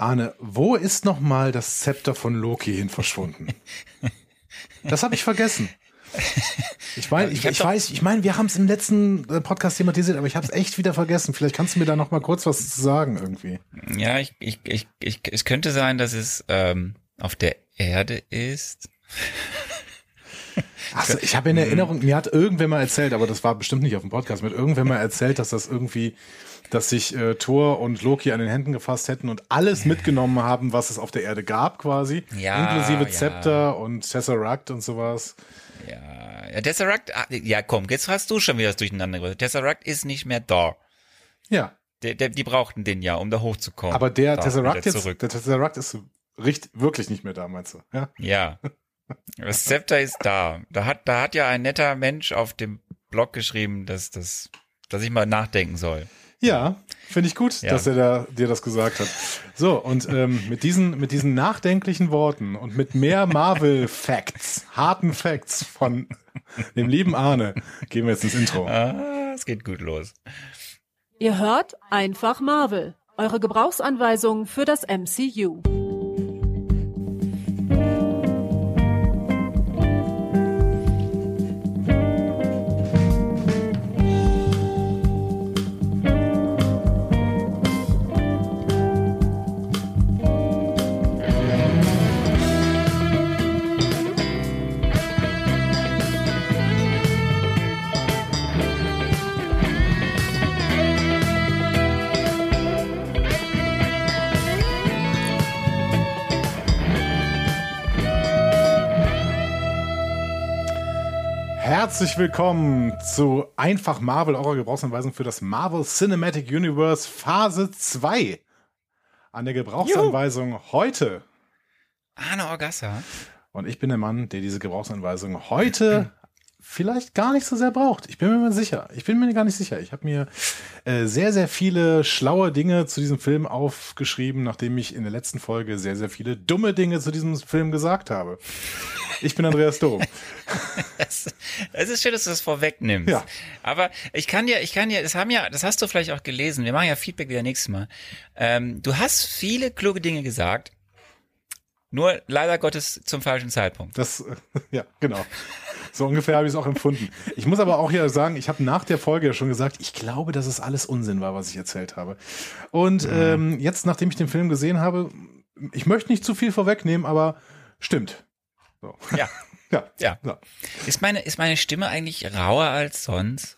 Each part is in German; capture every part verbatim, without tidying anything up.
Arne, wo ist nochmal das Zepter von Loki hin verschwunden? Das habe ich vergessen. Ich meine, ich, ich weiß, ich meine, wir haben es im letzten Podcast thematisiert, aber ich habe es echt wieder vergessen. Vielleicht kannst du mir da noch mal kurz was zu sagen irgendwie. Ja, ich, ich, ich, ich es könnte sein, dass es ähm, auf der Erde ist. Achso, ich habe in Erinnerung, mir hat irgendwer mal erzählt, aber das war bestimmt nicht auf dem Podcast, mir hat irgendwer mal erzählt, dass das irgendwie, dass sich äh, Thor und Loki an den Händen gefasst hätten und alles mitgenommen haben, was es auf der Erde gab quasi, ja, inklusive ja. Zepter und Tesseract und sowas. Ja, ja, Tesseract, ja komm, jetzt hast du schon wieder das durcheinander gebracht. Tesseract ist nicht mehr da. Ja. Der, der, die brauchten den ja, um da hochzukommen. Aber der Tesseract jetzt, der Tesseract ist richtig, wirklich nicht mehr da, meinst du? Ja. Ja. Das Zepter ist da. Da hat, da hat ja ein netter Mensch auf dem Blog geschrieben, dass, dass, dass ich mal nachdenken soll. Ja, finde ich gut, ja. dass er da, dir das gesagt hat. So, und ähm, mit diesen mit diesen nachdenklichen Worten und mit mehr Marvel-Facts, harten Facts von dem lieben Arne, gehen wir jetzt ins Intro. Ah, es geht gut los. Ihr hört einfach Marvel, eure Gebrauchsanweisung für das M C U. Herzlich willkommen zu Einfach Marvel, eurer Gebrauchsanweisung für das Marvel Cinematic Universe Phase zwei. An der Gebrauchsanweisung Juhu. heute Arne Orgassa. Und ich bin der Mann, der diese Gebrauchsanweisung heute vielleicht gar nicht so sehr braucht. Ich bin mir mal sicher. Ich bin mir gar nicht sicher. Ich habe mir äh, sehr, sehr viele schlaue Dinge zu diesem Film aufgeschrieben, nachdem ich in der letzten Folge sehr, sehr viele dumme Dinge zu diesem Film gesagt habe. Ich bin Andreas Dom. Es ist schön, dass du das vorwegnimmst. Ja. Aber ich kann dir, ich kann dir, das haben ja, das hast du vielleicht auch gelesen. Wir machen ja Feedback wieder nächstes Mal. Ähm, du hast viele kluge Dinge gesagt. Nur leider Gottes zum falschen Zeitpunkt. Das, ja, genau. So ungefähr habe ich es auch empfunden. Ich muss aber auch hier sagen, ich habe nach der Folge ja schon gesagt, ich glaube, dass es alles Unsinn war, was ich erzählt habe. Und mhm. ähm, jetzt, nachdem ich den Film gesehen habe, ich möchte nicht zu viel vorwegnehmen, aber stimmt. So. Ja. ja. ja. ja. Ist meine, ist meine Stimme eigentlich rauer als sonst?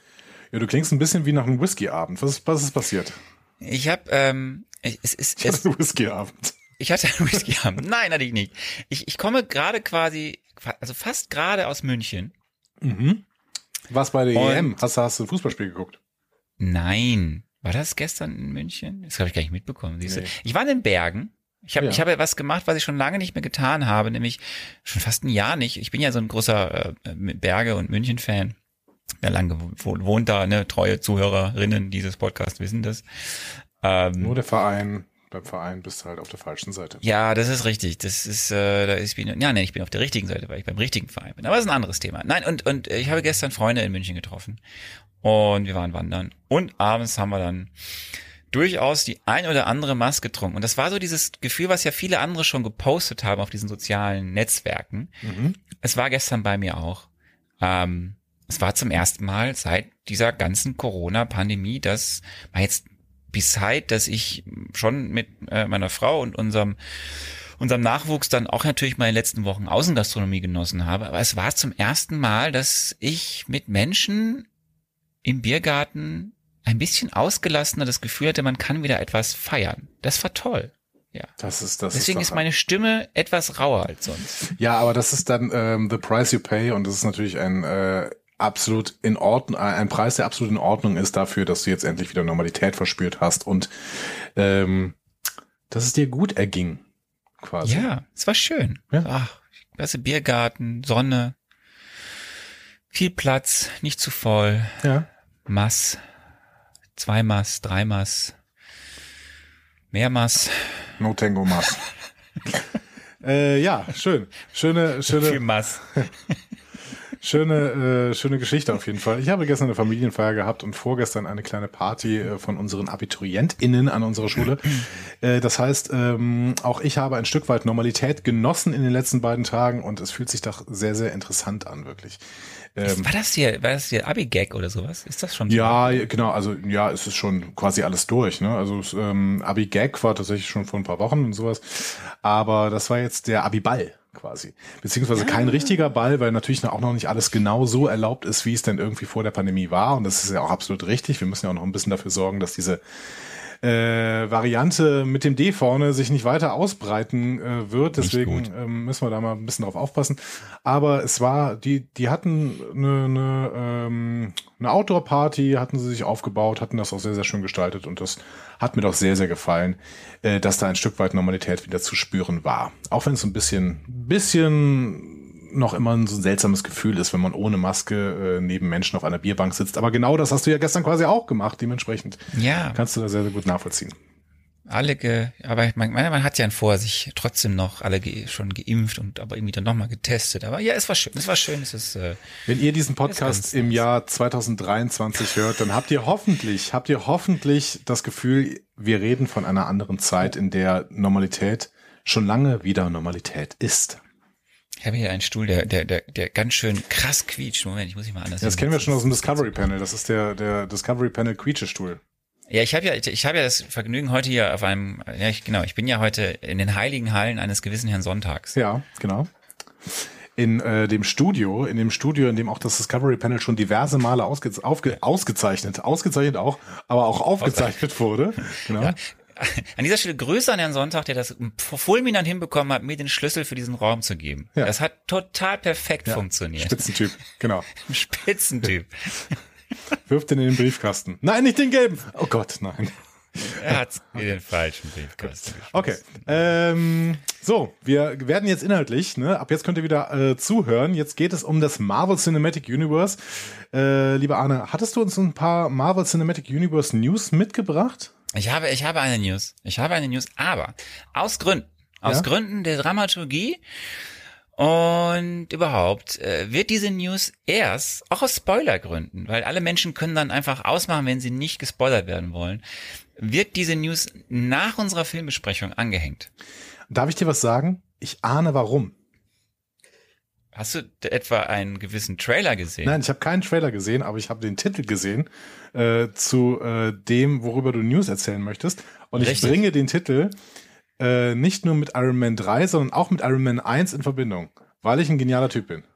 Ja, du klingst ein bisschen wie nach einem Whisky-Abend. Was, was ist passiert? Ich habe, ähm, es ist, ich hatte einen Whisky-Abend. Ich hatte einen Whisky-Abend. Nein, hatte ich nicht. Ich, ich komme gerade quasi, also fast gerade aus München. Mhm. Was bei der Und E M? Hast, hast du ein Fußballspiel geguckt? Nein. War das gestern in München? Das habe ich gar nicht mitbekommen. Siehst du? Nee. Ich war in den Bergen. Ich habe ja. ich habe etwas gemacht, was ich schon lange nicht mehr getan habe, nämlich schon fast ein Jahr nicht. Ich bin ja so ein großer äh, Berge- und München-Fan. Ja, lange wohnt da, ne, treue Zuhörerinnen dieses Podcasts wissen das. Ähm, Nur der Verein, beim Verein bist du halt auf der falschen Seite. Ja, das ist richtig. Das ist, äh, da ist, bin, ja, nee, ich bin auf der richtigen Seite, weil ich beim richtigen Verein bin. Aber das ist ein anderes Thema. Nein, und und ich habe gestern Freunde in München getroffen und wir waren wandern und abends haben wir dann durchaus die ein oder andere Maß getrunken. Und das war so dieses Gefühl, was ja viele andere schon gepostet haben auf diesen sozialen Netzwerken. Mhm. Es war gestern bei mir auch. Ähm, es war zum ersten Mal seit dieser ganzen Corona-Pandemie, das war jetzt bis Zeit, dass ich schon mit äh, meiner Frau und unserem unserem Nachwuchs dann auch natürlich mal in den letzten Wochen Außengastronomie genossen habe. Aber es war zum ersten Mal, dass ich mit Menschen im Biergarten ein bisschen ausgelassener das Gefühl hatte, man kann wieder etwas feiern. Das war toll. Ja. Das ist, das Deswegen ist, ist meine Stimme etwas rauer als sonst. Ja, aber das ist dann ähm, the price you pay und das ist natürlich ein äh, absolut in Ordnung, ein Preis, der absolut in Ordnung ist dafür, dass du jetzt endlich wieder Normalität verspürt hast und ähm, dass es dir gut erging, quasi. Ja, es war schön. Ja. Ach, klasse Biergarten, Sonne, viel Platz, nicht zu voll. Ja. Mass. Zwei Mass, drei Mass, mehr Mass. No Tango Mass. äh, ja, schön. Schöne, schöne. Viel Mass. Schöne, äh, schöne Geschichte auf jeden Fall. Ich habe gestern eine Familienfeier gehabt und vorgestern eine kleine Party äh, von unseren AbiturientInnen an unserer Schule. äh, das heißt, ähm, auch ich habe ein Stück weit Normalität genossen in den letzten beiden Tagen und es fühlt sich doch sehr, sehr interessant an, wirklich. Ähm, war das hier, war das hier Abi-Gag oder sowas? Ist das schon so? Ja, genau, also ja, es ist schon quasi alles durch, ne? Also ähm, Abi-Gag war tatsächlich schon vor ein paar Wochen und sowas, aber das war jetzt der Abi-Ball quasi. Beziehungsweise ja. kein richtiger Ball, weil natürlich auch noch nicht alles genau so erlaubt ist, wie es denn irgendwie vor der Pandemie war. Und das ist ja auch absolut richtig. Wir müssen ja auch noch ein bisschen dafür sorgen, dass diese äh, Variante mit dem D vorne sich nicht weiter ausbreiten äh, wird. Deswegen ähm, müssen wir da mal ein bisschen drauf aufpassen. Aber es war, die, die hatten eine, eine, ähm, eine Outdoor-Party, hatten sie sich aufgebaut, hatten das auch sehr, sehr schön gestaltet und das hat mir doch sehr, sehr gefallen, äh, dass da ein Stück weit Normalität wieder zu spüren war. Auch wenn es so ein bisschen, bisschen noch immer so ein seltsames Gefühl ist, wenn man ohne Maske äh, neben Menschen auf einer Bierbank sitzt. Aber genau das hast du ja gestern quasi auch gemacht. Dementsprechend ja. kannst du das sehr, sehr gut nachvollziehen. Alle, ge, aber man, man hat ja vor sich trotzdem noch alle ge, schon geimpft und aber irgendwie dann nochmal getestet. Aber ja, es war schön, es war schön, es ist. Äh, Wenn ihr diesen Podcast im Jahr zwanzig dreiundzwanzig hört, dann habt ihr hoffentlich, habt ihr hoffentlich das Gefühl, wir reden von einer anderen Zeit, in der Normalität schon lange wieder Normalität ist. Ich habe hier einen Stuhl, der, der, der, der ganz schön krass quietscht. Moment, ich muss mich mal anders. Ja, das kennen wir schon aus dem Discovery Panel. Das ist der, der Discovery Panel Quietschestuhl. Ja, ich habe ja, ich, ich habe ja das Vergnügen heute hier auf einem, ja, ich, genau, ich bin ja heute in den heiligen Hallen eines gewissen Herrn Sonntags. Ja, genau. In äh, dem Studio, in dem Studio, in dem auch das Discovery Panel schon diverse Male ausge, aufge, ausgezeichnet, ausgezeichnet auch, aber auch aufgezeichnet wurde. Genau. Ja. An dieser Stelle Grüße an Herrn Sonntag, der das fulminant hinbekommen hat, mir den Schlüssel für diesen Raum zu geben. Ja. Das hat total perfekt ja. funktioniert. Spitzentyp, genau. Spitzentyp. Wirft den in den Briefkasten. Nein, nicht den gelben. Oh Gott, nein. Er hat mir den falschen Briefkasten. Okay. Ähm, so, wir werden jetzt inhaltlich, ne, ab jetzt könnt ihr wieder äh, zuhören. Jetzt geht es um das Marvel Cinematic Universe. Äh, lieber Arne, hattest du uns ein paar Marvel Cinematic Universe News mitgebracht? Ich habe, ich habe eine News. Ich habe eine News, aber aus Gründen, aus ja? Gründen der Dramaturgie und überhaupt äh, wird diese News erst, auch aus Spoilergründen, weil alle Menschen können dann einfach ausmachen, wenn sie nicht gespoilert werden wollen, wird diese News nach unserer Filmbesprechung angehängt. Darf ich dir was sagen? Ich ahne warum. Hast du etwa einen gewissen Trailer gesehen? Nein, ich habe keinen Trailer gesehen, aber ich habe den Titel gesehen äh, zu äh, dem, worüber du News erzählen möchtest. Und Richtig. Ich bringe den Titel äh, nicht nur mit Iron Man drei, sondern auch mit Iron Man eins in Verbindung, weil ich ein genialer Typ bin.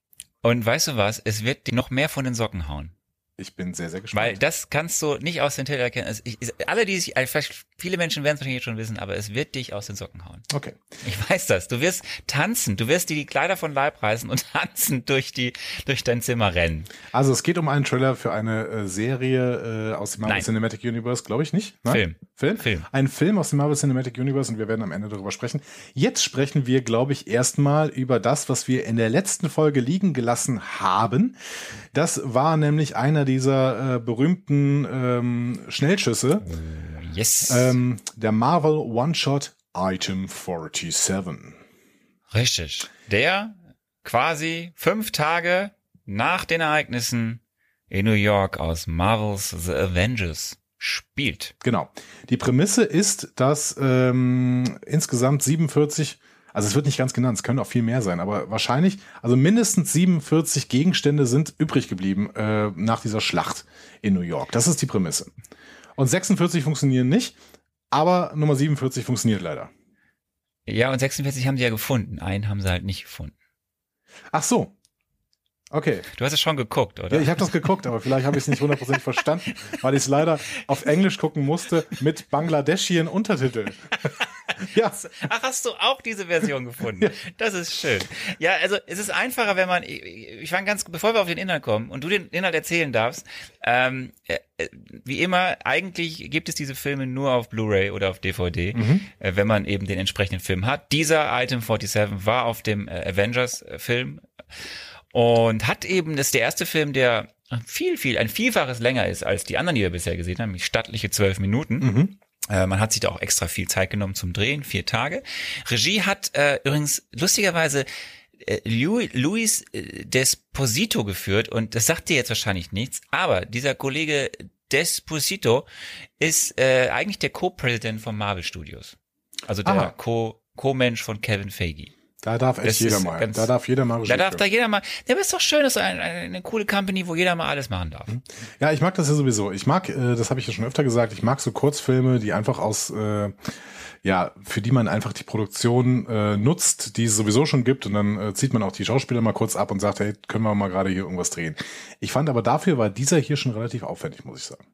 Und weißt du was? Es wird dir noch mehr von den Socken hauen. Ich bin sehr, sehr gespannt. Weil das kannst du nicht aus den Titel erkennen. Also ich, alle, die sich, vielleicht viele Menschen werden es wahrscheinlich schon wissen, aber es wird dich aus den Socken hauen. Okay. Ich weiß das. Du wirst tanzen. Du wirst dir die Kleider von Leib reißen und tanzen durch die, durch dein Zimmer rennen. Also es geht um einen Trailer für eine äh, Serie äh, aus dem Marvel Nein. Cinematic Universe, glaube ich nicht. Nein? Film. Film. Film. Ein Film aus dem Marvel Cinematic Universe und wir werden am Ende darüber sprechen. Jetzt sprechen wir, glaube ich, erstmal über das, was wir in der letzten Folge liegen gelassen haben. Das war nämlich einer dieser äh, berühmten ähm, Schnellschüsse. Yes. Ähm, der Marvel One-Shot Item siebenundvierzig. Richtig. Der quasi fünf Tage nach den Ereignissen in New York aus Marvel's The Avengers spielt. Genau. Die Prämisse ist, dass ähm, insgesamt siebenundvierzig, also es wird nicht ganz genannt, es können auch viel mehr sein, aber wahrscheinlich, also mindestens siebenundvierzig Gegenstände sind übrig geblieben äh, nach dieser Schlacht in New York. Das ist die Prämisse. Und sechsundvierzig funktionieren nicht, aber Nummer siebenundvierzig funktioniert leider. Ja, und sechsundvierzig haben sie ja gefunden. Einen haben sie halt nicht gefunden. Ach so. Okay. Du hast es schon geguckt, oder? Ja, ich habe das geguckt, aber vielleicht habe ich es nicht hundertprozentig verstanden, weil ich es leider auf Englisch gucken musste mit bangladeschischen Untertiteln. Ja. Ach, hast du auch diese Version gefunden? Ja. Das ist schön. Ja, also es ist einfacher, wenn man, ich fange ganz, bevor wir auf den Inhalt kommen und du den Inhalt erzählen darfst, ähm, äh, wie immer, eigentlich gibt es diese Filme nur auf Blu-ray oder auf D V D, mhm. äh, wenn man eben den entsprechenden Film hat. Dieser Item siebenundvierzig war auf dem äh, Avengers-Film und hat eben, das ist der erste Film, der viel, viel, ein Vielfaches länger ist als die anderen, die wir bisher gesehen haben, nämlich stattliche zwölf Minuten. Mhm. Äh, man hat sich da auch extra viel Zeit genommen zum Drehen, vier Tage. Regie hat äh, übrigens lustigerweise äh, Louis, Louis Desposito geführt und das sagt dir jetzt wahrscheinlich nichts, aber dieser Kollege Desposito ist äh, eigentlich der Co-Präsident von Marvel Studios. Also der Aha. Co- Co-Mensch von Kevin Feige. Da darf echt Das jeder ist mal. ganz- Da darf jeder mal Regie Da darf führen. da jeder mal, der ist doch schön, das ist eine, eine coole Company, wo jeder mal alles machen darf. Ja, ich mag das ja sowieso. Ich mag, äh, das habe ich ja schon öfter gesagt, ich mag so Kurzfilme, die einfach aus, äh, ja, für die man einfach die Produktion äh, nutzt, die es sowieso schon gibt und dann äh, zieht man auch die Schauspieler mal kurz ab und sagt, hey, können wir mal gerade hier irgendwas drehen. Ich fand aber dafür war dieser hier schon relativ aufwendig, muss ich sagen.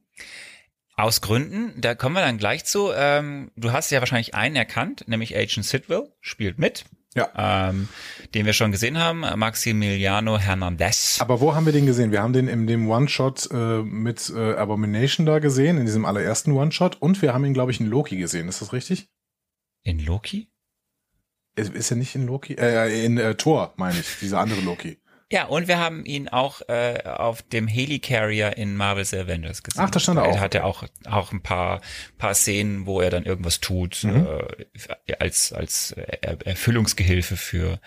Aus Gründen, da kommen wir dann gleich zu. Ähm, du hast ja wahrscheinlich einen erkannt, nämlich Agent Sidwell, spielt mit. Ja. Ähm, den wir schon gesehen haben, Maximiliano Hernandez. Aber wo haben wir den gesehen? Wir haben den in dem One-Shot äh, mit äh, Abomination da gesehen, in diesem allerersten One-Shot und wir haben ihn, glaube ich, in Loki gesehen. Ist das richtig? In Loki? Ist, ist er nicht in Loki? Äh, in äh, Thor, meine ich, dieser andere Loki. Ja, und wir haben ihn auch äh, auf dem Helicarrier in Marvel's Avengers gesehen. Ach, da stand er Da auch. hat er auch auch ein paar paar Szenen, wo er dann irgendwas tut Mhm. äh, als als Er- Erfüllungsgehilfe für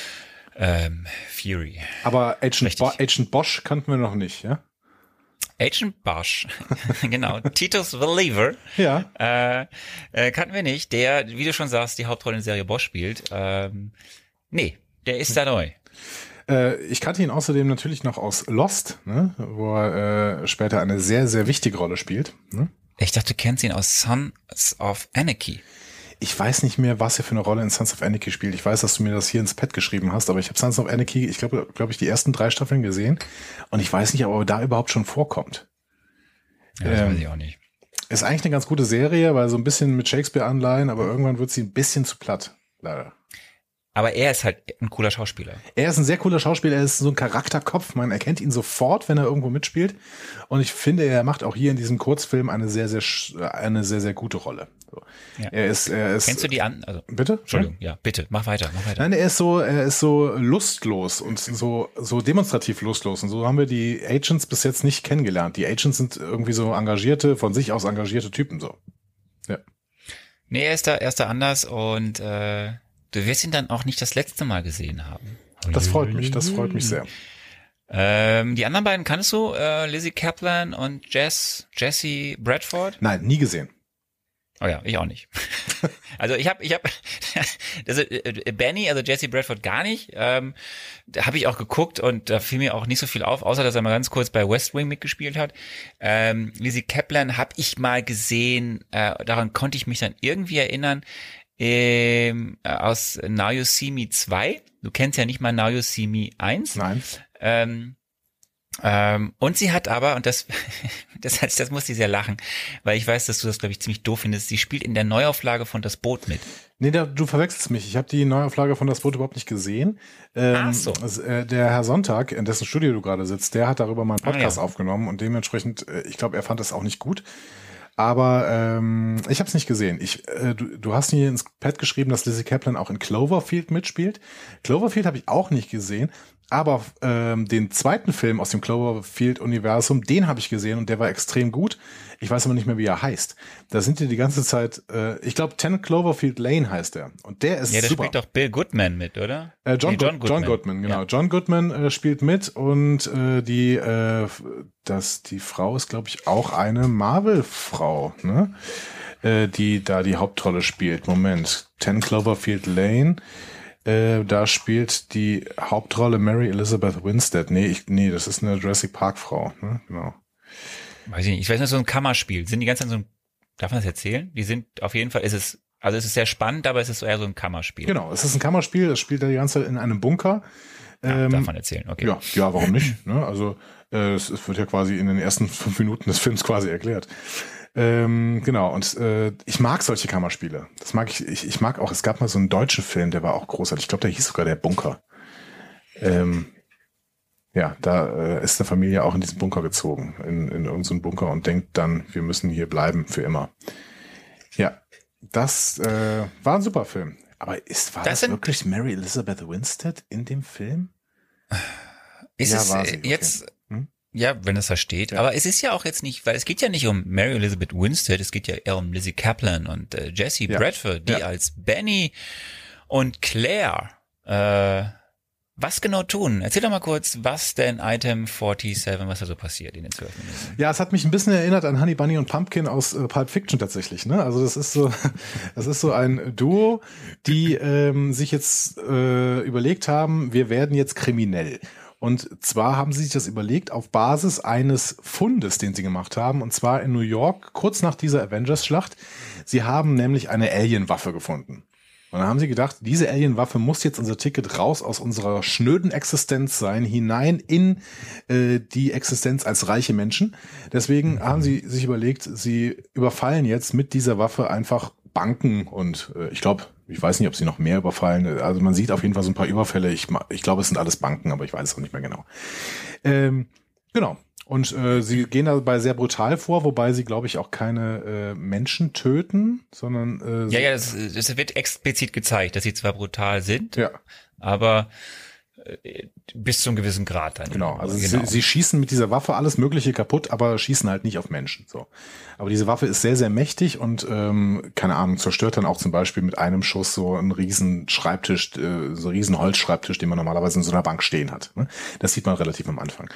ähm, Fury. Aber Agent, Richtig. Bo Agent Bosch kannten wir noch nicht, ja? Agent Bosch, genau. Titus Believer. Ja. Äh, äh, kannten wir nicht. Der, wie du schon sagst, die Hauptrolle in der Serie Bosch spielt. Ähm, nee, der ist da neu. Äh, ich kannte ihn außerdem natürlich noch aus Lost, ne? Wo er äh, später eine sehr, sehr wichtige Rolle spielt. Ne? Ich dachte, du kennst ihn aus Sons of Anarchy. Ich weiß nicht mehr, was er für eine Rolle in Sons of Anarchy spielt. Ich weiß, dass du mir das hier ins Pad geschrieben hast, aber ich habe Sons of Anarchy, ich glaube, glaube ich, die ersten drei Staffeln gesehen und ich weiß nicht, ob er da überhaupt schon vorkommt. Ja, das Ähm, weiß ich auch nicht. Ist eigentlich eine ganz gute Serie, weil so ein bisschen mit Shakespeare-Anleihen, aber irgendwann wird sie ein bisschen zu platt, leider. Aber er ist halt ein cooler Schauspieler. Er ist ein sehr cooler Schauspieler, er ist so ein Charakterkopf, man erkennt ihn sofort, wenn er irgendwo mitspielt. Und ich finde, er macht auch hier in diesem Kurzfilm eine sehr, sehr, sch- eine sehr, sehr gute Rolle. So. Ja. Er ist, er ist. Kennst du die an? Also, Bitte? Entschuldigung, ja, bitte, mach weiter, mach weiter. Nein, er ist so, er ist so lustlos und so, so demonstrativ lustlos. Und so haben wir die Agents bis jetzt nicht kennengelernt. Die Agents sind irgendwie so engagierte, von sich aus engagierte Typen, so. Ja. Nee, er ist da, er ist da anders und äh, du wirst ihn dann auch nicht das letzte Mal gesehen haben. Das freut mich, das freut mich sehr. Ähm, die anderen beiden kannst du, äh, Lizzie Kaplan und Jess, Jesse Bradford? Nein, nie gesehen. Oh ja, ich auch nicht. Also ich habe, ich habe, also äh, Benny, also Jesse Bradford gar nicht. Ähm, da habe ich auch geguckt und da fiel mir auch nicht so viel auf, außer dass er mal ganz kurz bei West Wing mitgespielt hat. Ähm, Lizzie Kaplan habe ich mal gesehen. Äh, daran konnte ich mich dann irgendwie erinnern. Ähm, äh, aus Now You See Me zwei. Du kennst ja nicht mal Now You See Me eins. Nein. Ähm, ähm, und sie hat aber, und das, das, heißt, das musste ich sehr lachen, weil ich weiß, dass du das, glaube ich, ziemlich doof findest, sie spielt in der Neuauflage von Das Boot mit. Nee, da, du verwechselst mich. Ich habe die Neuauflage von Das Boot überhaupt nicht gesehen. Ähm, Ach so. also, äh, der Herr Sonntag, in dessen Studio du gerade sitzt, der hat darüber mal einen Podcast Ah, ja. aufgenommen und dementsprechend, äh, ich glaube, er fand das auch nicht gut. Aber ähm, ich habe es nicht gesehen. Ich, äh, du, du hast mir ins Pad geschrieben, dass Lizzie Kaplan auch in Cloverfield mitspielt. Cloverfield habe ich auch nicht gesehen. Aber ähm, den zweiten Film aus dem Cloverfield-Universum, den habe ich gesehen und der war extrem gut. Ich weiß aber nicht mehr, wie er heißt. Da sind die die ganze Zeit, äh, ich glaube, Ten Cloverfield Lane heißt er. Und der ist Ja, da super. spielt doch Bill Goodman mit, oder? Äh, John, Nee, John, Goodman. John Goodman, genau. Ja. John Goodman äh, spielt mit und äh, die, äh, das, die Frau ist, glaube ich, auch eine Marvel-Frau, ne? Äh, die da die Hauptrolle spielt. Moment. Ten Cloverfield Lane. Äh, da spielt die Hauptrolle Mary Elizabeth Winstead. Nee, ich, nee, das ist eine Jurassic Park Frau, ne? Genau. Weiß ich nicht. Ich weiß nicht, so ein Kammerspiel. Sind die ganze Zeit so ein, darf man das erzählen? Die sind auf jeden Fall, ist es, also es ist sehr spannend, aber es ist eher so ein Kammerspiel. Genau, es ist ein Kammerspiel, es spielt da die ganze Zeit in einem Bunker. Ja, Ähm, darf man erzählen, okay. Ja, ja, warum nicht? Ne? Also äh, es, es wird ja quasi in den ersten fünf Minuten des Films quasi erklärt. Ähm, genau, und äh, ich mag solche Kammerspiele. Das mag ich, ich, ich mag auch, es gab mal so einen deutschen Film, der war auch großartig. Ich glaube, der hieß sogar Der Bunker. Ähm, ja, da äh, ist eine Familie auch in diesen Bunker gezogen, in, in irgendeinen so Bunker und denkt dann, wir müssen hier bleiben für immer. Ja, das äh, war ein super Film. Aber ist, war Das das, sind- wirklich Mary Elizabeth Winstead in dem Film? Ist Ja, es war äh, sie, okay. jetzt, Hm? ja, wenn es da steht, Ja. aber es ist ja auch jetzt nicht, weil es geht ja nicht um Mary Elizabeth Winstead, es geht ja eher um Lizzie Kaplan und äh, Jesse Ja. Bradford, die Ja. als Benny und Claire äh, was genau tun? Erzähl doch mal kurz, was denn Item siebenundvierzig, was da so passiert in den zwölf Minuten. Ja, es hat mich ein bisschen erinnert an Honey Bunny und Pumpkin aus äh, Pulp Fiction tatsächlich. Ne? Also das ist so, das ist so ein Duo, die ähm, sich jetzt äh, überlegt haben, wir werden jetzt kriminell. Und zwar haben sie sich das überlegt auf Basis eines Fundes, den sie gemacht haben, und zwar in New York, kurz nach dieser Avengers-Schlacht. Sie haben nämlich eine Alien-Waffe gefunden. Und dann haben sie gedacht, diese Alien-Waffe muss jetzt unser Ticket raus aus unserer schnöden Existenz sein, hinein in äh, die Existenz als reiche Menschen. Deswegen mhm. haben sie sich überlegt, sie überfallen jetzt mit dieser Waffe einfach Banken und äh, ich glaube, ich weiß nicht, ob sie noch mehr überfallen. Also man sieht auf jeden Fall so ein paar Überfälle. Ich, ich glaube, es sind alles Banken, aber ich weiß es auch nicht mehr genau. Ähm, genau. Und äh, sie gehen dabei sehr brutal vor, wobei sie, glaube ich, auch keine äh, Menschen töten, sondern... Äh, ja, ja, das, das wird explizit gezeigt, dass sie zwar brutal sind, ja. aber äh, bis zum gewissen Grad dann. Genau, also genau. Sie, sie schießen mit dieser Waffe alles Mögliche kaputt, aber schießen halt nicht auf Menschen. So, aber diese Waffe ist sehr, sehr mächtig und ähm, keine Ahnung, zerstört dann auch zum Beispiel mit einem Schuss so einen riesen Schreibtisch, äh, so einen riesen Holzschreibtisch, den man normalerweise in so einer Bank stehen hat. Ne? Das sieht man relativ am Anfang.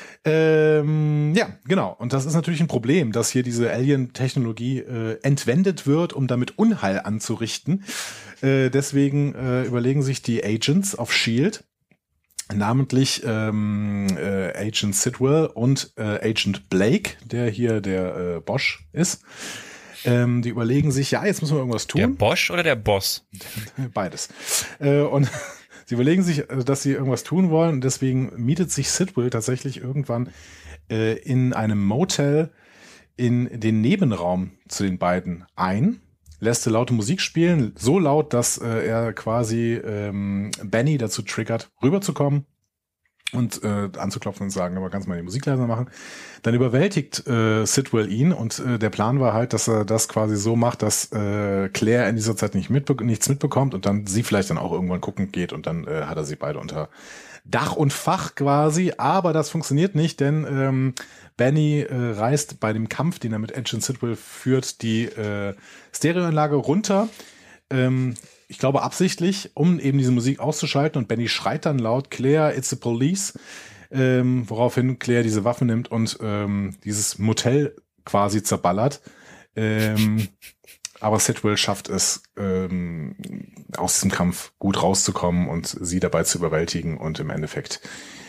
Ähm, ja, genau. Und das ist natürlich ein Problem, dass hier diese Alien-Technologie äh, entwendet wird, um damit Unheil anzurichten. Äh, deswegen äh, überlegen sich die Agents of S H I E L D, namentlich ähm, äh, Agent Sidwell und äh, Agent Blake, der hier der äh, Bosch ist. Ähm, die überlegen sich, ja, jetzt müssen wir irgendwas tun. Der Bosch oder der Boss? Beides. Äh, und sie überlegen sich, dass sie irgendwas tun wollen und deswegen mietet sich Sidwell tatsächlich irgendwann äh, in einem Motel in den Nebenraum zu den beiden ein, lässt laute Musik spielen, so laut, dass äh, er quasi ähm, Benny dazu triggert, rüberzukommen und äh, anzuklopfen und sagen, aber kannst du mal die Musik leiser machen. Dann überwältigt äh, Sidwell ihn und äh, der Plan war halt, dass er das quasi so macht, dass äh, Claire in dieser Zeit nicht mitbe- nichts mitbekommt und dann sie vielleicht dann auch irgendwann gucken geht und dann äh, hat er sie beide unter Dach und Fach quasi, aber das funktioniert nicht, denn ähm, Benny äh, reißt bei dem Kampf, den er mit Agent Sidwell führt, die äh, Stereoanlage runter. Ähm, ich glaube absichtlich, um eben diese Musik auszuschalten und Benny schreit dann laut, Claire, it's the police, ähm, woraufhin Claire diese Waffe nimmt und ähm, dieses Motel quasi zerballert. Ähm, aber Sidwell schafft es, ähm, aus diesem Kampf gut rauszukommen und sie dabei zu überwältigen und im Endeffekt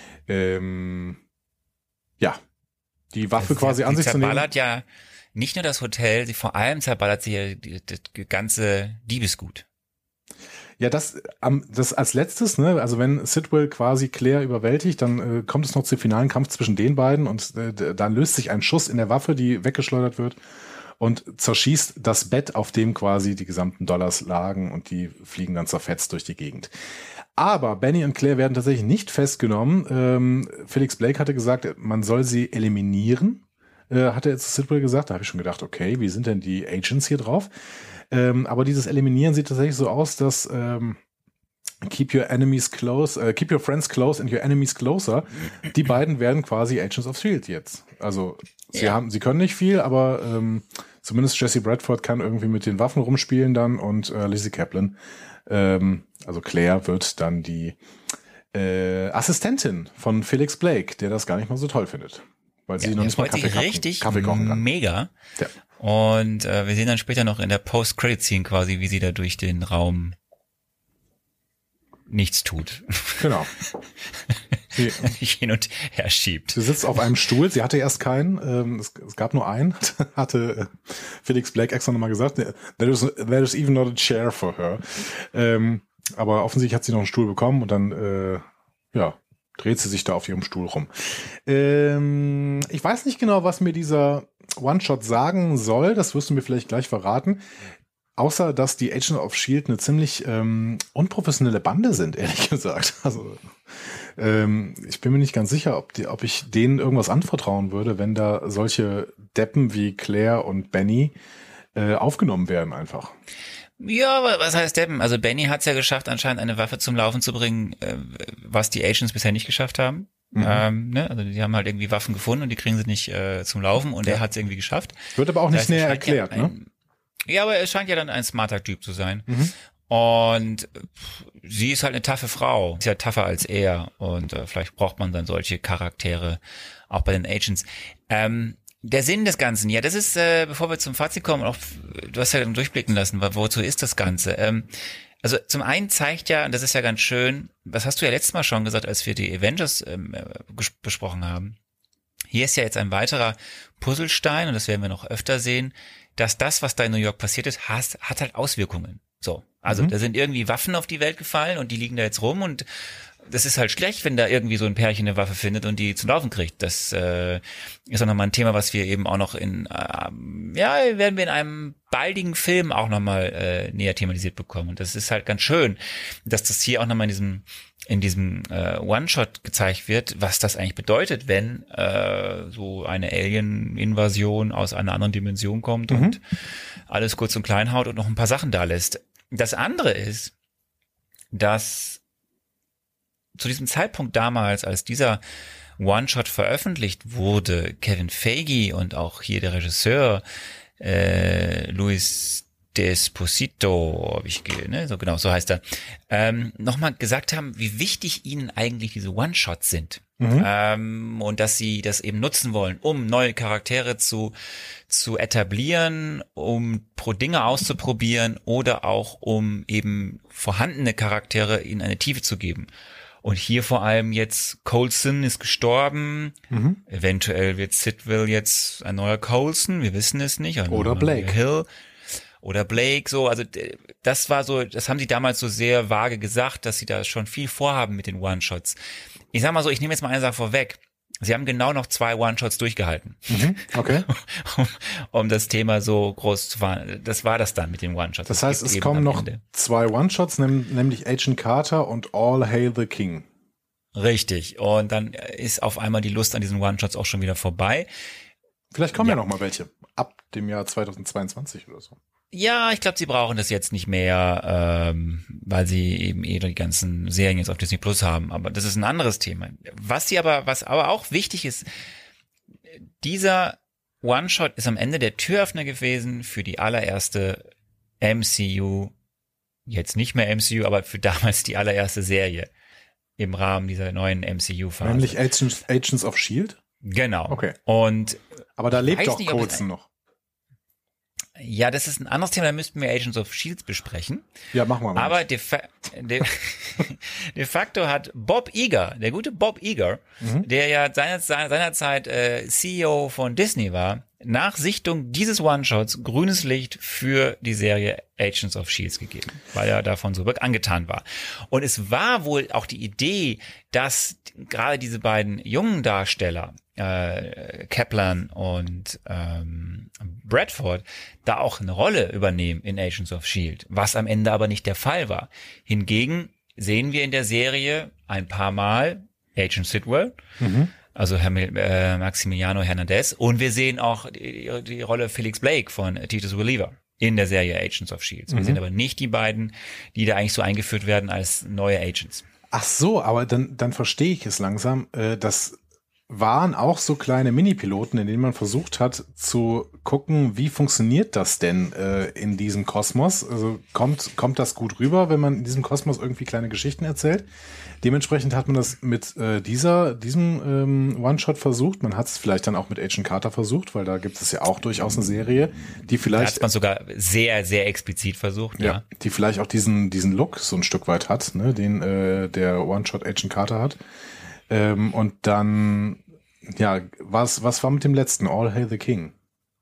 ähm, ja, die Waffe also quasi an sich zu nehmen. Sie zerballert ja nicht nur das Hotel, sie vor allem zerballert sie ja die, das ganze Diebesgut. Ja, das, ähm, das als letztes, ne, also wenn Sidwell quasi Claire überwältigt, dann äh, kommt es noch zum finalen Kampf zwischen den beiden und äh, dann löst sich ein Schuss in der Waffe, die weggeschleudert wird und zerschießt das Bett, auf dem quasi die gesamten Dollars lagen und die fliegen dann zerfetzt durch die Gegend. Aber Benny und Claire werden tatsächlich nicht festgenommen. Ähm, Felix Blake hatte gesagt, man soll sie eliminieren, äh, hat er jetzt zu Sidwell gesagt. Da habe ich schon gedacht, okay, wie sind denn die Agents hier drauf? Ähm, aber dieses Eliminieren sieht tatsächlich so aus, dass ähm, keep your enemies close, äh, keep your friends close and your enemies closer. Die beiden werden quasi Agents of S H I E L D jetzt. Also sie ja. haben, sie können nicht viel, aber ähm, zumindest Jesse Bradford kann irgendwie mit den Waffen rumspielen dann und äh, Lizzie Kaplan, ähm, also Claire wird dann die äh, Assistentin von Felix Blake, der das gar nicht mal so toll findet, weil sie ja, noch nicht mal Kaffee, richtig Kaffee kochen kann. Mega. Ja. Und äh, wir sehen dann später noch in der Post-Credit-Scene quasi, wie sie da durch den Raum nichts tut. Genau. Sie, hin und her schiebt. Sie sitzt auf einem Stuhl. Sie hatte erst keinen. Ähm, es, es gab nur einen. Hatte Felix Blake extra nochmal gesagt. There is, there is even not a chair for her. Ähm, aber offensichtlich hat sie noch einen Stuhl bekommen und dann, äh, ja, dreht sie sich da auf ihrem Stuhl rum. Ähm, ich weiß nicht genau, was mir dieser One-Shot sagen soll. Das wirst du mir vielleicht gleich verraten. Außer, dass die Agents of S H I E L D eine ziemlich ähm, unprofessionelle Bande sind, ehrlich gesagt. Also ähm, ich bin mir nicht ganz sicher, ob, die, ob ich denen irgendwas anvertrauen würde, wenn da solche Deppen wie Claire und Benny äh, aufgenommen werden einfach. Ja, aber was heißt Deppen? Also Benny hat es ja geschafft, anscheinend eine Waffe zum Laufen zu bringen, äh, was die Agents bisher nicht geschafft haben. Mhm. Ähm, ne? Also die haben halt irgendwie Waffen gefunden und die kriegen sie nicht äh, zum Laufen und ja. er hat es irgendwie geschafft. Wird aber auch nicht das heißt, näher erklärt, ja ein, ne? Ja, aber er scheint ja dann ein smarter Typ zu sein. Mhm. Und sie ist halt eine taffe Frau. Ist ja tougher als er. Und äh, vielleicht braucht man dann solche Charaktere auch bei den Agents. Ähm, der Sinn des Ganzen, ja, das ist, äh, bevor wir zum Fazit kommen, auch, du hast ja dann durchblicken lassen, wozu ist das Ganze? Ähm, also zum einen zeigt ja, und das ist ja ganz schön, das hast du ja letztes Mal schon gesagt, als wir die Avengers ähm, ges- besprochen haben. Hier ist ja jetzt ein weiterer Puzzlestein, und das werden wir noch öfter sehen, dass das, was da in New York passiert ist, hat, hat halt Auswirkungen. So, also mhm. da sind irgendwie Waffen auf die Welt gefallen und die liegen da jetzt rum, und das ist halt schlecht, wenn da irgendwie so ein Pärchen eine Waffe findet und die zu laufen kriegt. Das äh, ist auch nochmal ein Thema, was wir eben auch noch in, äh, ja, werden wir in einem baldigen Film auch nochmal äh, näher thematisiert bekommen. Und das ist halt ganz schön, dass das hier auch nochmal in diesem in diesem äh, One-Shot gezeigt wird, was das eigentlich bedeutet, wenn äh, so eine Alien-Invasion aus einer anderen Dimension kommt mhm. und alles kurz und klein haut und noch ein paar Sachen da lässt. Das andere ist, dass zu diesem Zeitpunkt damals, als dieser One-Shot veröffentlicht wurde, Kevin Feige und auch hier der Regisseur äh, Luis Desposito, hab ich, ne, so genau, so heißt er, ähm, nochmal gesagt haben, wie wichtig ihnen eigentlich diese One-Shots sind. Mhm. Ähm, und dass sie das eben nutzen wollen, um neue Charaktere zu zu etablieren, um pro Dinge auszuprobieren oder auch um eben vorhandene Charaktere in eine Tiefe zu geben. Und hier vor allem jetzt Coulson ist gestorben, mhm. eventuell wird Sitwell jetzt ein neuer Coulson, wir wissen es nicht. Oder Blake. Hill. Oder Blake, so, also das war so, das haben sie damals so sehr vage gesagt, dass sie da schon viel vorhaben mit den One-Shots. Ich sag mal so, ich nehme jetzt mal eine Sache vorweg. Sie haben genau noch zwei One-Shots durchgehalten. Mhm, okay. um, um das Thema so groß zu fahren. Das war das dann mit den One-Shots. Das heißt, es kommen noch Ende. zwei One-Shots, nämlich Agent Carter und All Hail the King. Richtig. Und dann ist auf einmal die Lust an diesen One-Shots auch schon wieder vorbei. Vielleicht kommen ja, ja noch mal welche. Ab dem Jahr zweitausendzweiundzwanzig oder so. Ja, ich glaube, sie brauchen das jetzt nicht mehr, ähm, weil sie eben eh die ganzen Serien jetzt auf Disney Plus haben. Aber das ist ein anderes Thema. Was sie aber, was aber auch wichtig ist, dieser One-Shot ist am Ende der Türöffner gewesen für die allererste M C U, jetzt nicht mehr M C U, aber für damals die allererste Serie im Rahmen dieser neuen M C U-Phase. Nämlich Agents, Agents of S H I E L D? Genau. Okay. Und aber da lebt doch Coulson noch. Ja, das ist ein anderes Thema, da müssten wir Agents of S H I E L D besprechen. Ja, machen wir mal. Aber de, fa- de, de facto hat Bob Iger, der gute Bob Iger, mhm. der ja seiner, seinerzeit äh, C E O von Disney war, nach Sichtung dieses One-Shots grünes Licht für die Serie Agents of S H I E L D gegeben, weil er davon so wirklich angetan war. Und es war wohl auch die Idee, dass gerade diese beiden jungen Darsteller, äh, Kaplan und ähm, Bradford, da auch eine Rolle übernehmen in Agents of S H I E L D, was am Ende aber nicht der Fall war. Hingegen sehen wir in der Serie ein paar Mal Agent Sitwell, mhm. also Herr äh, Maximiliano Hernandez, und wir sehen auch die, die Rolle Felix Blake von Titus Welliver in der Serie Agents of S H I E L D. Wir mhm. sehen aber nicht die beiden, die da eigentlich so eingeführt werden als neue Agents. Ach so, aber dann, dann verstehe ich es langsam, äh, dass waren auch so kleine Mini-Piloten, in denen man versucht hat zu gucken, wie funktioniert das denn äh, in diesem Kosmos? Also kommt kommt das gut rüber, wenn man in diesem Kosmos irgendwie kleine Geschichten erzählt? Dementsprechend hat man das mit äh, dieser diesem ähm, One-Shot versucht. Man hat es vielleicht dann auch mit Agent Carter versucht, weil da gibt es ja auch durchaus eine Serie, die vielleicht... Da hat man sogar sehr, sehr explizit versucht, ja. ja. Die vielleicht auch diesen diesen Look so ein Stück weit hat, ne, den äh, der One-Shot Agent Carter hat. Ähm, und dann, ja, was, was war mit dem letzten? All Hail the King.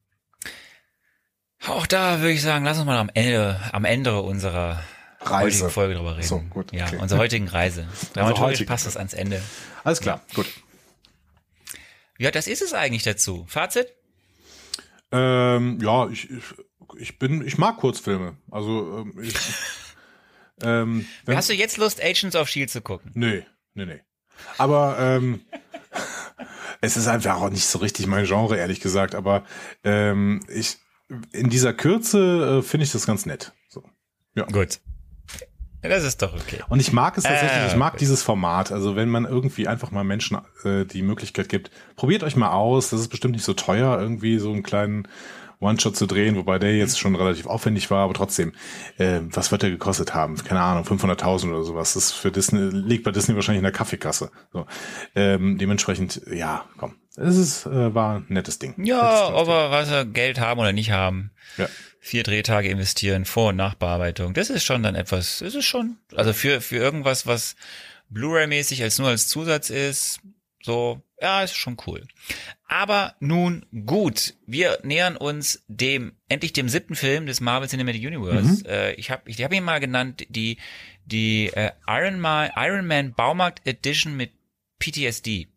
Auch da würde ich sagen, lass uns mal am Ende, am Ende unserer Reise. heutigen Folge drüber reden. So, gut. Ja, okay. unserer heutigen Reise. Dramaturgisch passt das ans Ende. Alles klar, ja. Gut. Ja, das ist es eigentlich dazu. Fazit? Ähm, ja, ich, ich, ich bin, ich mag Kurzfilme. Also, ähm, ich, ähm, wenn, hast du jetzt Lust, Agents of S H I E L D zu gucken? Nö, nee, nee. Aber ähm, es ist einfach auch nicht so richtig mein Genre, ehrlich gesagt. Aber ähm, ich in dieser Kürze äh, finde ich das ganz nett. So. Ja. Gut. Das ist doch okay. Und ich mag es tatsächlich, äh, ich mag okay. dieses Format. Also wenn man irgendwie einfach mal Menschen äh, die Möglichkeit gibt, probiert euch mal aus. Das ist bestimmt nicht so teuer, irgendwie so einen kleinen One-Shot zu drehen, wobei der jetzt schon relativ aufwendig war, aber trotzdem, äh, was wird der gekostet haben? Keine Ahnung, fünfhunderttausend oder sowas. Das ist für Disney, liegt bei Disney wahrscheinlich in der Kaffeekasse. So. Ähm, dementsprechend, ja, komm. Es ist, äh, war ein nettes Ding. Ja, nettes aber was wir Geld haben oder nicht haben. Ja. Vier Drehtage investieren, Vor- und Nachbearbeitung. Das ist schon dann etwas, das ist schon, also für, für irgendwas, was Blu-ray-mäßig als nur als Zusatz ist, so, ja, ist schon cool. Aber nun gut, wir nähern uns dem, endlich dem siebten Film des Marvel Cinematic Universe. Mhm. Äh, ich habe ich hab ihn mal genannt, die, die äh, Iron Man, Iron Man Baumarkt Edition mit P T S D.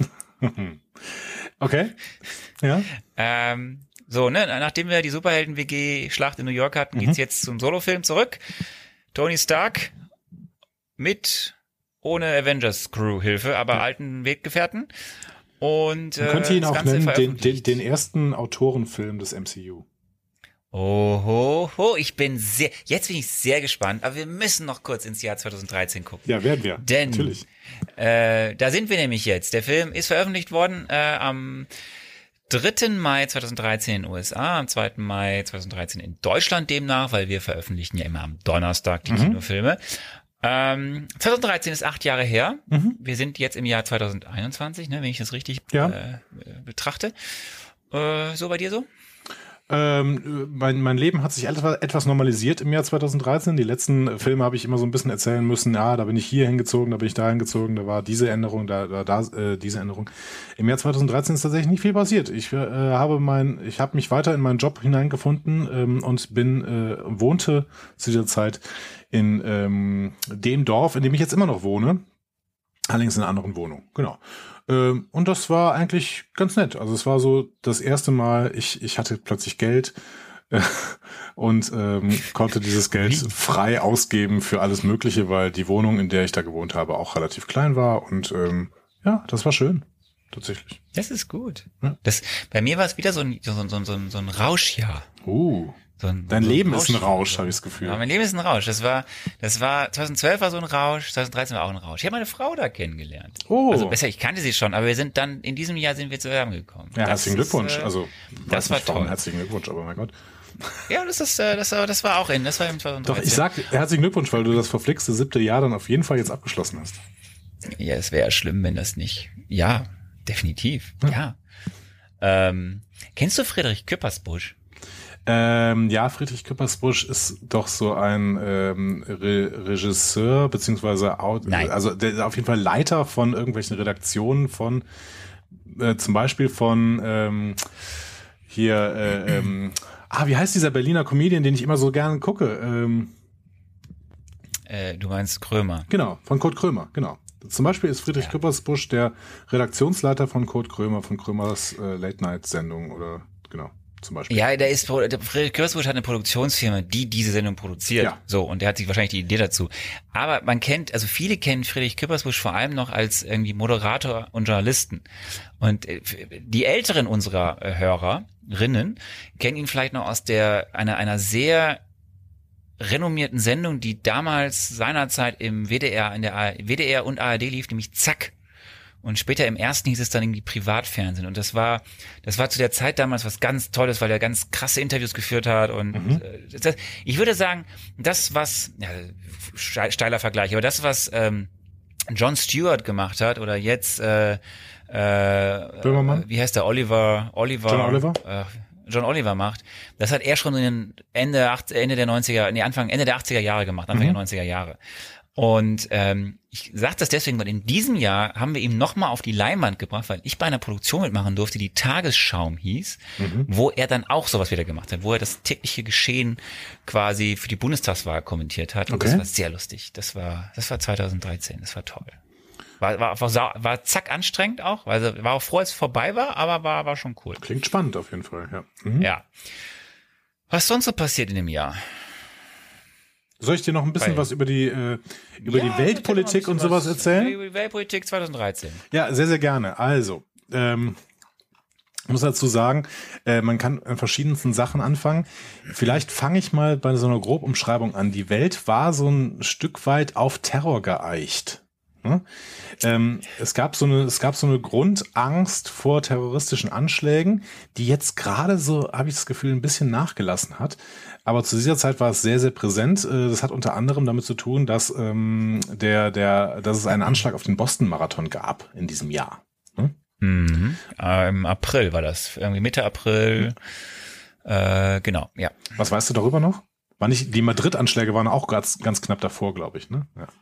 Okay. Ja. Ähm, so, ne, nachdem wir die Superhelden-W G-Schlacht in New York hatten, mhm. geht's jetzt zum Solofilm zurück. Tony Stark mit, ohne Avengers-Crew-Hilfe, aber ja. alten Weggefährten. Und, Man äh, könnte ihn auch nennen, den, den, den ersten Autorenfilm des M C U. Oh, ho, ho, ich bin sehr, jetzt bin ich sehr gespannt, aber wir müssen noch kurz ins Jahr zwanzig dreizehn gucken. Ja, werden wir. Denn, natürlich. Äh, da sind wir nämlich jetzt. Der Film ist veröffentlicht worden äh, am dritten Mai zweitausenddreizehn in den U S A, am zweiten Mai zweitausenddreizehn in Deutschland demnach, weil wir veröffentlichen ja immer am Donnerstag die mhm. Kinofilme. Ähm, zweitausenddreizehn ist acht Jahre her. Mhm. Wir sind jetzt im Jahr zweitausendeinundzwanzig, ne, wenn ich das richtig ja. äh, betrachte. Äh, so bei dir so? Ähm, mein, mein Leben hat sich etwas, etwas normalisiert im Jahr zweitausenddreizehn. Die letzten Filme habe ich immer so ein bisschen erzählen müssen, ja, da bin ich hier hingezogen, da bin ich da hingezogen, da war diese Änderung, da, da, da äh, diese Änderung. Im Jahr zweitausenddreizehn ist tatsächlich nicht viel passiert. Ich äh, habe mein, ich habe mich weiter in meinen Job hineingefunden ähm, und bin, äh, wohnte zu dieser Zeit in ähm, dem Dorf, in dem ich jetzt immer noch wohne, allerdings in einer anderen Wohnung, genau. Ähm, und das war eigentlich ganz nett. Also es war so das erste Mal, ich, ich hatte plötzlich Geld äh, und ähm, konnte dieses Geld frei ausgeben für alles Mögliche, weil die Wohnung, in der ich da gewohnt habe, auch relativ klein war. Und ähm, ja, das war schön, tatsächlich. Das ist gut. Ja. Das, bei mir war es wieder so ein, so, so, so, so ein Rauschjahr. Uh. So ein, Dein so Leben Rausch. ist ein Rausch, habe ich das Gefühl. Ja, mein Leben ist ein Rausch. Das war, das war, zweitausendzwölf war so ein Rausch, zweitausenddreizehn war auch ein Rausch. Ich habe meine Frau da kennengelernt. Oh. Also besser, ich kannte sie schon, aber wir sind dann, in diesem Jahr sind wir zusammengekommen. Ja, das herzlichen ist, Glückwunsch. Äh, also, das war toll. Herzlichen Glückwunsch, aber mein Gott. Ja, das ist, das, das war auch in, das war im zweitausenddreizehn. Doch, ich sag herzlichen Glückwunsch, weil du das verflixte siebte Jahr dann auf jeden Fall jetzt abgeschlossen hast. Ja, es wäre schlimm, wenn das nicht. Ja, definitiv. Hm. Ja. Ähm, kennst du Friedrich Küppersbusch? Ähm, ja, Friedrich Küppersbusch ist doch so ein ähm, Re- Regisseur, beziehungsweise Out- also der, auf jeden Fall Leiter von irgendwelchen Redaktionen von, äh, zum Beispiel von ähm, hier, äh, ähm, ah, wie heißt dieser Berliner Comedian, den ich immer so gerne gucke? Ähm, äh, du meinst Krömer. Genau, von Kurt Krömer, genau. Zum Beispiel ist Friedrich ja. Küppersbusch der Redaktionsleiter von Kurt Krömer, von Krömers äh, Late-Night-Sendung oder, genau. Zum Beispiel. Ja, der ist, der Friedrich Küppersbusch hat eine Produktionsfirma, die diese Sendung produziert. Ja. So, und der hat sich wahrscheinlich die Idee dazu. Aber man kennt, also viele kennen Friedrich Küppersbusch vor allem noch als irgendwie Moderator und Journalisten. Und die Älteren unserer Hörerinnen kennen ihn vielleicht noch aus der, einer, einer sehr renommierten Sendung, die damals seinerzeit im W D R, in der W D R und A R D lief, nämlich Zack. Und später im ersten hieß es dann irgendwie Privatfernsehen. Und das war, das war zu der Zeit damals was ganz Tolles, weil er ganz krasse Interviews geführt hat. Und mhm. äh, das, ich würde sagen, das, was, ja, steiler Vergleich, aber das, was ähm, Jon Stewart gemacht hat, oder jetzt, äh, äh, wie heißt der, Oliver, Oliver, John Oliver? Äh, John Oliver macht, das hat er schon in Ende, Ende der neunziger, nee, Anfang, Ende der achtziger Jahre gemacht, Anfang mhm. der neunziger Jahre. Und ähm, ich sage das deswegen, weil in diesem Jahr haben wir ihn nochmal auf die Leinwand gebracht, weil ich bei einer Produktion mitmachen durfte, die Tagesschaum hieß, mhm. wo er dann auch sowas wieder gemacht hat, wo er das tägliche Geschehen quasi für die Bundestagswahl kommentiert hat. Und okay. das war sehr lustig. Das war, das war zweitausenddreizehn, das war toll. War, war, war, war zack anstrengend auch, also war auch froh, als es vorbei war, aber war, war schon cool. Klingt spannend auf jeden Fall, ja. Mhm. Ja. Was sonst so passiert in dem Jahr? Soll ich dir noch ein bisschen Weil, was über die äh, über ja, die Weltpolitik und sowas erzählen? Über die Weltpolitik zweitausenddreizehn. Ja, sehr, sehr gerne. Also, ähm, ich muss dazu sagen, äh, man kann an verschiedensten Sachen anfangen. Vielleicht fange ich mal bei so einer Grobumschreibung an. Die Welt war so ein Stück weit auf Terror geeicht. Ne? Ähm, es gab so eine, es gab so eine Grundangst vor terroristischen Anschlägen, die jetzt gerade so, habe ich das Gefühl, ein bisschen nachgelassen hat. Aber zu dieser Zeit war es sehr, sehr präsent. Das hat unter anderem damit zu tun, dass ähm, der, der, dass es einen Anschlag auf den Boston-Marathon gab in diesem Jahr. Ne? Mhm. Äh, Im April war das, irgendwie Mitte April. Mhm. Äh, genau, ja. Was weißt du darüber noch? War nicht, die Madrid-Anschläge waren auch ganz, ganz knapp davor, glaube ich, ne? Ja.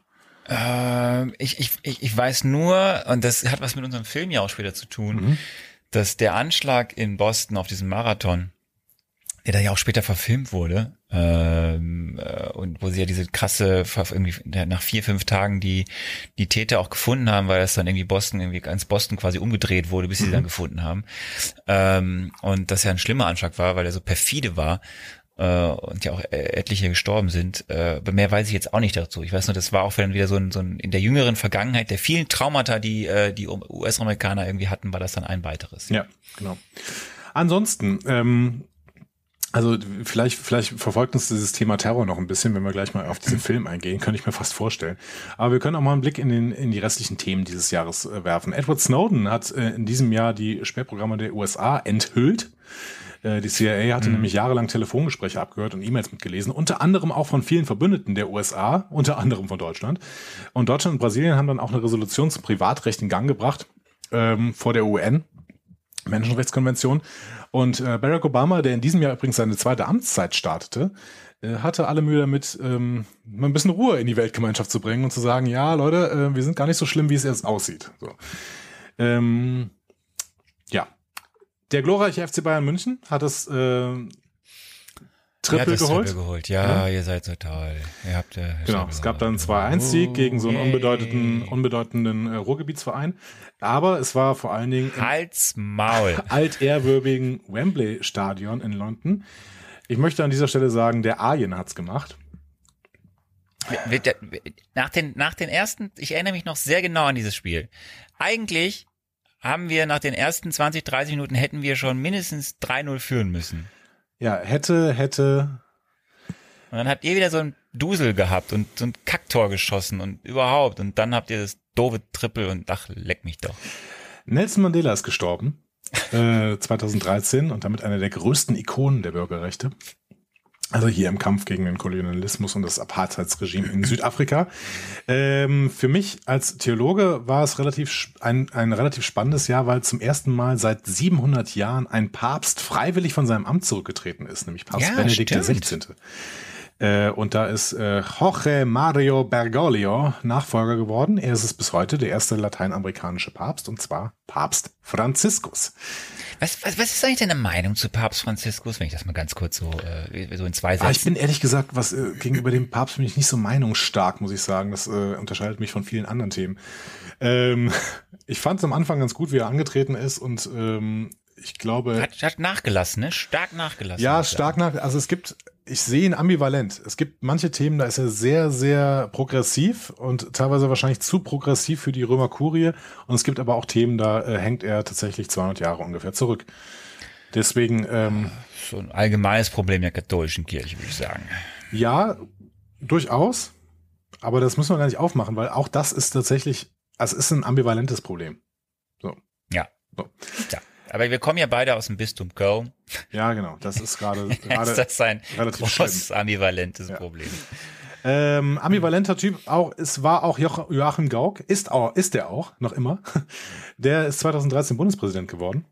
Äh, ich, ich, ich weiß nur, und das hat was mit unserem Film ja auch später zu tun, mhm. dass der Anschlag in Boston auf diesem Marathon, der da ja auch später verfilmt wurde, ähm, äh, und wo sie ja diese krasse, irgendwie nach vier, fünf Tagen die die Täter auch gefunden haben, weil das dann irgendwie Boston, irgendwie ganz Boston quasi umgedreht wurde, bis sie mhm. sie dann gefunden haben. Ähm, und das ja ein schlimmer Anschlag war, weil er so perfide war. Uh, und ja auch etliche gestorben sind. Uh, aber mehr weiß ich jetzt auch nicht dazu. Ich weiß nur, das war auch dann wieder so ein, so ein in der jüngeren Vergangenheit der vielen Traumata, die uh, die U S-Amerikaner irgendwie hatten, war das dann ein weiteres. Ja, genau. Ansonsten, ähm, also vielleicht vielleicht verfolgt uns dieses Thema Terror noch ein bisschen, wenn wir gleich mal auf diesen Film eingehen, könnte ich mir fast vorstellen. Aber wir können auch mal einen Blick in den in die restlichen Themen dieses Jahres äh, werfen. Edward Snowden hat äh, in diesem Jahr die Sperrprogramme der U S A enthüllt. Die C I A hatte mhm. nämlich jahrelang Telefongespräche abgehört und E-Mails mitgelesen, unter anderem auch von vielen Verbündeten der U S A, unter anderem von Deutschland. Und Deutschland und Brasilien haben dann auch eine Resolution zum Privatrecht in Gang gebracht, ähm, vor der U N, Menschenrechtskonvention. Und äh, Barack Obama, der in diesem Jahr übrigens seine zweite Amtszeit startete, äh, hatte alle Mühe damit, ähm, mal ein bisschen Ruhe in die Weltgemeinschaft zu bringen und zu sagen, ja, Leute, äh, wir sind gar nicht so schlimm, wie es jetzt aussieht. So. Ähm, ja. Der glorreiche F C Bayern München hat das äh, Triple das geholt. Triple geholt. Ja, ja, ihr seid so toll. Ihr habt äh, genau, es gab dann einen zwei eins Sieg oh, gegen so einen unbedeutenden, unbedeutenden äh, Ruhrgebietsverein. Aber es war vor allen Dingen im Halt's Maul. altehrwürdigen Wembley-Stadion in London. Ich möchte an dieser Stelle sagen, der Arjen hat's gemacht. Nach den, nach den ersten, ich erinnere mich noch sehr genau an dieses Spiel. Eigentlich haben wir nach den ersten zwanzig, dreißig Minuten hätten wir schon mindestens drei null führen müssen. Ja, hätte, hätte. Und dann habt ihr wieder so ein Dusel gehabt und so ein Kacktor geschossen und überhaupt. Und dann habt ihr das doofe Triple und ach, leck mich doch. Nelson Mandela ist gestorben, äh, zweitausenddreizehn und damit einer der größten Ikonen der Bürgerrechte. Also hier im Kampf gegen den Kolonialismus und das Apartheidsregime in Südafrika. Ähm, für mich als Theologe war es relativ ein, ein relativ spannendes Jahr, weil zum ersten Mal seit siebenhundert Jahren ein Papst freiwillig von seinem Amt zurückgetreten ist, nämlich Papst ja, Benedikt der Sechzehnte. Äh, und da ist äh, Jorge Mario Bergoglio Nachfolger geworden. Er ist es bis heute, der erste lateinamerikanische Papst, und zwar Papst Franziskus. Was, was, was ist eigentlich deine Meinung zu Papst Franziskus, wenn ich das mal ganz kurz so, äh, so in zwei Sätzen... Ah, ich bin ehrlich gesagt, was äh, gegenüber dem Papst bin ich nicht so meinungsstark, muss ich sagen. Das äh, unterscheidet mich von vielen anderen Themen. Ähm, ich fand es am Anfang ganz gut, wie er angetreten ist, und ähm, ich glaube... Hat, hat nachgelassen, ne? Stark nachgelassen. Ja, stark nach. Also es gibt... Ich sehe ihn ambivalent. Es gibt manche Themen, da ist er sehr, sehr progressiv und teilweise wahrscheinlich zu progressiv für die Römerkurie. Und es gibt aber auch Themen, da äh, hängt er tatsächlich zweihundert Jahre ungefähr zurück. Deswegen... Ähm, so ein allgemeines Problem der katholischen Kirche, würde ich sagen. Ja, durchaus. Aber das müssen wir gar nicht aufmachen, weil auch das ist tatsächlich... Also es ist ein ambivalentes Problem. So. Ja. So. Ja. Aber wir kommen ja beide aus dem Bistum Köln. Ja, genau. Das ist gerade ist das ein großes ambivalentes ja. Problem. Ähm, ambivalenter Typ. Auch es war auch jo- Joachim Gauck. Ist auch ist der auch noch immer. Der ist zweitausenddreizehn Bundespräsident geworden.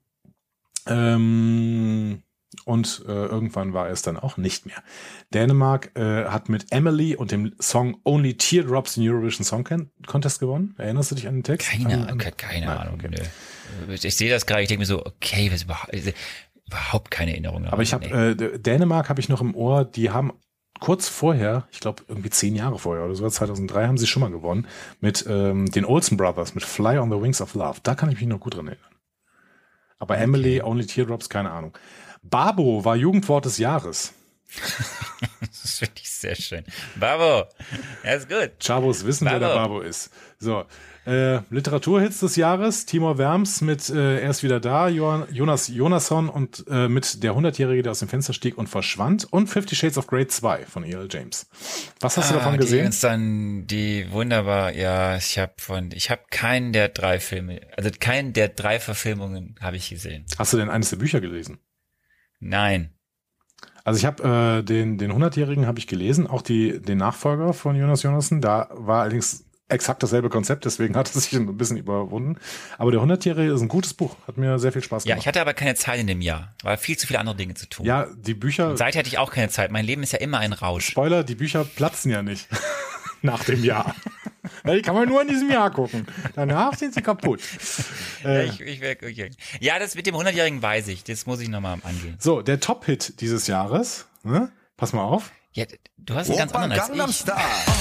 Ähm, und äh, irgendwann war er es dann auch nicht mehr. Dänemark äh, hat mit Emily und dem Song Only Teardrops den Eurovision Song Contest gewonnen. Erinnerst du dich an den Text? Keine, an, an, keine nein, Ahnung. Okay. Nö. Ich sehe das gerade, ich denke mir so, okay, was überhaupt, überhaupt keine Erinnerung. Aber ich habe äh, Dänemark habe ich noch im Ohr, die haben kurz vorher, ich glaube irgendwie zehn Jahre vorher oder so, zweitausenddrei haben sie schon mal gewonnen mit ähm, den Olsen Brothers, mit Fly on the Wings of Love. Da kann ich mich noch gut dran erinnern. Aber okay. Emily, Only Teardrops, keine Ahnung. Babo war Jugendwort des Jahres. Das finde ich sehr schön. Babo, er ist gut. Chabos wissen, Babo. wer der Babo ist. So, äh, Literaturhits des Jahres, Timur Werms mit äh, Er ist wieder da, Jo- Jonas Jonasson und äh, mit Der hundertjährige, der aus dem Fenster stieg und verschwand und Fifty Shades of Grey zwei von E L James. Was hast du Ah, davon die gesehen? uns dann die wunderbar, ja, ich habe von, ich habe keinen der drei Filme, also keinen der drei Verfilmungen habe ich gesehen. Hast du denn eines der Bücher gelesen? Nein. Also ich habe äh, den den hundertjährigen habe ich gelesen, auch die den Nachfolger von Jonas Jonasson. Da war allerdings exakt dasselbe Konzept, deswegen hat es sich ein bisschen überwunden. Aber der hundertjährige ist ein gutes Buch, hat mir sehr viel Spaß Ja, gemacht. ich hatte aber keine Zeit in dem Jahr, war viel zu viele andere Dinge zu tun. Ja, die Bücher. Und seither hatte ich auch keine Zeit. Mein Leben ist ja immer ein Rausch. Spoiler, die Bücher platzen ja nicht nach dem Jahr. Ja, die kann man nur in diesem Jahr gucken. Danach sind sie kaputt. Ja, Äh, ich, ich, ich, ja, das mit dem hundertjährigen weiß ich. Das muss ich nochmal angehen. so, der Top-Hit dieses Jahres. Ne? Pass mal auf. Ja, du hast einen ganz anderen als Gangnam ich. Style.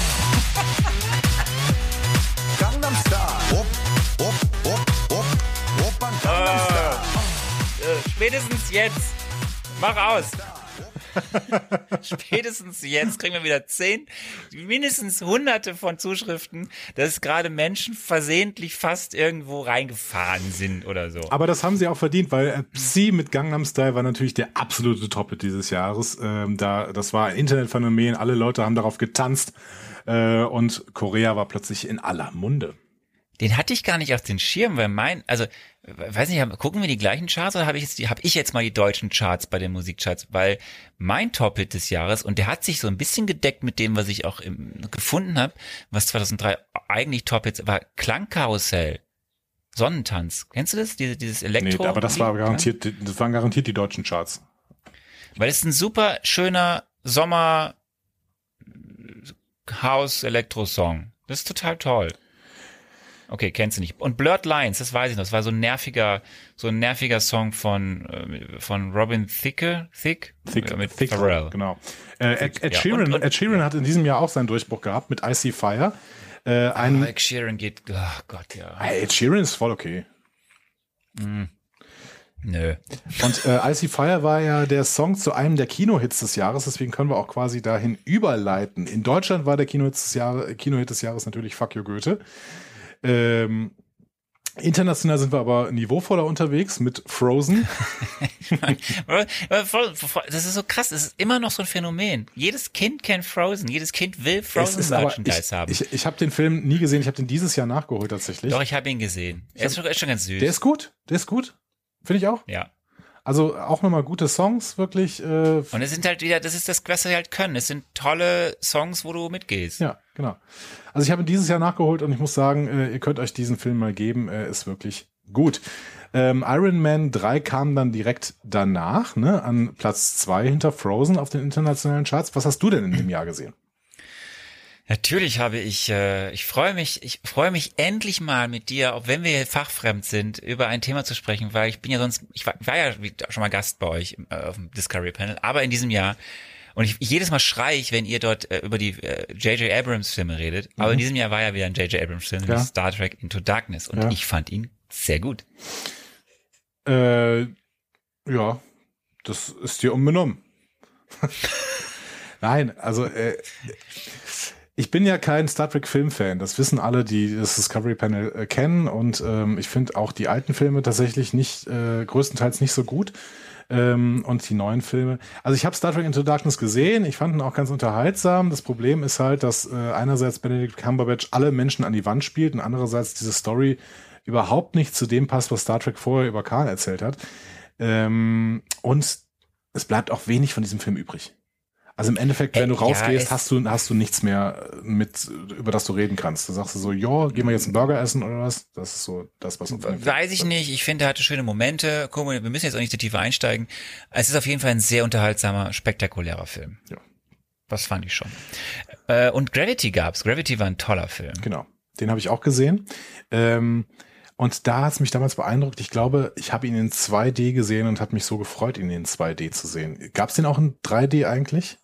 Gangnam Style. Op, op, op, op, Opern Gangnam Style. Äh, spätestens jetzt. Mach aus. Spätestens jetzt kriegen wir wieder zehn, mindestens hunderte von Zuschriften, dass gerade Menschen versehentlich fast irgendwo reingefahren sind oder so. Aber das haben sie auch verdient, weil äh, Psy mit Gangnam Style war natürlich der absolute Top-Hit dieses Jahres. Ähm, da, das war ein Internetphänomen, alle Leute haben darauf getanzt äh, und Korea war plötzlich in aller Munde. Den hatte ich gar nicht auf den Schirm, weil mein, also, weiß nicht, gucken wir die gleichen Charts oder habe ich jetzt die, habe ich jetzt mal die deutschen Charts bei den Musikcharts, weil mein Top-Hit des Jahres, und der hat sich so ein bisschen gedeckt mit dem, was ich auch im, gefunden habe, was zweitausenddrei eigentlich Top-Hits war, Klangkarussell, Sonnentanz. Kennst du das? Diese, dieses Elektro? Nee, aber das war garantiert, das waren garantiert die deutschen Charts. Weil es ist ein super schöner Sommer House-Elektro-Song. Das ist total toll. Okay, kennst du nicht. Und Blurred Lines, das weiß ich noch. Das war so ein nerviger, so ein nerviger Song von äh, von Robin Thicke, Thick, Thick, äh, mit Thick, Pharrell. Genau. Äh, Ed, Ed, Ja, Sheeran, und- und- Ed Sheeran hat in diesem Jahr auch seinen Durchbruch gehabt mit I See Fire. Äh, Ah, ein, Ed Sheeran geht, oh Gott, ja. Hey, Ed Sheeran ist voll okay. Nö. Und äh, I See Fire war ja der Song zu einem der Kinohits des Jahres, deswegen können wir auch quasi dahin überleiten. In Deutschland war der Kinohit des Jahres, Kinohit des Jahres natürlich Fuck You Goethe. Ähm, international sind wir aber niveauvoller unterwegs mit Frozen. Das ist so krass, das ist immer noch so ein Phänomen. Jedes Kind kennt Frozen, jedes Kind will Es Frozen ist aber- Merchandise ich, haben. Ich, ich habe den Film nie gesehen, ich habe den dieses Jahr nachgeholt tatsächlich. Doch, ich habe ihn gesehen. Er ist schon, ist schon ganz süß. Der ist gut, der ist gut. Finde ich auch. ja. Also auch nochmal gute Songs, wirklich. Äh, Und es sind halt wieder, das ist das, was sie halt können. Es sind tolle Songs, wo du mitgehst. ja, genau. Also ich habe ihn dieses Jahr nachgeholt und ich muss sagen, äh, ihr könnt euch diesen Film mal geben, er ist wirklich gut. Ähm, Iron Man drei kam dann direkt danach, ne, an Platz zwei hinter Frozen auf den internationalen Charts. Was hast du denn in dem Jahr gesehen? Natürlich habe ich, äh, ich freue mich, ich freue mich endlich mal mit dir, auch wenn wir hier fachfremd sind, über ein Thema zu sprechen, weil ich bin ja sonst, ich war, war ja schon mal Gast bei euch äh, auf dem Discovery Panel, aber in diesem Jahr, und ich, jedes Mal schreie ich, wenn ihr dort äh, über die äh, J J Abrams Filme redet, aber in diesem Jahr war ja wieder ein J J Abrams Film, Ja. nämlich Star Trek Into Darkness, und Ja. ich fand ihn sehr gut. Äh, ja, das ist dir unbenommen. Nein, also äh, ich bin ja kein Star Trek Filmfan. Das wissen alle, die das Discovery Panel äh, kennen. Und ähm, ich finde auch die alten Filme tatsächlich nicht, äh, größtenteils nicht so gut. Ähm, und die neuen Filme. Also ich habe Star Trek Into Darkness gesehen. Ich fand ihn auch ganz unterhaltsam. Das Problem ist halt, dass äh, einerseits Benedict Cumberbatch alle Menschen an die Wand spielt und andererseits diese Story überhaupt nicht zu dem passt, was Star Trek vorher über Khan erzählt hat. Ähm, und es bleibt auch wenig von diesem Film übrig. Also im Endeffekt, wenn Äh, du rausgehst, ja, hast du hast du nichts mehr mit, über das du reden kannst. Du sagst so, ja, gehen wir jetzt einen Burger essen oder was? Das ist so das, was uns Weiß ich nicht. Ich finde, er hatte schöne Momente. Guck mal, wir müssen jetzt auch nicht so tiefer einsteigen. Es ist auf jeden Fall ein sehr unterhaltsamer, spektakulärer Film. Ja. Das fand ich schon. Äh, und Gravity gab's. Gravity war ein toller Film. Genau. Den habe ich auch gesehen. Ähm, und da hat es mich damals beeindruckt. Ich glaube, ich habe ihn in zwei D gesehen und habe mich so gefreut, ihn in zwei D zu sehen. Gab es den auch in drei D eigentlich?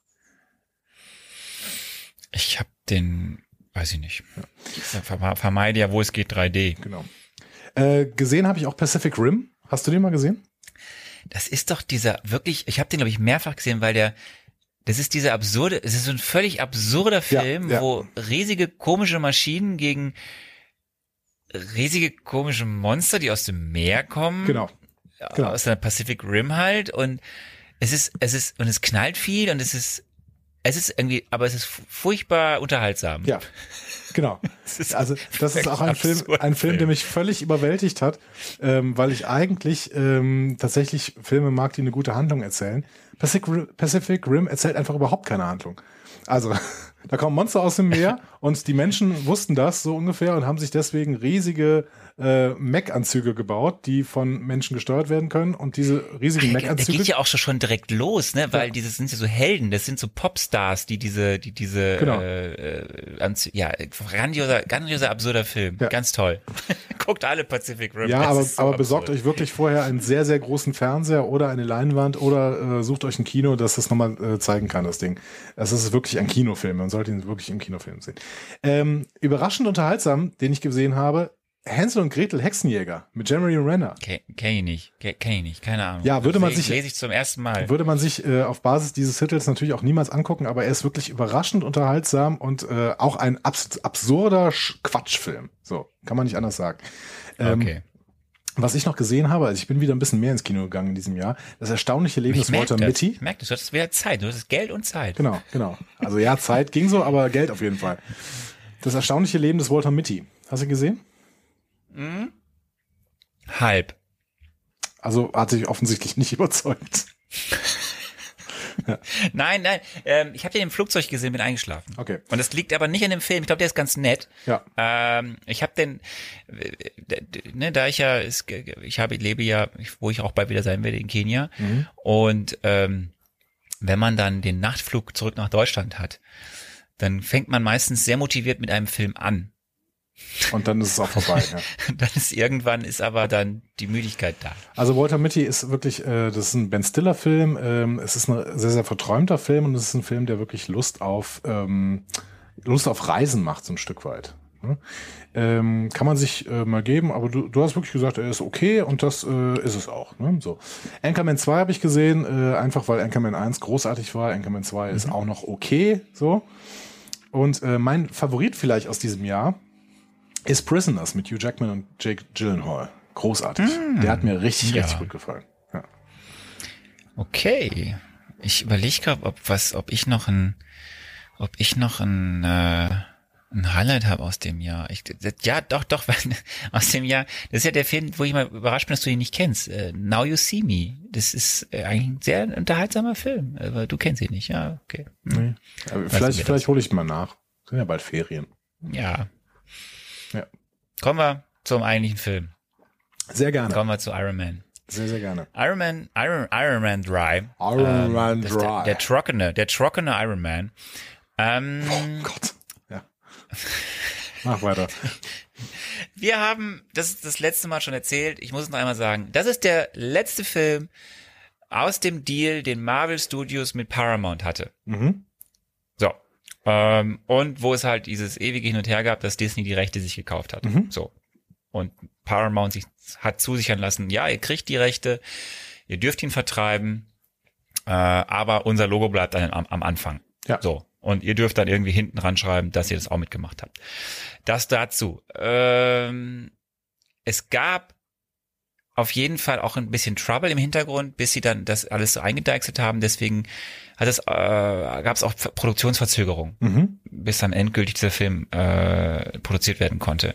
Ich habe den, weiß ich nicht. Ich ver- vermeide ja, wo es geht, drei D. Genau. Äh, gesehen habe ich auch Pacific Rim. Hast du den mal gesehen? Das ist doch dieser wirklich, ich habe den, glaube ich, mehrfach gesehen, weil der Das ist dieser absurde, es ist so ein völlig absurder Film, Ja, ja. wo riesige komische Maschinen gegen riesige komische Monster, die aus dem Meer kommen. Genau. genau. Aus der Pacific Rim halt. Und es ist, es ist, und es knallt viel und es ist, es ist irgendwie, aber es ist furchtbar unterhaltsam. Ja, genau. ist Also das ist auch ein Film, absurd ein Film, der Film. mich völlig überwältigt hat, ähm, weil ich eigentlich ähm, tatsächlich Filme mag, die eine gute Handlung erzählen. Pacific Rim, Pacific Rim erzählt einfach überhaupt keine Handlung. Also da kommen Monster aus dem Meer und die Menschen wussten das so ungefähr und haben sich deswegen riesige äh, Mech-Anzüge gebaut, die von Menschen gesteuert werden können. Und diese riesigen Da Mech-Anzüge... geht ja auch schon schon direkt los, ne? Weil diese sind ja so Helden, das sind so Popstars, die diese, die diese Genau. äh, äh, Anzü- ja, grandioser, grandioser, absurder Film. Ja. Ganz toll. Guckt alle Pacific Rim. Ja, das aber, ist so aber absurd. besorgt euch wirklich vorher einen sehr, sehr großen Fernseher oder eine Leinwand oder äh, sucht euch ein Kino, das das nochmal äh, zeigen kann, das Ding. Das ist wirklich ein Kinofilm. Man sollte ihn wirklich im Kinofilm sehen. Ähm, überraschend unterhaltsam, den ich gesehen habe, Hänsel und Gretel Hexenjäger mit Jeremy Renner. Kenn, kenn ich nicht, kenn, kenn ich nicht, keine Ahnung. Ja, würde man Lese- sich- lese ich zum ersten Mal. Würde man sich äh, auf Basis dieses Titels natürlich auch niemals angucken, aber er ist wirklich überraschend unterhaltsam und äh, auch ein abs absurder Sch- Quatschfilm. So, kann man nicht anders sagen. Ähm, Okay. Was ich noch gesehen habe, also ich bin wieder ein bisschen mehr ins Kino gegangen in diesem Jahr, das erstaunliche Leben Ich des merke Walter das. Mitty. Ich merke das. Du hattest wieder Zeit. Du hattest Geld und Zeit. Genau, genau. Also ja, Zeit ging so, aber Geld auf jeden Fall. Das erstaunliche Leben des Walter Mitty. Hast du ihn gesehen? Halb. Also hat sich offensichtlich nicht überzeugt. Nein, nein. Ähm, ich habe den im Flugzeug gesehen, bin eingeschlafen. Okay. Und das liegt aber nicht an dem Film. Ich glaube, der ist ganz nett. Ja. Ähm, ich habe den, äh, d- d- ne, da ich ja, ist, ich habe, lebe ja, wo ich auch bald wieder sein werde in Kenia. Mhm. Und ähm, wenn man dann den Nachtflug zurück nach Deutschland hat, dann fängt man meistens sehr motiviert mit einem Film an. Und dann ist es auch vorbei. Ja. Dann ist irgendwann ist aber dann die Müdigkeit da. Also Walter Mitty ist wirklich, äh, das ist ein Ben Stiller Film. Ähm, es ist ein sehr, sehr verträumter Film und es ist ein Film, der wirklich Lust auf ähm, Lust auf Reisen macht, so ein Stück weit. Ne? Ähm, kann man sich äh, mal geben, aber du, du hast wirklich gesagt, er ist okay und das äh, ist es auch. Ne? So. Anchorman zwei habe ich gesehen, äh, einfach weil Anchorman eins großartig war. Anchorman zwei ist auch noch okay. So. Und äh, mein Favorit vielleicht aus diesem Jahr ist Prisoners mit Hugh Jackman und Jake Gyllenhaal. Großartig. Der hat mir richtig, Ja. richtig gut gefallen. Ja. Okay. Ich überlege gerade, ob was, ob ich noch ein, ob ich noch ein, äh, ein Highlight habe aus dem Jahr. Ich, das, ja, doch, doch, aus dem Jahr. Das ist ja der Film, wo ich mal überrascht bin, dass du ihn nicht kennst. Äh, Now You See Me. Das ist äh, eigentlich ein sehr unterhaltsamer Film. Aber du kennst ihn nicht, ja, okay. Hm. Aber wir vielleicht das. vielleicht hole ich ihn mal nach. Sind ja bald Ferien. Ja. Ja. Kommen wir zum eigentlichen Film. Sehr gerne. Kommen wir zu Iron Man. Sehr, sehr gerne. Iron Man, Iron, Iron Man drei. Iron Man das ist Der, Dry. der trockene, der trockene Iron Man. Ähm, Oh Gott. Ja. Mach weiter. Wir haben das das letzte Mal schon erzählt. Ich muss es noch einmal sagen. Das ist der letzte Film aus dem Deal, den Marvel Studios mit Paramount hatte. Mhm. So. Ähm, und wo es halt dieses ewige Hin und Her gab, dass Disney die Rechte sich gekauft hat. Mhm. So. Und Paramount sich hat zusichern lassen, ja, ihr kriegt die Rechte, ihr dürft ihn vertreiben, äh, aber unser Logo bleibt dann am, am Anfang. Ja. So. Und ihr dürft dann irgendwie hinten dran schreiben, dass ihr das auch mitgemacht habt. Das dazu. Ähm, es gab auf jeden Fall auch ein bisschen Trouble im Hintergrund, bis sie dann das alles so eingedeichselt haben. Deswegen hat es, äh, gab es auch Produktionsverzögerungen, Mhm. bis dann endgültig dieser Film äh, produziert werden konnte.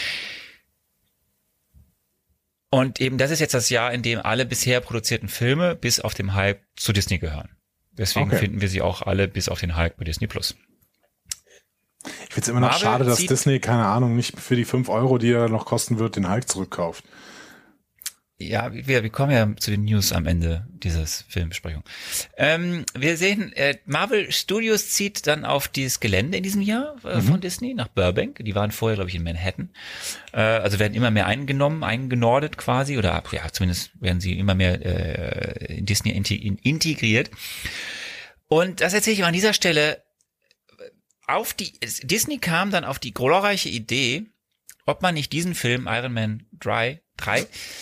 Und eben das ist jetzt das Jahr, in dem alle bisher produzierten Filme bis auf den Hype zu Disney gehören. Deswegen Okay. finden wir sie auch alle bis auf den Hype bei Disney Plus. Ich finde es immer noch Marvel schade, dass zieht- Disney, keine Ahnung, nicht für die fünf Euro, die er noch kosten wird, den Hulk zurückkauft. Ja, wir, wir kommen ja zu den News am Ende dieses Filmbesprechung. Ähm, wir sehen, äh, Marvel Studios zieht dann auf dieses Gelände in diesem Jahr äh, von Disney nach Burbank. Die waren vorher, glaube ich, in Manhattan. Äh, also werden immer mehr eingenommen, eingenordet quasi, oder ja, zumindest werden sie immer mehr äh, in Disney inti- in, integriert. Und das erzähle ich auch an dieser Stelle. Auf die Disney kam dann auf die glorreiche Idee, ob man nicht diesen Film Iron Man drei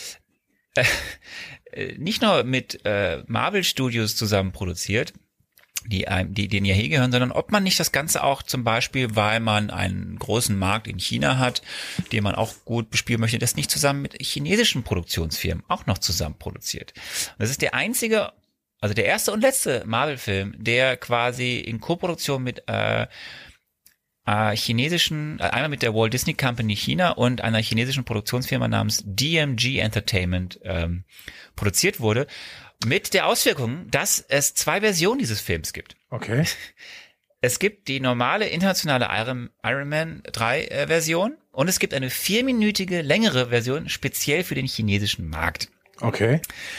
äh, nicht nur mit äh, Marvel Studios zusammen produziert, die, die denen ja hier gehören, sondern ob man nicht das Ganze auch zum Beispiel, weil man einen großen Markt in China hat, den man auch gut bespielen möchte, das nicht zusammen mit chinesischen Produktionsfirmen auch noch zusammen produziert. Und das ist der einzige, also der erste und letzte Marvel-Film, der quasi in Koproduktion mit äh, äh, chinesischen, äh, einmal mit der Walt Disney Company China und einer chinesischen Produktionsfirma namens D M G Entertainment ähm, produziert wurde. Mit der Auswirkung, dass es zwei Versionen dieses Films gibt. Okay. Es gibt die normale internationale Iron, Iron Man drei äh, Version und es gibt eine vierminütige längere Version speziell für den chinesischen Markt. Okay.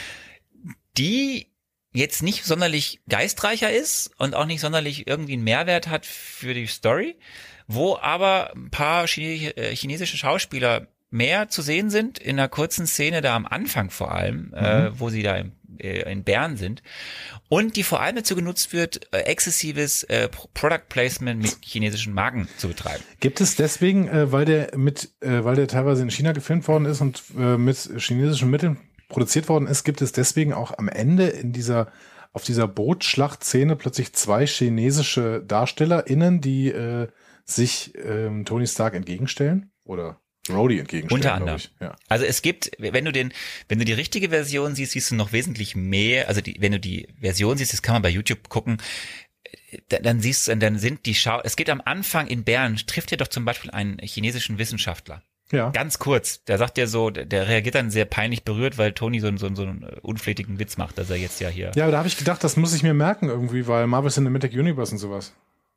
Die jetzt nicht sonderlich geistreicher ist und auch nicht sonderlich irgendwie einen Mehrwert hat für die Story, wo aber ein paar Chine- äh, chinesische Schauspieler mehr zu sehen sind, in einer kurzen Szene da am Anfang vor allem, mhm. äh, wo sie da im, äh, in Bern sind und die vor allem dazu genutzt wird, äh, exzessives äh, Product Placement mit chinesischen Marken zu betreiben. Gibt es deswegen, äh, weil der mit, äh, weil der teilweise in China gefilmt worden ist und äh, mit chinesischen Mitteln produziert worden ist, gibt es deswegen auch am Ende in dieser, auf dieser Bootschlachtszene plötzlich zwei chinesische DarstellerInnen, die äh, sich ähm, Tony Stark entgegenstellen? Oder Rhodey entgegenstellen, unter anderem. Ich. Ja. Also es gibt, wenn du den, wenn du die richtige Version siehst, siehst du noch wesentlich mehr. Also die, wenn du die Version siehst, das kann man bei YouTube gucken, dann, dann siehst du, dann sind die Schau. Es geht am Anfang in Bern, trifft ihr doch zum Beispiel einen chinesischen Wissenschaftler. Ja. Ganz kurz. Der sagt ja so, der reagiert dann sehr peinlich berührt, weil Tony so, so, so einen unflätigen Witz macht, dass er jetzt ja hier. Ja, aber da habe ich gedacht, das muss ich mir merken irgendwie, weil Marvel Cinematic Universe und sowas.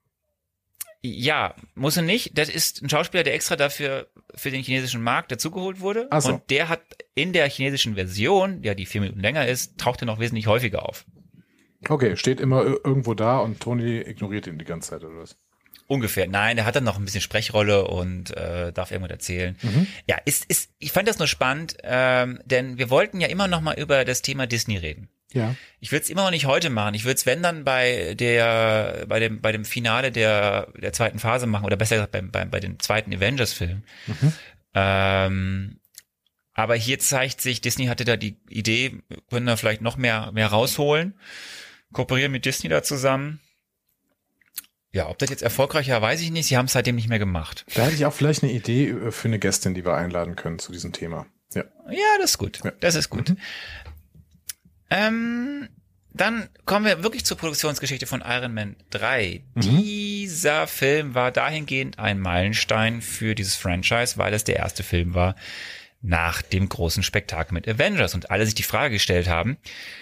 Ja, muss er nicht. Das ist ein Schauspieler, der extra dafür für den chinesischen Markt dazugeholt wurde. Ach so. Und der hat in der chinesischen Version, ja, die vier Minuten länger ist, taucht er noch wesentlich häufiger auf. Okay, steht immer irgendwo da und Tony ignoriert ihn die ganze Zeit, oder was? Ungefähr. Nein, der hat dann noch ein bisschen Sprechrolle und äh, darf irgendwas erzählen. Mhm. Ja, ist, ist, ich fand das nur spannend, ähm, denn wir wollten ja immer noch mal über das Thema Disney reden. Ja. Ich würde es immer noch nicht heute machen. Ich würde es, wenn dann bei der, bei dem, bei dem Finale der der zweiten Phase machen oder besser gesagt beim, beim, bei dem zweiten Avengers-Film. Mhm. Ähm, aber hier zeigt sich, Disney hatte da die Idee, können da vielleicht noch mehr mehr rausholen, kooperieren mit Disney da zusammen. Ja, ob das jetzt erfolgreicher, weiß ich nicht. Sie haben es seitdem nicht mehr gemacht. Da hätte ich auch vielleicht eine Idee für eine Gästin, die wir einladen können zu diesem Thema. Ja, ja, das ist gut. Ja. Das ist gut. Mhm. Ähm, dann kommen wir wirklich zur Produktionsgeschichte von Iron Man drei. Mhm. Dieser Film war dahingehend ein Meilenstein für dieses Franchise, weil es der erste Film war nach dem großen Spektakel mit Avengers und alle sich die Frage gestellt haben,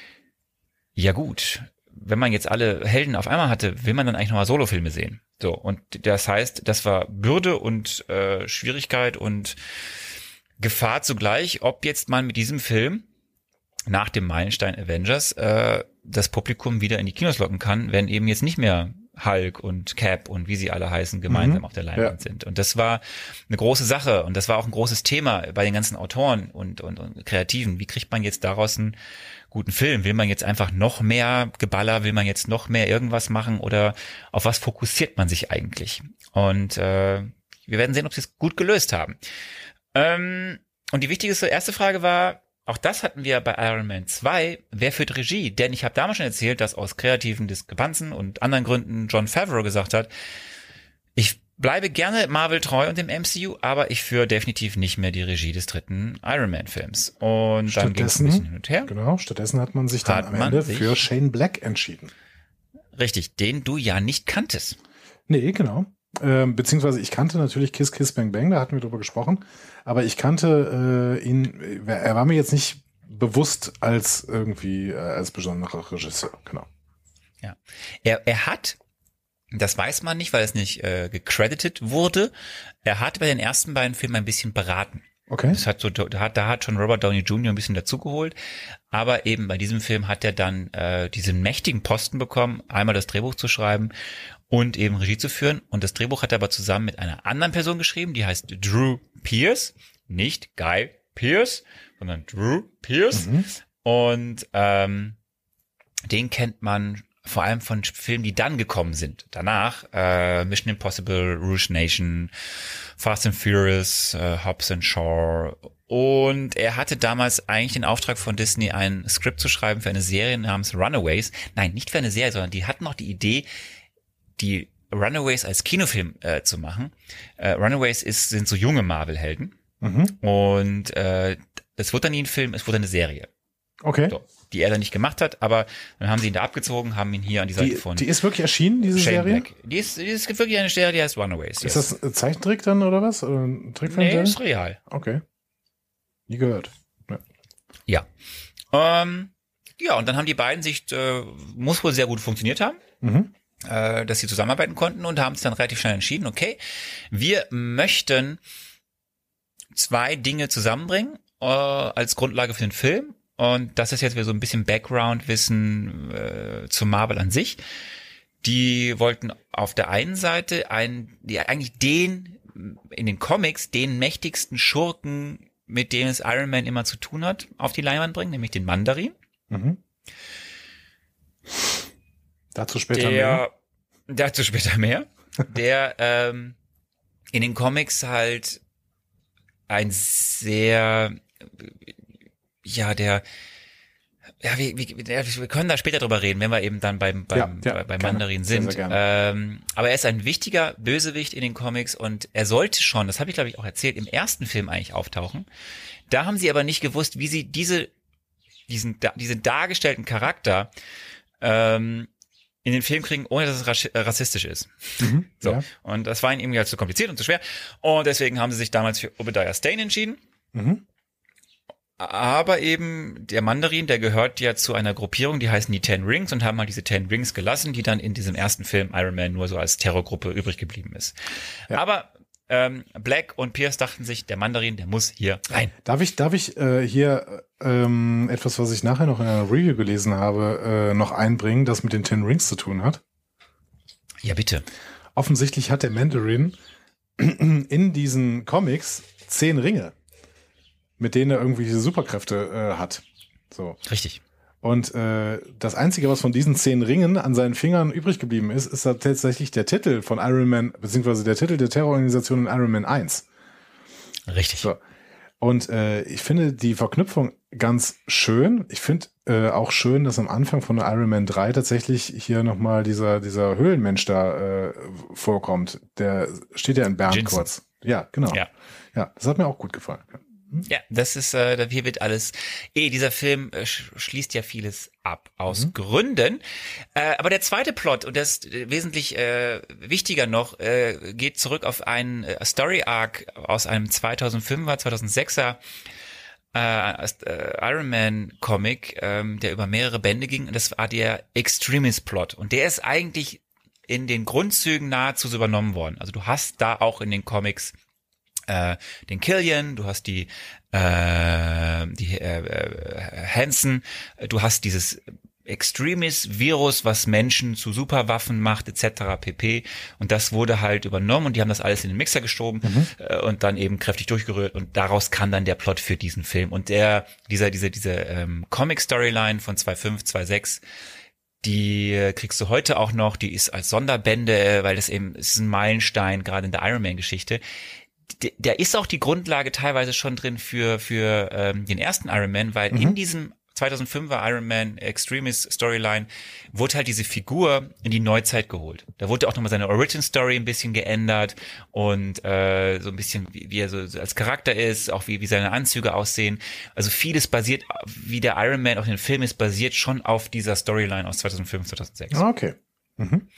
ja gut, wenn man jetzt alle Helden auf einmal hatte, will man dann eigentlich nochmal Solofilme sehen? So, und das heißt, das war Bürde und äh, Schwierigkeit und Gefahr zugleich, ob jetzt man mit diesem Film nach dem Meilenstein Avengers äh, das Publikum wieder in die Kinos locken kann, wenn eben jetzt nicht mehr Hulk und Cap und wie sie alle heißen, gemeinsam mhm. auf der Leinwand ja. sind. Und das war eine große Sache und das war auch ein großes Thema bei den ganzen Autoren und, und, und Kreativen. Wie kriegt man jetzt daraus einen guten Film? Will man jetzt einfach noch mehr Geballer? Will man jetzt noch mehr irgendwas machen? Oder auf was fokussiert man sich eigentlich? Und äh, wir werden sehen, ob sie es gut gelöst haben. Ähm, und die wichtigste erste Frage war, auch das hatten wir bei Iron Man zwei. Wer führt Regie? Denn ich habe damals schon erzählt, dass aus kreativen Diskrepanzen und anderen Gründen Jon Favreau gesagt hat, ich bleibe gerne Marvel treu und dem M C U, aber ich führe definitiv nicht mehr die Regie des dritten Iron Man Films. Und dann ging es ein bisschen hin und her. Genau, stattdessen hat man sich dann am Ende für Shane Black entschieden. Richtig, den du ja nicht kanntest. Nee, genau. Ähm, beziehungsweise ich kannte natürlich Kiss Kiss Bang Bang, da hatten wir drüber gesprochen, aber ich kannte äh, ihn, er war mir jetzt nicht bewusst als irgendwie, äh, als besonderer Regisseur, genau. Ja, er, er hat, das weiß man nicht, weil es nicht äh, gecredited wurde, er hat bei den ersten beiden Filmen ein bisschen beraten. Okay. Das hat so, da hat, da hat schon Robert Downey Junior ein bisschen dazugeholt, aber eben bei diesem Film hat er dann äh, diesen mächtigen Posten bekommen, einmal das Drehbuch zu schreiben und eben Regie zu führen. Und das Drehbuch hat er aber zusammen mit einer anderen Person geschrieben, die heißt Drew Pearce, nicht Guy Pearce, sondern Drew Pearce. Mhm. Und ähm, den kennt man vor allem von Filmen, die dann gekommen sind. Danach äh, Mission Impossible, Rouge Nation, Fast and Furious, äh, Hobbs and Shaw. Und er hatte damals eigentlich den Auftrag von Disney, ein Skript zu schreiben für eine Serie namens Runaways. Nein, nicht für eine Serie, sondern die hatten noch die Idee, die Runaways als Kinofilm äh, zu machen. Äh, Runaways ist, sind so junge Marvel-Helden. Mhm. Und äh, es wurde dann nie ein Film, es wurde eine Serie. Okay. So, die er dann nicht gemacht hat, aber dann haben sie ihn da abgezogen, haben ihn hier an die Seite die, gefunden. Die ist wirklich erschienen, diese Shane Serie? Black. Die ist, die ist wirklich eine Serie, die heißt Runaways. Ist yes. das ein Zeichentrick dann oder was? Oder ein Trickfilm? Nee, ist real. Okay. Nie gehört. Ja. Ja. Ähm, ja, und dann haben die beiden sich, äh, muss wohl sehr gut funktioniert haben, mhm. äh, dass sie zusammenarbeiten konnten und haben es dann relativ schnell entschieden, okay, wir möchten zwei Dinge zusammenbringen äh, als Grundlage für den Film. Und das ist jetzt wieder so ein bisschen Background-Wissen äh, zu Marvel an sich. Die wollten auf der einen Seite einen, die eigentlich den, in den Comics, den mächtigsten Schurken, mit dem es Iron Man immer zu tun hat, auf die Leinwand bringen, nämlich den Mandarin. Mhm. Dazu später der, mehr. Dazu später mehr. Der ähm, in den Comics halt ein sehr... Ja, der, ja, wir, wir, wir können da später drüber reden, wenn wir eben dann beim, beim, ja, ja, beim Mandarin sind. Sehr, sehr ähm, aber er ist ein wichtiger Bösewicht in den Comics und er sollte schon, das habe ich glaube ich auch erzählt, im ersten Film eigentlich auftauchen. Da haben sie aber nicht gewusst, wie sie diese, diesen, diesen dargestellten Charakter, ähm, in den Film kriegen, ohne dass es rassistisch ist. Mhm, so. Ja. Und das war ihnen irgendwie halt zu kompliziert und zu schwer. Und deswegen haben sie sich damals für Obadiah Stane entschieden. Mhm. Aber eben der Mandarin, der gehört ja zu einer Gruppierung, die heißen die Ten Rings und haben halt diese Ten Rings gelassen, die dann in diesem ersten Film Iron Man nur so als Terrorgruppe übrig geblieben ist. Ja. Aber ähm, Black und Pierce dachten sich, der Mandarin, der muss hier rein. Darf ich, darf ich äh, hier ähm, etwas, was ich nachher noch in einer Review gelesen habe, äh, noch einbringen, das mit den Ten Rings zu tun hat? Ja, bitte. Offensichtlich hat der Mandarin in diesen Comics zehn Ringe, mit denen er irgendwelche Superkräfte äh, hat. So. Richtig. Und äh, das Einzige, was von diesen zehn Ringen an seinen Fingern übrig geblieben ist, ist tatsächlich der Titel von Iron Man, beziehungsweise der Titel der Terrororganisation in Iron Man eins. Richtig. So. Und äh, ich finde die Verknüpfung ganz schön. Ich finde äh, auch schön, dass am Anfang von der Iron Man drei tatsächlich hier nochmal dieser dieser Höhlenmensch da äh, vorkommt. Der steht ja in Bern Jensen. kurz. Ja, genau. Ja. Ja, das hat mir auch gut gefallen. Ja, das ist, äh, hier wird alles, eh, dieser Film äh, schließt ja vieles ab, aus mhm. Gründen. Äh, aber der zweite Plot, und das ist äh, wesentlich äh, wichtiger noch, äh, geht zurück auf einen äh, Story-Arc aus einem zweitausendfünfer, zweitausendsechser äh, äh, Iron Man Comic, ähm, der über mehrere Bände ging, und das war der Extremis-Plot. Und der ist eigentlich in den Grundzügen nahezu so übernommen worden. Also du hast da auch in den Comics Äh, den Killian, du hast die äh, die äh, äh, Hansen, du hast dieses Extremis-Virus, was Menschen zu Superwaffen macht, et cetera pp. Und das wurde halt übernommen und die haben das alles in den Mixer geschoben mhm. äh, und dann eben kräftig durchgerührt und daraus kam dann der Plot für diesen Film. Und der dieser diese diese ähm, Comic-Storyline von zwei Komma fünf, zwei Komma sechs, die kriegst du heute auch noch, die ist als Sonderbände, weil das eben ist ein Meilenstein gerade in der Iron Man-Geschichte. Da ist auch die Grundlage teilweise schon drin für für ähm, den ersten Iron Man, weil mhm. in diesem zweitausendfünfer Iron Man Extremis Storyline wurde halt diese Figur in die Neuzeit geholt. Da wurde auch nochmal seine Origin Story ein bisschen geändert und äh, so ein bisschen, wie, wie er so, so als Charakter ist, auch wie, wie seine Anzüge aussehen. Also vieles basiert, wie der Iron Man auch in den Film ist, basiert schon auf dieser Storyline aus zweitausendfünf, zweitausendsechs. Okay. Mhm.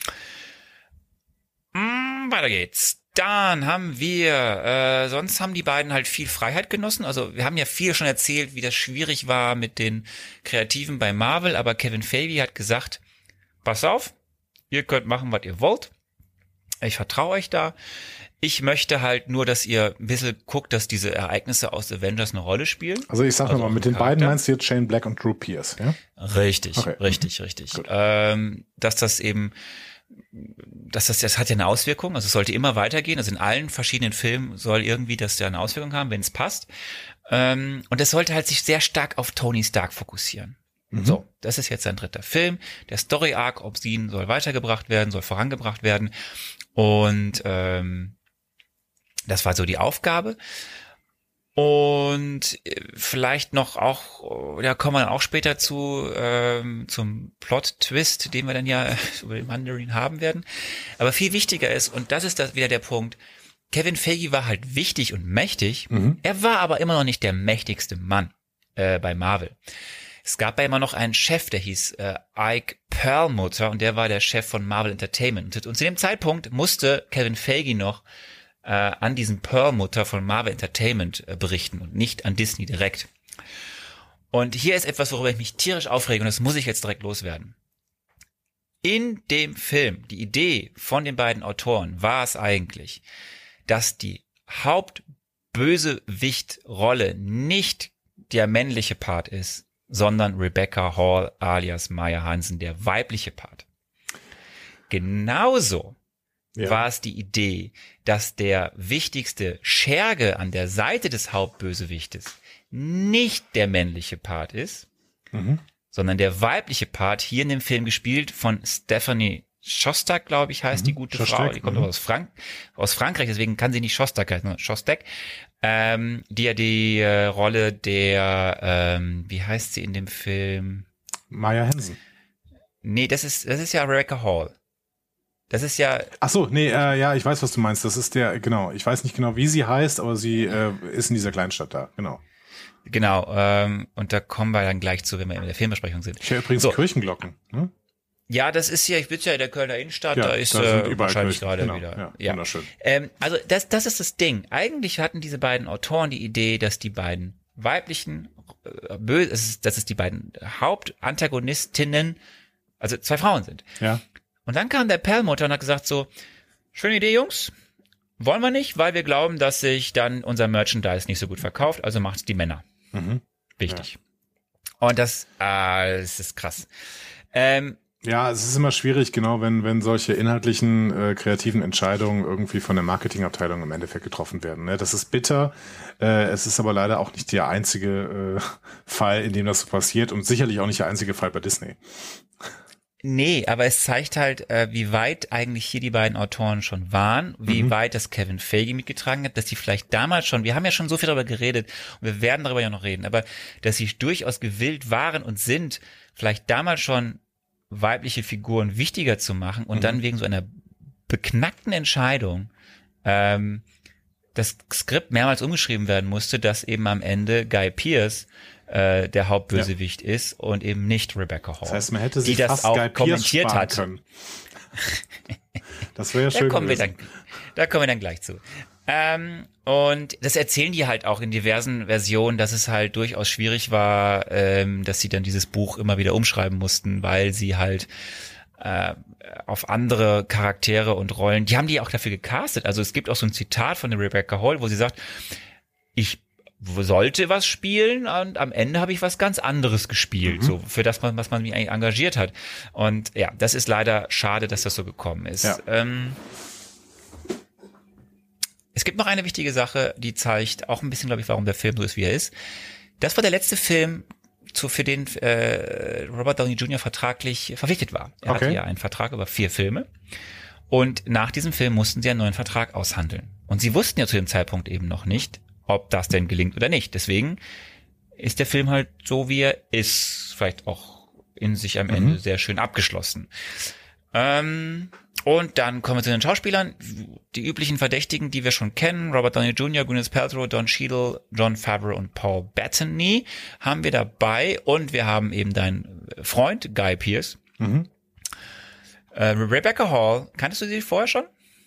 Mm, weiter geht's. Dann haben wir, äh, sonst haben die beiden halt viel Freiheit genossen. Also wir haben ja viel schon erzählt, wie das schwierig war mit den Kreativen bei Marvel, aber Kevin Feige hat gesagt, pass auf, ihr könnt machen, was ihr wollt. Ich vertraue euch da. Ich möchte halt nur, dass ihr ein bisschen guckt, dass diese Ereignisse aus Avengers eine Rolle spielen. Also ich sag also mal, mit den Charakter. Beiden meinst du jetzt Shane Black und Drew Pierce, ja? Richtig, okay. richtig, richtig. Ähm, dass das eben Das, das, das hat ja eine Auswirkung, also es sollte immer weitergehen, also in allen verschiedenen Filmen soll irgendwie das ja eine Auswirkung haben, wenn es passt. Ähm, und es sollte halt sich sehr stark auf Tony Stark fokussieren. Mhm. So, das ist jetzt sein dritter Film. Der Story-Arc, ob sie soll weitergebracht werden, soll vorangebracht werden. Und ähm, das war so die Aufgabe. Und vielleicht noch auch, da kommen wir auch später zu, ähm, zum Plot-Twist, den wir dann ja über den Mandarin haben werden. Aber viel wichtiger ist, und das ist das wieder der Punkt, Kevin Feige war halt wichtig und mächtig. Mhm. Er war aber immer noch nicht der mächtigste Mann äh, bei Marvel. Es gab ja immer noch einen Chef, der hieß äh, Ike Perlmutter, und der war der Chef von Marvel Entertainment. Und zu dem Zeitpunkt musste Kevin Feige noch äh, an diesen Perlmutter von Marvel Entertainment äh, berichten und nicht an Disney direkt. Und hier ist etwas, worüber ich mich tierisch aufrege, und das muss ich jetzt direkt loswerden. In dem Film, die Idee von den beiden Autoren war es eigentlich, dass die Hauptbösewichtrolle nicht der männliche Part ist, sondern Rebecca Hall alias Maya Hansen, der weibliche Part. Genauso ja. war es die Idee, dass der wichtigste Scherge an der Seite des Hauptbösewichtes nicht der männliche Part ist, mhm. sondern der weibliche Part, hier in dem Film gespielt von Stephanie Shostak, glaube ich, heißt mhm. die gute Shostak, Frau. Die kommt mhm. aus, Frank aus Frankreich, deswegen kann sie nicht Shostak heißen, sondern Shostak. Ähm, die ja die äh, Rolle der, ähm, wie heißt sie in dem Film? Maya Hansen. Nee, das ist, das ist ja Rebecca Hall. Das ist ja. Ach so, nee, äh, ja, ich weiß, was du meinst. Das ist der, genau. Ich weiß nicht genau, wie sie heißt, aber sie äh, ist in dieser Kleinstadt da, genau. Genau, ähm, und da kommen wir dann gleich zu, wenn wir in der Filmbesprechung sind. Ich höre übrigens so. Kirchenglocken, ne? Ja, das ist ja, ich bin ja in der Kölner Innenstadt, ja, da ist da äh, wahrscheinlich Kirchen, gerade genau, wieder. Ja, ja. Wunderschön. Ähm, also das, das ist das Ding. Eigentlich hatten diese beiden Autoren die Idee, dass die beiden weiblichen, äh, böse, dass es die beiden Hauptantagonistinnen, also zwei Frauen sind. Ja. Und dann kam der Perlmutter und hat gesagt so, schöne Idee, Jungs, wollen wir nicht, weil wir glauben, dass sich dann unser Merchandise nicht so gut verkauft, also macht's die Männer. Mhm. Wichtig. Ja. Und das, äh, das ist krass. Ähm, Ja, es ist immer schwierig, genau, wenn wenn solche inhaltlichen, äh, kreativen Entscheidungen irgendwie von der Marketingabteilung im Endeffekt getroffen werden. Ne? Das ist bitter. Äh, es ist aber leider auch nicht der einzige äh, Fall, in dem das so passiert, und sicherlich auch nicht der einzige Fall bei Disney. Nee, aber es zeigt halt, äh, wie weit eigentlich hier die beiden Autoren schon waren, wie mhm. weit das Kevin Feige mitgetragen hat, dass die vielleicht damals schon, wir haben ja schon so viel darüber geredet und wir werden darüber ja noch reden, aber dass sie durchaus gewillt waren und sind, vielleicht damals schon weibliche Figuren wichtiger zu machen und mhm. dann wegen so einer beknackten Entscheidung ähm, das Skript mehrmals umgeschrieben werden musste, dass eben am Ende Guy Pearce äh, der Hauptbösewicht ja. ist und eben nicht Rebecca Hall. Das heißt, man hätte sich die fast das auch Guy kommentiert hat. Können. Das wäre ja schön da kommen gewesen. wir dann, da kommen wir dann gleich zu. Ähm, und das erzählen die halt auch in diversen Versionen, dass es halt durchaus schwierig war, ähm, dass sie dann dieses Buch immer wieder umschreiben mussten, weil sie halt äh, auf andere Charaktere und Rollen, die haben die auch dafür gecastet. Also es gibt auch so ein Zitat von der Rebecca Hall, wo sie sagt, ich sollte was spielen und am Ende habe ich was ganz anderes gespielt, mhm. so für das, was man mich eigentlich engagiert hat. Und ja, das ist leider schade, dass das so gekommen ist. Ja. Ähm, Es gibt noch eine wichtige Sache, die zeigt auch ein bisschen, glaube ich, warum der Film so ist, wie er ist. Das war der letzte Film, zu, für den äh, Robert Downey Junior vertraglich verpflichtet war. Er okay. hatte ja einen Vertrag über vier Filme. Und nach diesem Film mussten sie einen neuen Vertrag aushandeln. Und sie wussten ja zu dem Zeitpunkt eben noch nicht, ob das denn gelingt oder nicht. Deswegen ist der Film halt so, wie er ist. Vielleicht auch in sich am mhm. Ende sehr schön abgeschlossen. Ähm... Und dann kommen wir zu den Schauspielern. Die üblichen Verdächtigen, die wir schon kennen. Robert Downey Junior, Gwyneth Paltrow, Don Cheadle, Jon Favreau und Paul Bettany haben wir dabei. Und wir haben eben deinen Freund, Guy Pearce. Mhm. Äh, Rebecca Hall, kanntest du sie vorher schon?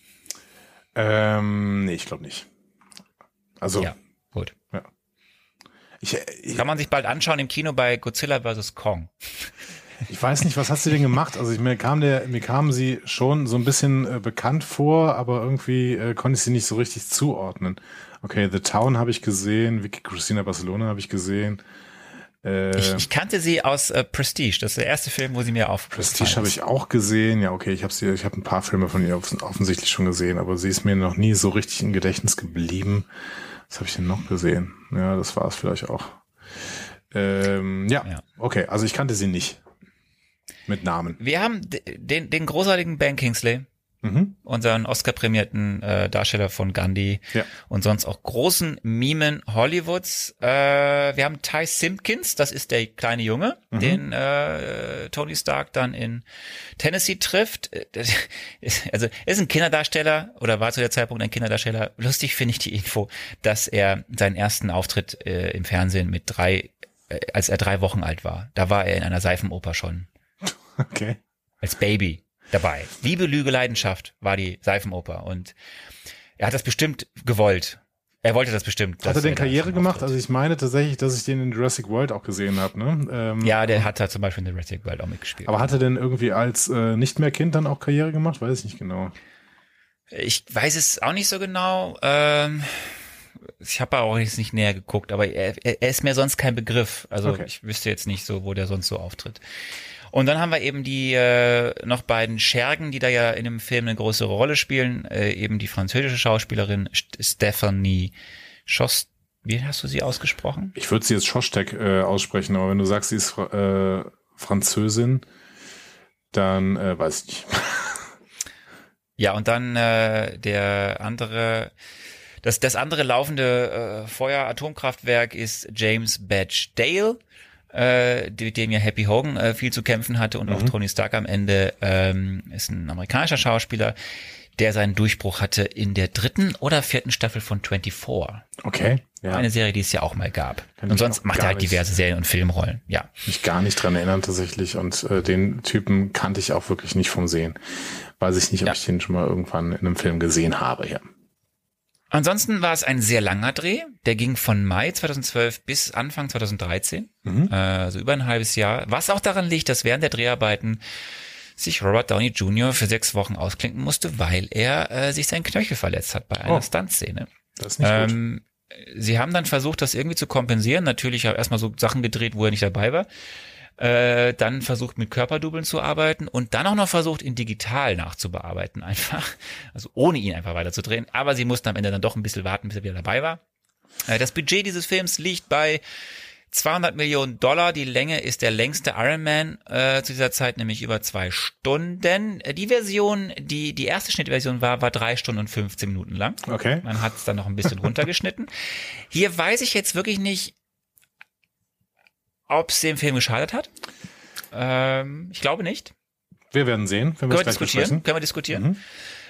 Ähm, nee, ich glaube nicht. Also. Ja, gut. Ja. Ich, ich, Kann man sich bald anschauen im Kino bei Godzilla versus Kong. Ich weiß nicht, was hast du denn gemacht? Also ich, mir kam der, mir kamen sie schon so ein bisschen äh, bekannt vor, aber irgendwie äh, konnte ich sie nicht so richtig zuordnen. Okay, The Town habe ich gesehen, Vicky Cristina Barcelona habe ich gesehen. Äh, ich, ich kannte sie aus äh, Prestige, das ist der erste Film, wo sie mir aufgefallen ist. Prestige habe ich auch gesehen. Ja, okay, ich habe sie, ich habe ein paar Filme von ihr offensichtlich schon gesehen, aber sie ist mir noch nie so richtig im Gedächtnis geblieben. Was habe ich denn noch gesehen? Ja, das war es vielleicht auch. Ähm, ja. Ja. Okay, also ich kannte sie nicht mit Namen. Wir haben d- den, den großartigen Ben Kingsley, Mhm. unseren Oscar-prämierten äh, Darsteller von Gandhi Ja. und sonst auch großen Mimen Hollywoods. Äh, wir haben Ty Simpkins, das ist der kleine Junge, Mhm. den äh, Tony Stark dann in Tennessee trifft. Äh, das ist- Also er ist ein Kinderdarsteller oder war zu der Zeitpunkt ein Kinderdarsteller. Lustig finde ich die Info, dass er seinen ersten Auftritt äh, im Fernsehen mit drei, äh, als er drei Wochen alt war. Da war er in einer Seifenoper schon Okay. als Baby dabei. Liebe, Lüge, Leidenschaft war die Seifenoper und er hat das bestimmt gewollt. Er wollte das bestimmt. Hat er dass denn da Karriere schon gemacht? auftritt. Also ich meine tatsächlich, dass ich den in Jurassic World auch gesehen habe. Ne? Ähm, Ja, der hat da zum Beispiel in The Jurassic World auch mitgespielt. Aber hat er denn irgendwie als äh, nicht mehr Kind dann auch Karriere gemacht? Weiß ich nicht genau. Ich weiß es auch nicht so genau. Ähm, ich habe auch jetzt nicht näher geguckt, aber er, er er ist mir sonst kein Begriff. Also Okay. ich wüsste jetzt nicht so, wo der sonst so auftritt. Und dann haben wir eben die äh, noch beiden Schergen, die da ja in dem Film eine größere Rolle spielen. Äh, eben die französische Schauspielerin St- Stephanie Schost. Wie hast du sie ausgesprochen? Ich würde sie jetzt Schostek äh, aussprechen, aber wenn du sagst, sie ist äh, Französin, dann äh, weiß ich nicht. Ja, und dann äh, der andere, das, das andere laufende äh, Feuer-Atomkraftwerk ist James Badge Dale, äh, mit dem ja Happy Hogan äh, viel zu kämpfen hatte und Mhm. auch Tony Stark am Ende ähm, ist ein amerikanischer Schauspieler, der seinen Durchbruch hatte in der dritten oder vierten Staffel von vierundzwanzig. Okay. Ja. Eine Serie, die es ja auch mal gab. Kann und ich sonst auch macht er gar halt nicht. diverse Serien und Filmrollen, ja. Mich gar nicht dran erinnern tatsächlich und äh, den Typen kannte ich auch wirklich nicht vom Sehen. Weiß ich nicht, ob Ja. ich den schon mal irgendwann in einem Film gesehen habe. Ja. Ansonsten war es ein sehr langer Dreh. Der ging von Mai zweitausendzwölf bis Anfang zweitausenddreizehn. Mhm. Äh, also über ein halbes Jahr. Was auch daran liegt, dass während der Dreharbeiten sich Robert Downey Junior für sechs Wochen ausklinken musste, weil er äh, sich seinen Knöchel verletzt hat bei einer Oh. Stuntszene. Das ist nicht gut. Ähm, sie haben dann versucht, das irgendwie zu kompensieren. Natürlich habe erstmal so Sachen gedreht, wo er nicht dabei war. Äh, dann versucht, mit Körperdubeln zu arbeiten und dann auch noch versucht, ihn digital nachzubearbeiten einfach. Also ohne ihn einfach weiterzudrehen. Aber sie mussten am Ende dann doch ein bisschen warten, bis er wieder dabei war. Äh, das Budget dieses Films liegt bei zweihundert Millionen Dollar. Die Länge ist der längste Iron Man äh, zu dieser Zeit, nämlich über zwei Stunden. Äh, Die Version, die die erste Schnittversion war, war drei Stunden und fünfzehn Minuten lang. Okay. Man hat es dann noch ein bisschen runtergeschnitten. Hier weiß ich jetzt wirklich nicht, ob es dem Film geschadet hat. Ähm, ich glaube nicht. Wir werden sehen, wenn Können wir wir es gleich diskutieren? besprechen. Können wir diskutieren? Mhm.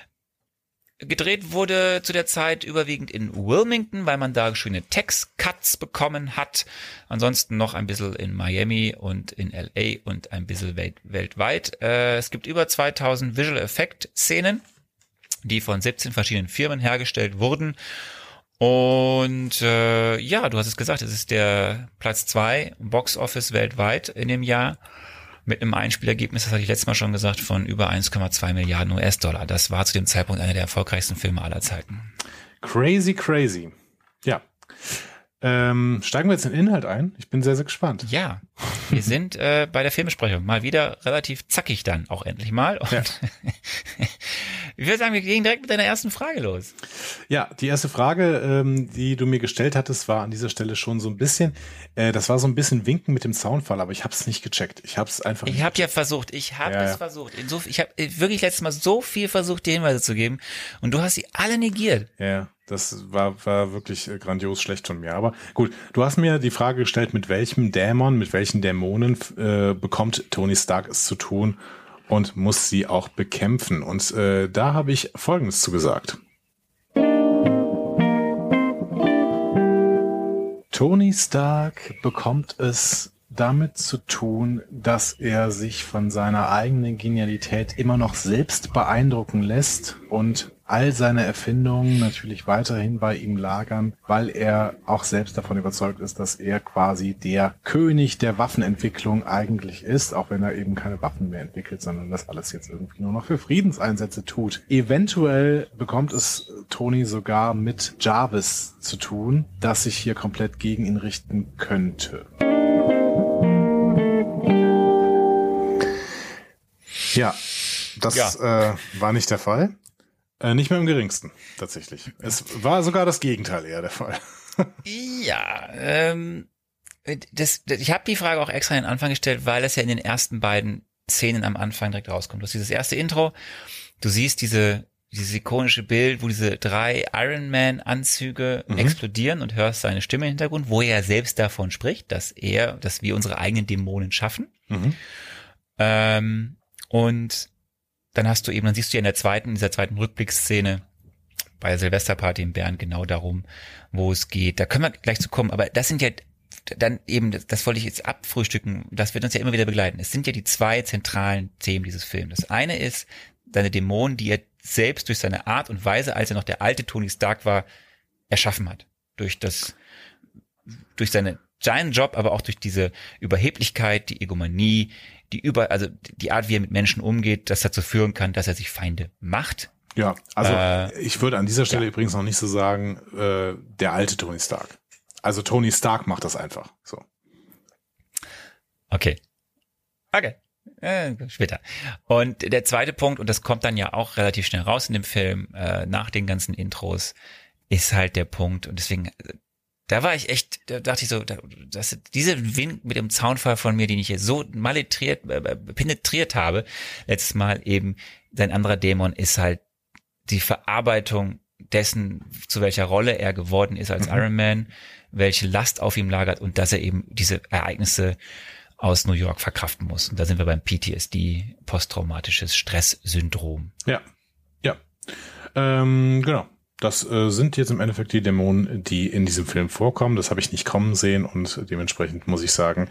Gedreht wurde zu der Zeit überwiegend in Wilmington, weil man da schöne Text-Cuts bekommen hat. Ansonsten noch ein bisschen in Miami und in L A und ein bisschen welt weltweit. Äh, es gibt über zweitausend Visual Effect-Szenen, die von siebzehn verschiedenen Firmen hergestellt wurden. Und äh, ja, du hast es gesagt, es ist der Platz zwei Box Office weltweit in dem Jahr. Mit einem Einspielergebnis, das hatte ich letztes Mal schon gesagt, von über eins Komma zwei Milliarden U S-Dollar. Das war zu dem Zeitpunkt einer der erfolgreichsten Filme aller Zeiten. Crazy, crazy. Ja. Ähm, steigen wir jetzt in den Inhalt ein? Ich bin sehr, sehr gespannt. Ja, wir sind äh, bei der Filmbesprechung mal wieder relativ zackig dann auch endlich mal. Und Ja. ich würde sagen, wir gehen direkt mit deiner ersten Frage los. Ja, die erste Frage, ähm, die du mir gestellt hattest, war an dieser Stelle schon so ein bisschen, äh, das war so ein bisschen Winken mit dem Zaunfall, aber ich habe es nicht gecheckt. Ich habe es einfach Ich nicht habe ja versucht, ich habe Ja, es ja. versucht. In so, ich habe wirklich letztes Mal so viel versucht, dir Hinweise zu geben und du hast sie alle negiert. Ja, das war, war wirklich äh, grandios schlecht von mir. Aber gut, du hast mir die Frage gestellt, mit welchem Dämon, mit welchen Dämonen äh, bekommt Tony Stark es zu tun und muss sie auch bekämpfen. Und äh, da habe ich Folgendes zu gesagt. Tony Stark bekommt es damit zu tun, dass er sich von seiner eigenen Genialität immer noch selbst beeindrucken lässt und all seine Erfindungen natürlich weiterhin bei ihm lagern, weil er auch selbst davon überzeugt ist, dass er quasi der König der Waffenentwicklung eigentlich ist, auch wenn er eben keine Waffen mehr entwickelt, sondern das alles jetzt irgendwie nur noch für Friedenseinsätze tut. Eventuell bekommt es Tony sogar mit Jarvis zu tun, das sich hier komplett gegen ihn richten könnte. Ja, das Ja. Äh, war nicht der Fall. Äh, nicht mehr im geringsten, tatsächlich. Es war sogar das Gegenteil eher der Fall. Ja, ähm, das, das, ich habe die Frage auch extra in den Anfang gestellt, weil es ja in den ersten beiden Szenen am Anfang direkt rauskommt. Du hast dieses erste Intro, du siehst diese dieses ikonische Bild, wo diese drei Iron Man Anzüge mhm. explodieren und hörst seine Stimme im Hintergrund, wo er selbst davon spricht, dass er, dass wir unsere eigenen Dämonen schaffen. Mhm. Ähm, und dann hast du eben, dann siehst du ja in der zweiten, in dieser zweiten Rückblickszene bei der Silvesterparty in Bern genau darum, wo es geht. Da können wir gleich zu kommen, aber das sind ja dann eben, das, das wollte ich jetzt abfrühstücken, das wird uns ja immer wieder begleiten. Es sind ja die zwei zentralen Themen dieses Films. Das eine ist seine Dämonen, die er selbst durch seine Art und Weise, als er noch der alte Tony Stark war, erschaffen hat. Durch das, durch seine, seinen Job, aber auch durch diese Überheblichkeit, die Egomanie, die über, also die Art, wie er mit Menschen umgeht, das dazu führen kann, dass er sich Feinde macht. Ja, also äh, ich würde an dieser Stelle ja. übrigens noch nicht so sagen, äh, der alte Tony Stark. Also Tony Stark macht das einfach. So. Okay. Okay. Äh, später. Und der zweite Punkt, und das kommt dann ja auch relativ schnell raus in dem Film, äh, nach den ganzen Intros, ist halt der Punkt. Und deswegen, da war ich echt, da dachte ich so, dass diese Wink mit dem Zaunfall von mir, den ich jetzt so malitriert, äh, penetriert habe, letztes Mal eben, sein anderer Dämon ist halt die Verarbeitung dessen, zu welcher Rolle er geworden ist als mhm. Iron Man, welche Last auf ihm lagert und dass er eben diese Ereignisse aus New York verkraften muss. Und da sind wir beim P T S D, posttraumatisches Stresssyndrom. Ja, ja. Ähm, genau. Das äh, sind jetzt im Endeffekt die Dämonen, die in diesem Film vorkommen. Das habe ich nicht kommen sehen und dementsprechend muss ich sagen,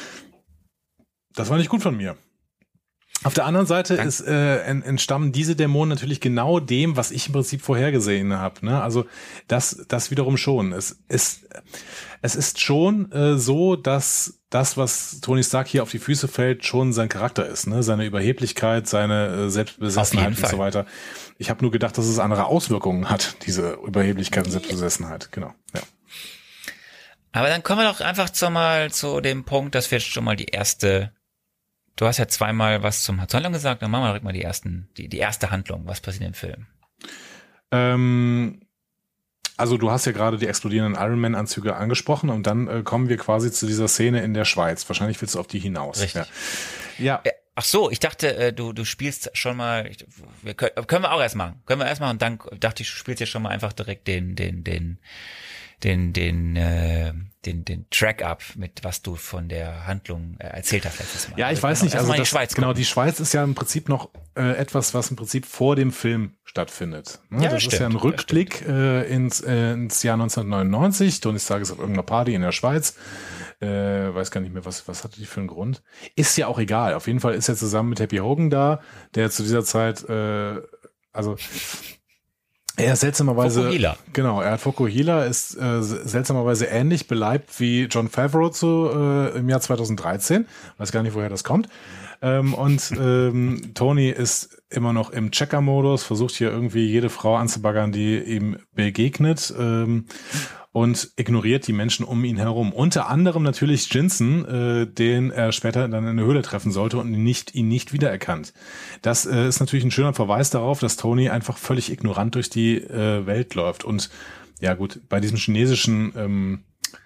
das war nicht gut von mir. Auf der anderen Seite ist, äh, entstammen diese Dämonen natürlich genau dem, was ich im Prinzip vorhergesehen habe. Ne? Also das, das wiederum schon. Es ist, es ist schon äh, so, dass das, was Tony Stark hier auf die Füße fällt, schon sein Charakter ist. Ne? Seine Überheblichkeit, seine äh, Selbstbesessenheit und so weiter. Ich habe nur gedacht, dass es andere Auswirkungen hat, diese Überheblichkeit und Selbstbesessenheit. Genau. Ja. Aber dann kommen wir doch einfach zu mal zu dem Punkt, dass wir jetzt schon mal die erste. Du hast ja zweimal was zum Handlung gesagt, dann machen wir direkt mal die ersten, die, die erste Handlung. Was passiert im Film? Ähm, also du hast ja gerade die explodierenden Iron Man Anzüge angesprochen und dann äh, kommen wir quasi zu dieser Szene in der Schweiz. Wahrscheinlich willst du auf die hinaus. Richtig. Ja. ja. Ach so, ich dachte, äh, du du spielst schon mal. Ich, wir können, können wir auch erst machen. Können wir erst machen und dann dachte ich, du spielst ja schon mal einfach direkt den den den den den äh, den den Track ab, mit was du von der Handlung äh, erzählt hast letztes Mal. Ja, ich also, weiß nicht, also die das, Schweiz genau, die Schweiz ist ja im Prinzip noch äh, etwas, was im Prinzip vor dem Film stattfindet. Ne? Ja, das stimmt, ist ja ein Rückblick äh, ins, äh, ins Jahr neunzehnhundertneunundneunzig. Tony Stark ist auf irgendeiner Party in der Schweiz. Äh, weiß gar nicht mehr, was was hatte die für einen Grund. Ist ja auch egal. Auf jeden Fall ist er zusammen mit Happy Hogan da, der zu dieser Zeit, äh, also er ist seltsamerweise, Fukuhila. Genau, er hat Fukuhila, ist äh, seltsamerweise ähnlich beleibt wie Jon Favreau zu, äh, im Jahr zweitausenddreizehn. Weiß gar nicht, woher das kommt. Ähm, und ähm, Tony ist immer noch im Checker-Modus, versucht hier irgendwie jede Frau anzubaggern, die ihm begegnet. Ähm, und ignoriert die Menschen um ihn herum. Unter anderem natürlich Jinsen, äh, den er später dann in der Höhle treffen sollte und ihn nicht, ihn nicht wiedererkannt. Das äh, ist natürlich ein schöner Verweis darauf, dass Tony einfach völlig ignorant durch die äh, Welt läuft. Und ja gut, bei diesem chinesischen ähm,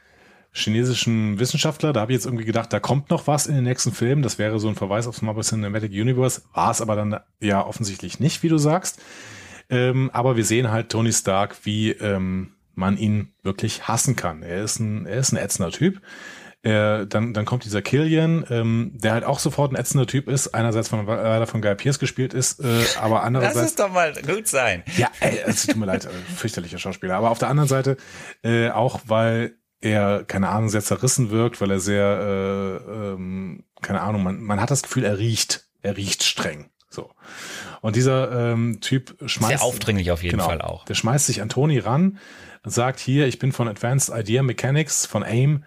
chinesischen Wissenschaftler, da habe ich jetzt irgendwie gedacht, da kommt noch was in den nächsten Filmen. Das wäre so ein Verweis aufs Marvel Cinematic Universe. War es aber dann ja offensichtlich nicht, wie du sagst. Ähm, aber wir sehen halt Tony Stark, wie ähm, man ihn wirklich hassen kann. Er ist ein, er ist ein ätzender Typ. Er, dann, dann kommt dieser Killian, ähm, der halt auch sofort ein ätzender Typ ist. Einerseits von, weil er von Guy Pearce gespielt ist, äh, aber andererseits. Lass es doch mal gut sein. Ja, ey, es tut mir leid, äh, fürchterlicher Schauspieler. Aber auf der anderen Seite äh, auch, weil er, keine Ahnung, sehr zerrissen wirkt, weil er sehr, äh, ähm, keine Ahnung, man, man hat das Gefühl, er riecht, er riecht streng. So. Und dieser ähm, Typ schmeißt. Sehr aufdringlich auf jeden genau, Fall auch. Der schmeißt sich an Tony ran und sagt, hier, ich bin von Advanced Idea Mechanics, von AIM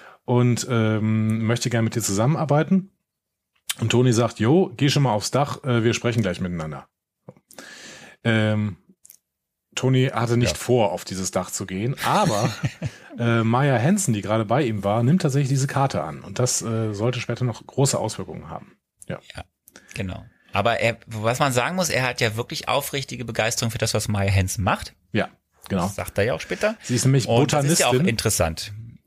und ähm, möchte gerne mit dir zusammenarbeiten. Und Tony sagt, jo, geh schon mal aufs Dach, äh, wir sprechen gleich miteinander. Ähm, Tony hatte nicht ja. vor, auf dieses Dach zu gehen, aber äh, Maya Hansen, die gerade bei ihm war, nimmt tatsächlich diese Karte an. Und das äh, sollte später noch große Auswirkungen haben. Ja, ja genau. Aber er, was man sagen muss, er hat ja wirklich aufrichtige Begeisterung für das, was Maya Hansen macht. Ja, genau. Das sagt er ja auch später. Sie ist nämlich Und Botanistin. das ist ja auch interessant.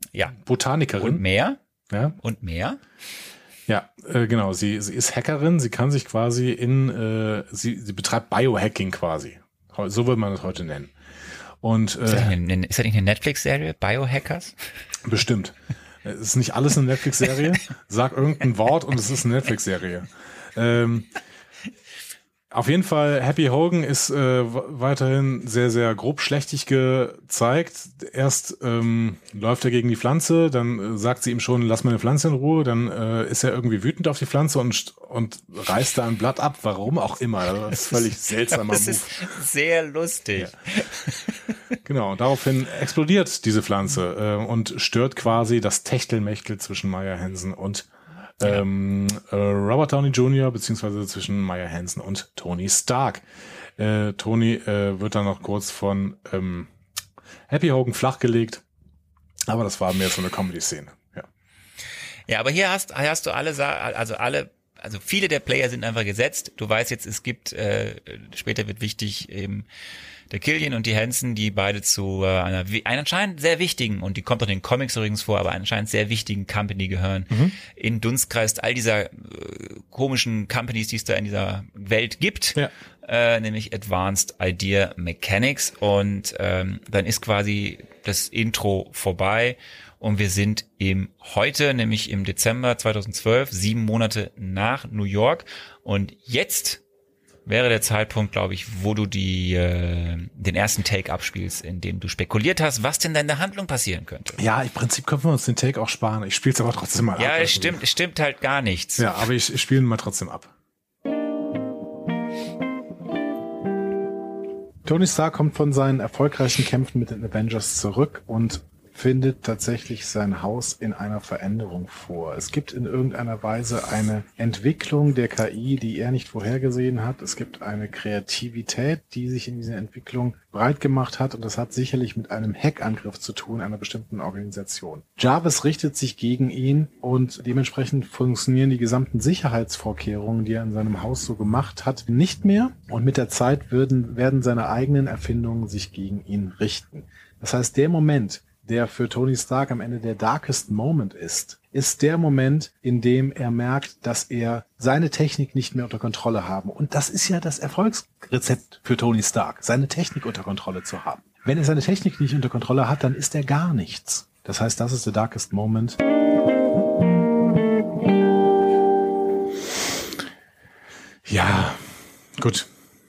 ja. Botanikerin. Und mehr? Ja. Und mehr? Ja, äh, genau. Sie, sie ist Hackerin. Sie kann sich quasi in, äh, sie, sie betreibt Biohacking quasi. So würde man das heute nennen. Und äh, ist, das nicht eine, ist das nicht eine Netflix-Serie? Biohackers? Bestimmt. Es ist nicht alles eine Netflix-Serie. Sag irgendein Wort und es ist eine Netflix-Serie. Ähm, auf jeden Fall, Happy Hogan ist äh, weiterhin sehr, sehr grob schlechtig gezeigt. Erst ähm, läuft er gegen die Pflanze, dann äh, sagt sie ihm schon, lass meine Pflanze in Ruhe, dann äh, ist er irgendwie wütend auf die Pflanze und, und reißt da ein Blatt ab, warum auch immer. Das ist völlig seltsamer Das Move. ist sehr lustig. Ja. Genau, und daraufhin explodiert diese Pflanze äh, und stört quasi das Techtelmechtel zwischen Maya Hansen und Ähm, äh, Robert Downey Junior beziehungsweise zwischen Maya Hansen und Tony Stark. Äh, Tony äh, wird dann noch kurz von ähm, Happy Hogan flachgelegt, aber das war mehr so eine Comedy-Szene. Ja. Ja, aber hier hast, hier hast du alle, also alle, also viele der Player sind einfach gesetzt. Du weißt jetzt, es gibt, äh, später wird wichtig eben der Killian und die Hansen, die beide zu äh, einer, einer anscheinend sehr wichtigen, und die kommt auch in den Comics übrigens vor, aber anscheinend sehr wichtigen Company gehören. Mhm. In Dunstkreis all dieser äh, komischen Companies, die es da in dieser Welt gibt, ja. äh, nämlich Advanced Idea Mechanics. Und ähm, dann ist quasi das Intro vorbei und wir sind im heute, nämlich im Dezember zweitausendzwölf, sieben Monate nach New York. Und jetzt wäre der Zeitpunkt, glaube ich, wo du die äh, den ersten Take abspielst, in dem du spekuliert hast, was denn da in der Handlung passieren könnte. Ja, im Prinzip können wir uns den Take auch sparen. Ich spiele es aber trotzdem mal ja, ab. Ja, es stimmt, es stimmt halt gar nichts. Ja, aber ich, ich spiele ihn mal trotzdem ab. Tony Stark kommt von seinen erfolgreichen Kämpfen mit den Avengers zurück und findet tatsächlich sein Haus in einer Veränderung vor. Es gibt in irgendeiner Weise eine Entwicklung der K I, die er nicht vorhergesehen hat. Es gibt eine Kreativität, die sich in dieser Entwicklung breit gemacht hat, und das hat sicherlich mit einem Hackangriff zu tun, einer bestimmten Organisation. Jarvis richtet sich gegen ihn und dementsprechend funktionieren die gesamten Sicherheitsvorkehrungen, die er in seinem Haus so gemacht hat, nicht mehr, und mit der Zeit würden, werden seine eigenen Erfindungen sich gegen ihn richten. Das heißt, der Moment, der für Tony Stark am Ende der darkest Moment ist, ist der Moment, in dem er merkt, dass er seine Technik nicht mehr unter Kontrolle haben. Und das ist ja das Erfolgsrezept für Tony Stark, seine Technik unter Kontrolle zu haben. Wenn er seine Technik nicht unter Kontrolle hat, dann ist er gar nichts. Das heißt, das ist der darkest Moment. Ja, gut.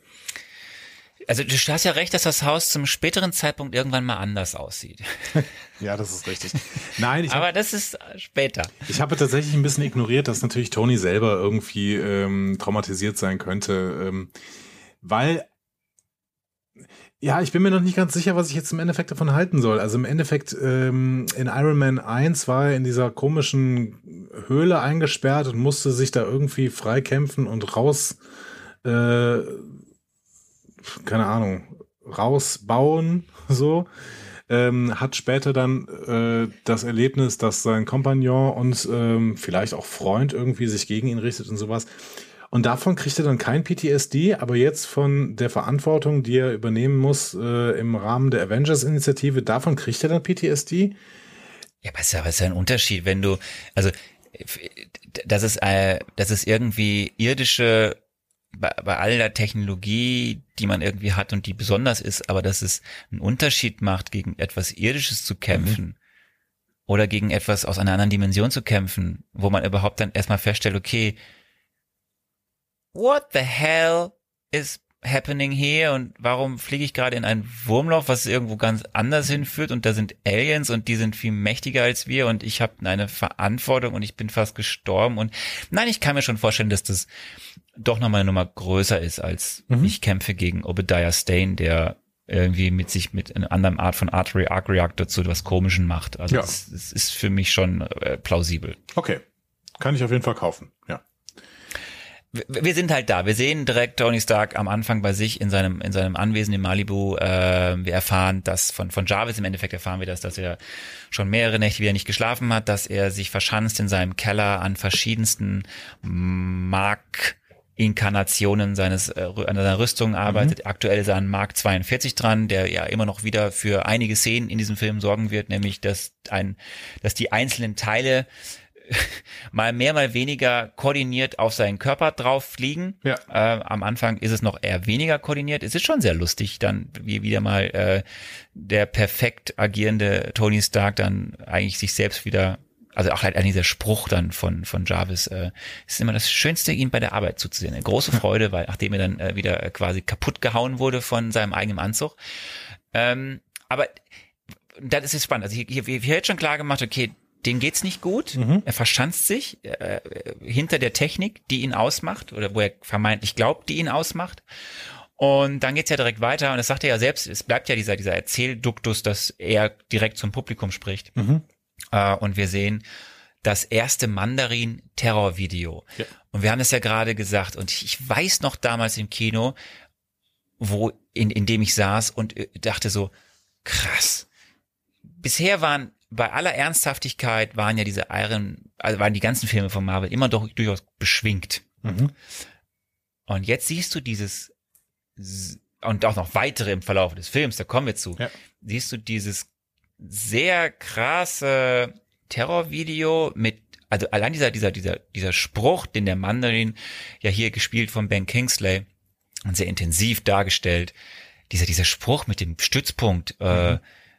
Also du hast ja recht, dass das Haus zum späteren Zeitpunkt irgendwann mal anders aussieht. Ja, das ist richtig. Nein, ich hab, aber das ist später. Ich habe tatsächlich ein bisschen ignoriert, dass natürlich Tony selber irgendwie ähm, traumatisiert sein könnte, ähm, weil ja, ich bin mir noch nicht ganz sicher, was ich jetzt im Endeffekt davon halten soll. Also im Endeffekt ähm, in Iron Man eins war er in dieser komischen Höhle eingesperrt und musste sich da irgendwie freikämpfen und raus äh, keine Ahnung, rausbauen, so, ähm, hat später dann äh, das Erlebnis, dass sein Kompagnon und ähm, vielleicht auch Freund irgendwie sich gegen ihn richtet und sowas. Und davon kriegt er dann kein P T S D, aber jetzt von der Verantwortung, die er übernehmen muss äh, im Rahmen der Avengers-Initiative, davon kriegt er dann P T S D? Ja, aber es ist ja, ist ja ein Unterschied, wenn du, also, das ist, äh, das ist irgendwie irdische Bei, bei all der Technologie, die man irgendwie hat und die besonders ist, aber dass es einen Unterschied macht, gegen etwas Irdisches zu kämpfen mhm. oder gegen etwas aus einer anderen Dimension zu kämpfen, wo man überhaupt dann erstmal feststellt, okay, what the hell is happening here, und warum fliege ich gerade in ein Wurmloch, was irgendwo ganz anders hinführt, und da sind Aliens und die sind viel mächtiger als wir und ich habe eine Verantwortung und ich bin fast gestorben. Und nein, ich kann mir schon vorstellen, dass das doch nochmal eine Nummer größer ist als mhm. ich kämpfe gegen Obadiah Stane, der irgendwie mit sich mit einer anderen Art von Arc Reactor zu etwas Komischen macht. Also ja. das, das ist für mich schon äh, plausibel. Okay, kann ich auf jeden Fall kaufen, ja. Wir sind halt da. Wir sehen direkt Tony Stark am Anfang bei sich in seinem in seinem Anwesen in Malibu. Äh, wir erfahren, dass von von Jarvis im Endeffekt erfahren wir das, dass er schon mehrere Nächte wieder nicht geschlafen hat, dass er sich verschanzt in seinem Keller an verschiedensten Mark Inkarnationen seines äh, an seiner Rüstung arbeitet. Mhm. Aktuell ist er an Mark zweiundvierzig dran, der ja immer noch wieder für einige Szenen in diesem Film sorgen wird, nämlich dass ein, dass die einzelnen Teile mal mehr, mal weniger koordiniert auf seinen Körper drauf fliegen. Ja. Äh, am Anfang ist es noch eher weniger koordiniert. Es ist schon sehr lustig, dann wie wieder mal äh, der perfekt agierende Tony Stark dann eigentlich sich selbst wieder, also auch halt an dieser Spruch dann von von Jarvis, äh, ist immer das Schönste, ihn bei der Arbeit zuzusehen. Eine große Freude, weil nachdem er dann äh, wieder quasi kaputt gehauen wurde von seinem eigenen Anzug. Ähm, aber das ist jetzt spannend. Also hier, hier, hier wird schon klar gemacht, okay, dem geht's nicht gut. Mhm. Er verschanzt sich äh, hinter der Technik, die ihn ausmacht oder wo er vermeintlich glaubt, die ihn ausmacht. Und dann geht's ja direkt weiter und das sagt er ja selbst, es bleibt ja dieser dieser Erzählduktus, dass er direkt zum Publikum spricht. Mhm. Äh, und wir sehen das erste Mandarin-Terror-Video. Ja. Und wir haben es ja gerade gesagt und ich weiß noch damals im Kino, wo in, in dem ich saß und dachte so, krass. Bisher waren bei aller Ernsthaftigkeit waren ja diese Iron, also waren die ganzen Filme von Marvel immer doch durchaus beschwingt. Mhm. Und jetzt siehst du dieses, und auch noch weitere im Verlauf des Films, da kommen wir zu, ja. siehst du dieses sehr krasse Terrorvideo mit, also allein dieser, dieser, dieser, dieser Spruch, den der Mandarin, ja hier gespielt von Ben Kingsley, und sehr intensiv dargestellt, dieser, dieser Spruch mit dem Stützpunkt, mhm. äh,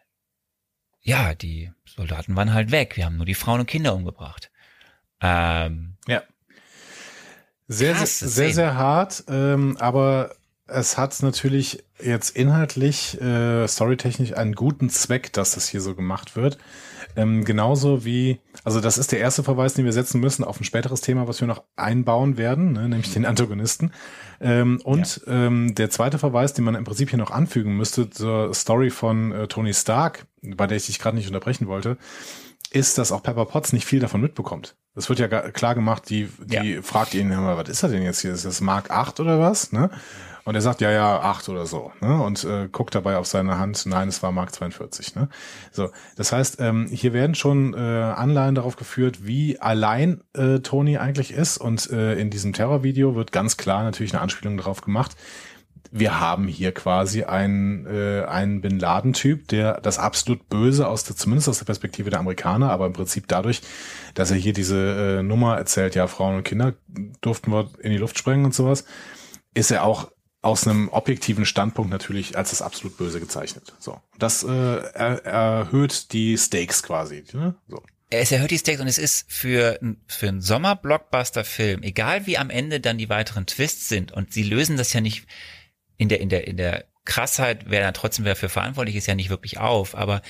ja, die Soldaten waren halt weg. Wir haben nur die Frauen und Kinder umgebracht. Ähm, ja. Sehr, sehr, sehr, sehr hart, ähm, aber es hat natürlich jetzt inhaltlich, äh, storytechnisch einen guten Zweck, dass das hier so gemacht wird. Ähm, genauso wie, also das ist der erste Verweis, den wir setzen müssen auf ein späteres Thema, was wir noch einbauen werden, ne, nämlich den Antagonisten. Ähm, und ja. ähm, der zweite Verweis, den man im Prinzip hier noch anfügen müsste zur Story von äh, Tony Stark, bei der ich dich gerade nicht unterbrechen wollte, ist, dass auch Pepper Potts nicht viel davon mitbekommt. Es wird ja klar gemacht, die, die ja. fragt ihn, was ist das denn jetzt hier? Ist das Mark acht oder was? Ne? Und er sagt, ja, ja, acht oder so. Ne? Und äh, guckt dabei auf seine Hand, nein, es war Mark zweiundvierzig. Ne? So, das heißt, ähm, hier werden schon äh, Anleihen darauf geführt, wie allein äh, Tony eigentlich ist. Und äh, in diesem Terrorvideo wird ganz klar natürlich eine Anspielung darauf gemacht. Wir haben hier quasi einen, äh, einen Bin Laden-Typ, der das absolut Böse aus der, zumindest aus der Perspektive der Amerikaner, aber im Prinzip dadurch, dass er hier diese äh, Nummer erzählt, ja, Frauen und Kinder durften wir in die Luft sprengen und sowas, ist er auch aus einem objektiven Standpunkt natürlich als das absolut Böse gezeichnet. So, das äh, er, erhöht die Stakes quasi. Ne? So. Es erhöht die Stakes und es ist für, für einen Sommer-Blockbuster-Film, egal wie am Ende dann die weiteren Twists sind, und sie lösen das ja nicht in der in der in der Krassheit, wer dann trotzdem dafür verantwortlich ist, ja nicht wirklich auf, aber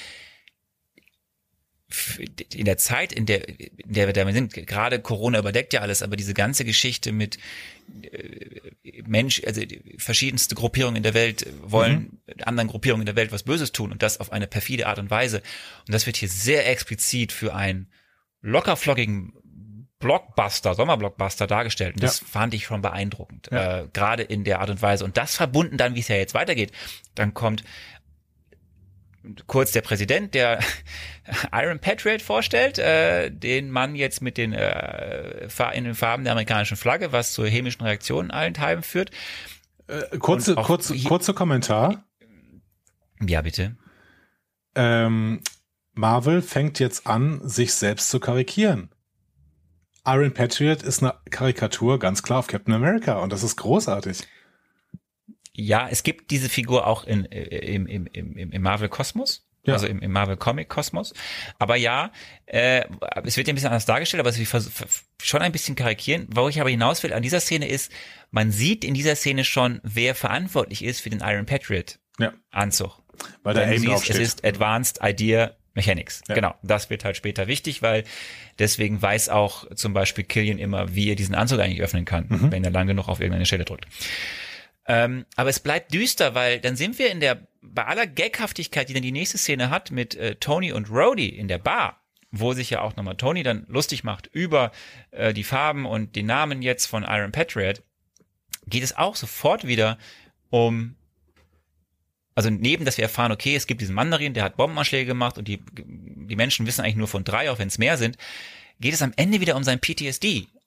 in der Zeit, in der, in der wir da sind, gerade Corona überdeckt ja alles, aber diese ganze Geschichte mit äh, Mensch, also verschiedenste Gruppierungen in der Welt wollen mhm. anderen Gruppierungen in der Welt was Böses tun und das auf eine perfide Art und Weise. Und das wird hier sehr explizit für einen lockerflockigen Blockbuster, Sommerblockbuster dargestellt. Und das ja. fand ich schon beeindruckend, ja. äh, gerade in der Art und Weise. Und das verbunden dann, wie es ja jetzt weitergeht, dann kommt kurz der Präsident, der Iron Patriot vorstellt, äh, den Mann jetzt mit den äh, in den Farben der amerikanischen Flagge, was zur chemischen Reaktion allenthalben führt. Äh, kurze, kurze, kurze Kommentar. Ja, bitte. Ähm, Marvel fängt jetzt an, sich selbst zu karikieren. Iron Patriot ist eine Karikatur ganz klar auf Captain America und das ist großartig. Ja, es gibt diese Figur auch in, im, im, im, im Marvel-Kosmos, ja. also im, im Marvel-Comic-Kosmos. Aber ja, äh, es wird ja ein bisschen anders dargestellt, aber es wird schon ein bisschen karikieren. Wo ich aber hinaus will an dieser Szene ist, man sieht in dieser Szene schon, wer verantwortlich ist für den Iron Patriot-Anzug. Ja. Weil der Aim draufsteht. Es ist Advanced Idea Mechanics. Ja. Genau, das wird halt später wichtig, weil deswegen weiß auch zum Beispiel Killian immer, wie er diesen Anzug eigentlich öffnen kann, mhm. wenn er lang genug auf irgendeine Stelle drückt. Ähm, aber es bleibt düster, weil dann sind wir in der, bei aller Gaghaftigkeit, die dann die nächste Szene hat mit äh, Tony und Rhodey in der Bar, wo sich ja auch nochmal Tony dann lustig macht über äh, die Farben und den Namen jetzt von Iron Patriot, geht es auch sofort wieder um, also neben, dass wir erfahren, okay, es gibt diesen Mandarin, der hat Bombenanschläge gemacht und die, die Menschen wissen eigentlich nur von drei, auch wenn es mehr sind, geht es am Ende wieder um sein P T S D.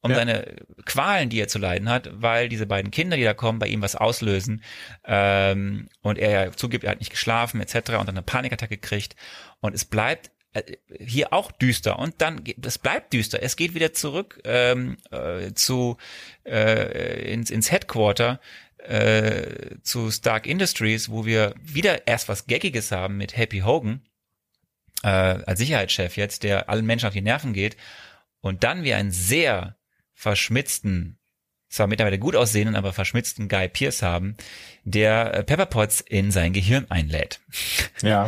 um Ja. seine Qualen, die er zu leiden hat, weil diese beiden Kinder, die da kommen, bei ihm was auslösen ähm, und er ja zugibt, er hat nicht geschlafen et cetera und dann eine Panikattacke kriegt und es bleibt äh, hier auch düster und dann, geht- es bleibt düster, es geht wieder zurück ähm, äh, zu äh, ins, ins Headquarter, äh, zu Stark Industries, wo wir wieder erst was Gaggiges haben mit Happy Hogan, äh, als Sicherheitschef jetzt, der allen Menschen auf die Nerven geht und dann wir einen sehr verschmitzten, zwar mittlerweile gut aussehenden, aber verschmitzten Guy Pearce haben, der äh, Pepper Potts in sein Gehirn einlädt. Ja.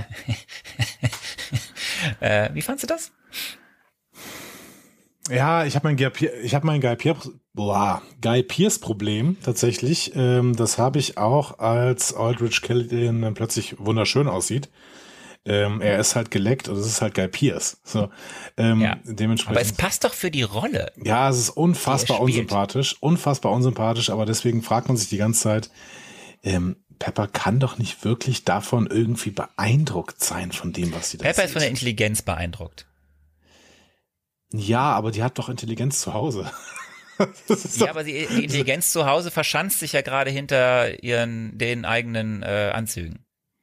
Äh, wie fandst du das? Ja, ich habe mein Guy Pearce, ich habe mein Guy Pearce, boah, Guy Pearce Problem tatsächlich. Ähm, das habe ich auch, als Aldrich Killian dann plötzlich wunderschön aussieht. Ähm, er ist halt geleckt und es ist halt Guy Pearce. So, ähm, Ja. Aber es dementsprechend. passt doch für die Rolle. Ja, es ist unfassbar Die er spielt. unsympathisch, unfassbar unsympathisch, aber deswegen fragt man sich die ganze Zeit, ähm, Pepper kann doch nicht wirklich davon irgendwie beeindruckt sein von dem, was sie da Pepper sieht. ist von der Intelligenz beeindruckt. Ja, aber die hat doch Intelligenz zu Hause. Das ist Ja, doch, aber die, die Intelligenz zu Hause verschanzt sich ja gerade hinter ihren den eigenen äh, Anzügen.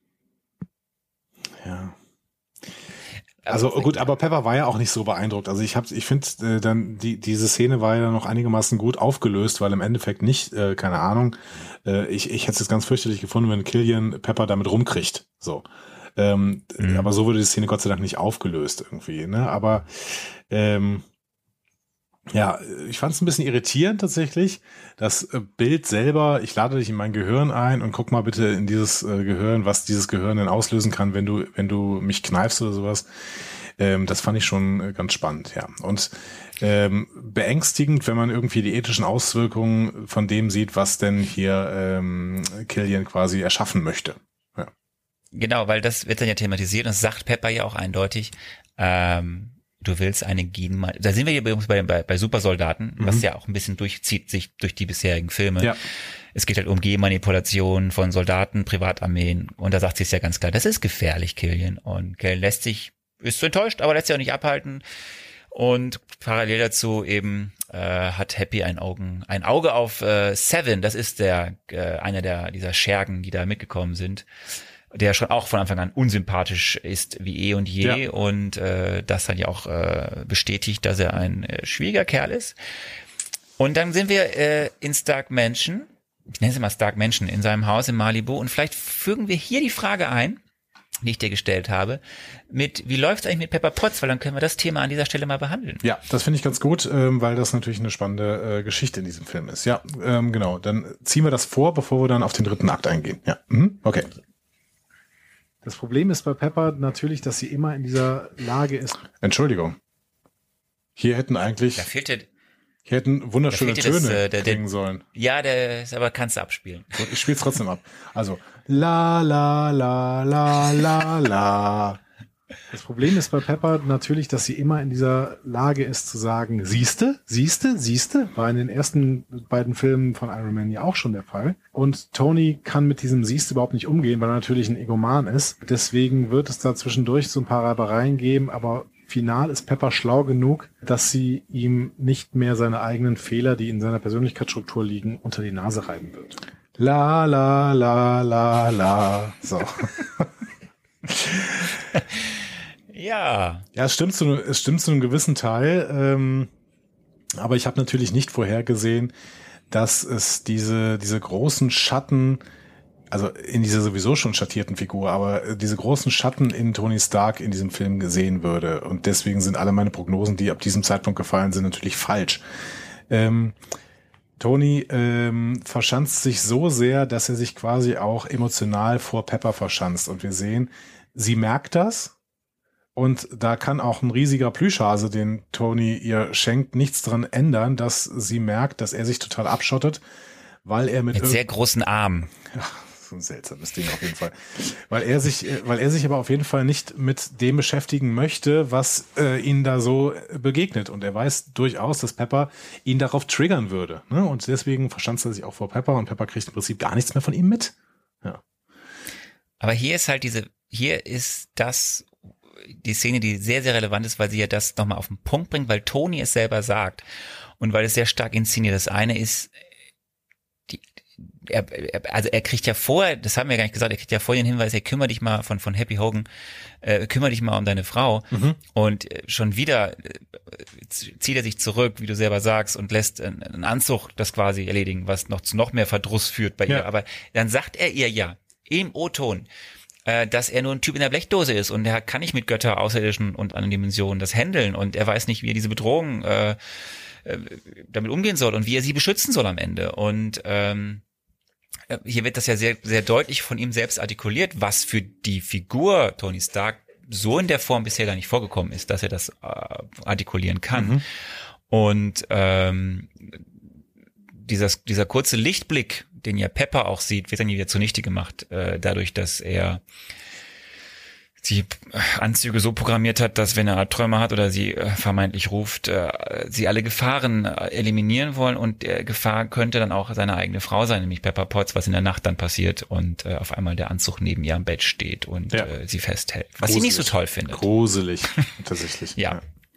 ja. Also gut, aber Pepper war ja auch nicht so beeindruckt. Also ich habe, ich finde, äh, dann die diese Szene war ja noch einigermaßen gut aufgelöst, weil im Endeffekt nicht, äh, keine Ahnung, äh, ich ich hätte es jetzt ganz fürchterlich gefunden, wenn Killian Pepper damit rumkriegt. So, ähm, Mhm. aber so wurde die Szene Gott sei Dank nicht aufgelöst irgendwie. Ne, aber ähm, ja, ich fand es ein bisschen irritierend tatsächlich. Das äh, Bild selber, ich lade dich in mein Gehirn ein und guck mal bitte in dieses äh, Gehirn, was dieses Gehirn denn auslösen kann, wenn du, wenn du mich kneifst oder sowas. Ähm, das fand ich schon äh, ganz spannend, ja. Und ähm, beängstigend, wenn man irgendwie die ethischen Auswirkungen von dem sieht, was denn hier ähm, Killian quasi erschaffen möchte. Ja. Genau, weil das wird dann ja thematisiert und das sagt Pepper ja auch eindeutig. Ähm, du willst eine Gen, da sind wir hier übrigens bei, bei, bei Supersoldaten, Mhm. was ja auch ein bisschen durchzieht sich durch die bisherigen Filme. Ja. Es geht halt um Genmanipulation von Soldaten, Privatarmeen und da sagt sie es ja ganz klar, das ist gefährlich, Killian. Und Killian lässt sich, ist so enttäuscht, aber lässt sich auch nicht abhalten. Und parallel dazu eben äh, hat Happy ein Augen, ein Auge auf äh, Seven, das ist der äh, einer der dieser Schergen, die da mitgekommen sind, der schon auch von Anfang an unsympathisch ist wie eh und je Ja. und äh, das dann ja auch äh, bestätigt, dass er ein äh, schwieriger Kerl ist. Und dann sind wir äh, in Stark Mansion, ich nenne es mal Stark Mansion, in seinem Haus in Malibu und vielleicht fügen wir hier die Frage ein, die ich dir gestellt habe, mit wie läuft es eigentlich mit Pepper Potts, weil dann können wir das Thema an dieser Stelle mal behandeln. Ja, das finde ich ganz gut, ähm, weil das natürlich eine spannende äh, Geschichte in diesem Film ist. Ja, ähm, genau. Dann ziehen wir das vor, bevor wir dann auf den dritten Akt eingehen. Ja, mhm. Okay. Das Problem ist bei Pepper natürlich, dass sie immer in dieser Lage ist. Entschuldigung. Hier hätten eigentlich, Da fehlt dir, hier hätten wunderschöne Da fehlt dir das, Töne äh, der- der- klingen sollen. ja, der ist aber kannst du abspielen. Gut, ich spiele es trotzdem ab. Also, la, la, la, la, la, la. Das Problem ist bei Pepper natürlich, dass sie immer in dieser Lage ist zu sagen, siehste, siehste, siehste, war in den ersten beiden Filmen von Iron Man ja auch schon der Fall. Und Tony kann mit diesem siehste überhaupt nicht umgehen, weil er natürlich ein Egoman ist. Deswegen wird es da zwischendurch so ein paar Reibereien geben, aber final ist Pepper schlau genug, dass sie ihm nicht mehr seine eigenen Fehler, die in seiner Persönlichkeitsstruktur liegen, unter die Nase reiben wird. La, la, la, la, la. So. Ja, Ja, es stimmt zu, es stimmt zu einem gewissen Teil, ähm, aber ich habe natürlich nicht vorhergesehen, dass es diese, diese großen Schatten, also in dieser sowieso schon schattierten Figur, aber diese großen Schatten in Tony Stark in diesem Film gesehen würde. Und deswegen sind alle meine Prognosen, die ab diesem Zeitpunkt gefallen sind, natürlich falsch. Ähm, Tony ähm, verschanzt sich so sehr, dass er sich quasi auch emotional vor Pepper verschanzt. Und wir sehen, sie merkt das. Und da kann auch ein riesiger Plüschhase, den Tony ihr schenkt, nichts dran ändern, dass sie merkt, dass er sich total abschottet, weil er mit, mit sehr großen Armen. ja, so ein seltsames Ding auf jeden Fall, weil er sich, weil er sich aber auf jeden Fall nicht mit dem beschäftigen möchte, was äh, ihn da so begegnet. Und er weiß durchaus, dass Pepper ihn darauf triggern würde. Ne? Und deswegen verschanzt er sich auch vor Pepper und Pepper kriegt im Prinzip gar nichts mehr von ihm mit. Ja. Aber hier ist halt diese, hier ist das, die Szene, die sehr, sehr relevant ist, weil sie ja das nochmal auf den Punkt bringt, weil Tony es selber sagt und weil es sehr stark inszeniert. Das eine ist, die, er, er, also er kriegt ja vorher, das haben wir gar nicht gesagt, er kriegt ja vorher den Hinweis, hey, kümmere dich mal von von Happy Hogan, äh, kümmere dich mal um deine Frau. Mhm. Und schon wieder äh, zieht er sich zurück, wie du selber sagst, und lässt einen, einen Anzug das quasi erledigen, was noch zu noch mehr Verdruss führt bei ja. ihr. Aber dann sagt er ihr ja im O-Ton, äh, dass er nur ein Typ in der Blechdose ist und er kann nicht mit Götter, Außerirdischen und anderen Dimensionen das handeln und er weiß nicht, wie er diese Bedrohung äh, damit umgehen soll und wie er sie beschützen soll am Ende. Und ähm, hier wird das ja sehr, sehr deutlich von ihm selbst artikuliert, was für die Figur Tony Stark so in der Form bisher gar nicht vorgekommen ist, dass er das äh, artikulieren kann. Mhm. Und ähm, dieser, dieser kurze Lichtblick, den ja Pepper auch sieht, wird dann wieder zunichte gemacht, äh, dadurch, dass er die Anzüge so programmiert hat, dass wenn er Albträume hat oder sie äh, vermeintlich ruft, äh, sie alle Gefahren äh, eliminieren wollen und äh, Gefahr könnte dann auch seine eigene Frau sein, nämlich Pepper Potts, was in der Nacht dann passiert und äh, auf einmal der Anzug neben ihr am Bett steht und ja. äh, sie festhält, was gruselig. Sie nicht so toll findet. Gruselig, tatsächlich. ja. ja.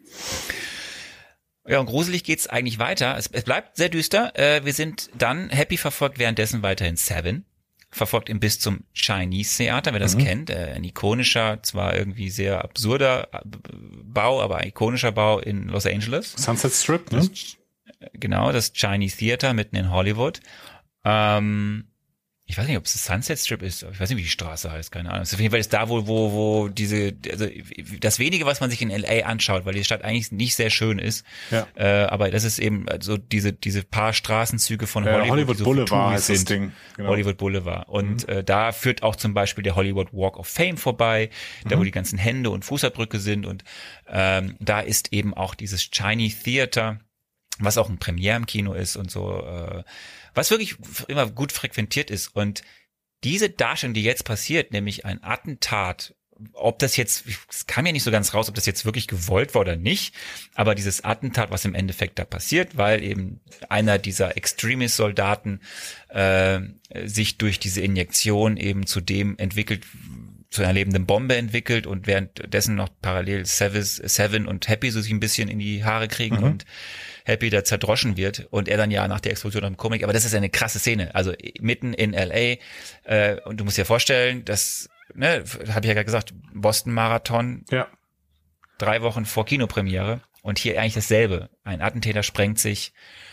Ja, und gruselig geht's eigentlich weiter. Es, es bleibt sehr düster. Äh, wir sind dann, Happy verfolgt währenddessen weiterhin Seven. Verfolgt ihn bis zum Chinese Theater, wer das mhm. kennt. Äh, ein ikonischer, zwar irgendwie sehr absurder Bau, aber ein ikonischer Bau in Los Angeles. Sunset Strip, ne? Das, genau, das Chinese Theater mitten in Hollywood. Ähm, ich weiß nicht, ob es das Sunset Strip ist, ich weiß nicht, wie die Straße heißt, keine Ahnung. Auf jeden Fall ist da wohl, wo, wo diese, also das Wenige, was man sich in L A anschaut, weil die Stadt eigentlich nicht sehr schön ist. Ja. Äh, aber das ist eben so diese, diese paar Straßenzüge von Hollywood. Ja, Hollywood so Boulevard heißt das Ding. Genau. Hollywood Boulevard. Und mhm. äh, da führt auch zum Beispiel der Hollywood Walk of Fame vorbei, da mhm. wo die ganzen Hände und Fußabdrücke sind. Und ähm, da ist eben auch dieses Chinese Theater, was auch ein Premiere im Kino ist und so, äh, was wirklich immer gut frequentiert ist. Und diese Darstellung, die jetzt passiert, nämlich ein Attentat, ob das jetzt, es kam ja nicht so ganz raus, ob das jetzt wirklich gewollt war oder nicht, aber dieses Attentat, was im Endeffekt da passiert, weil eben einer dieser Extremist-Soldaten äh, sich durch diese Injektion eben zu dem entwickelt, zu einer lebenden Bombe entwickelt und währenddessen noch parallel Seven und Happy so sich ein bisschen in die Haare kriegen mhm. und Happy da zerdroschen wird und er dann ja nach der Explosion am Comic, aber das ist eine krasse Szene, also mitten in L A äh, und du musst dir vorstellen, das, ne, habe ich ja gerade gesagt, Boston Marathon, ja. drei Wochen vor Kinopremiere und hier eigentlich dasselbe, ein Attentäter sprengt sich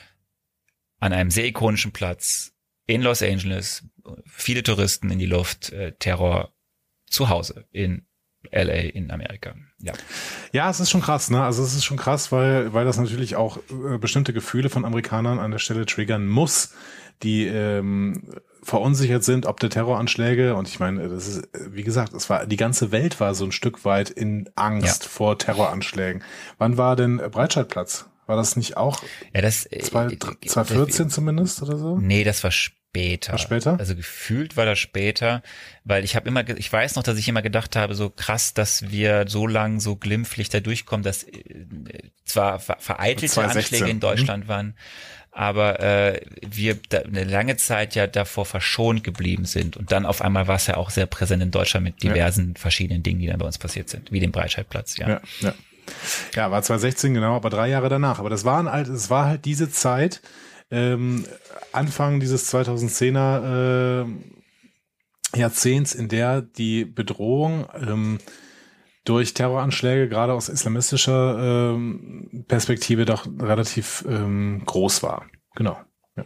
an einem sehr ikonischen Platz in Los Angeles, viele Touristen in die Luft, äh, Terror zu Hause in L A in Amerika. Ja. Ja, es ist schon krass, ne? Also es ist schon krass, weil weil das natürlich auch äh, bestimmte Gefühle von Amerikanern an der Stelle triggern muss, die ähm, verunsichert sind, ob der Terroranschläge und ich meine, das ist wie gesagt, es war die ganze Welt war so ein Stück weit in Angst ja. vor Terroranschlägen. Wann war denn Breitscheidplatz? War das nicht auch? Ja, das zwanzig vierzehn zumindest oder so? Nee, das war später. War später? Also gefühlt war das später, weil ich habe immer, ich weiß noch, dass ich immer gedacht habe, so krass, dass wir so lang so glimpflich da durchkommen, dass äh, zwar ver vereitelte Anschläge in Deutschland mhm. waren, aber äh, wir da eine lange Zeit ja davor verschont geblieben sind und dann auf einmal war es ja auch sehr präsent in Deutschland mit diversen ja. verschiedenen Dingen, die dann bei uns passiert sind, wie dem Breitscheidplatz. Ja, ja, ja. Ja, war zwanzig sechzehn genau, aber drei Jahre danach. Aber das waren halt, es war halt diese Zeit. Ähm, Anfang dieses zweitausendzehner äh, Jahrzehnts, in der die Bedrohung ähm, durch Terroranschläge gerade aus islamistischer ähm, Perspektive doch relativ ähm, groß war. Genau. Ja.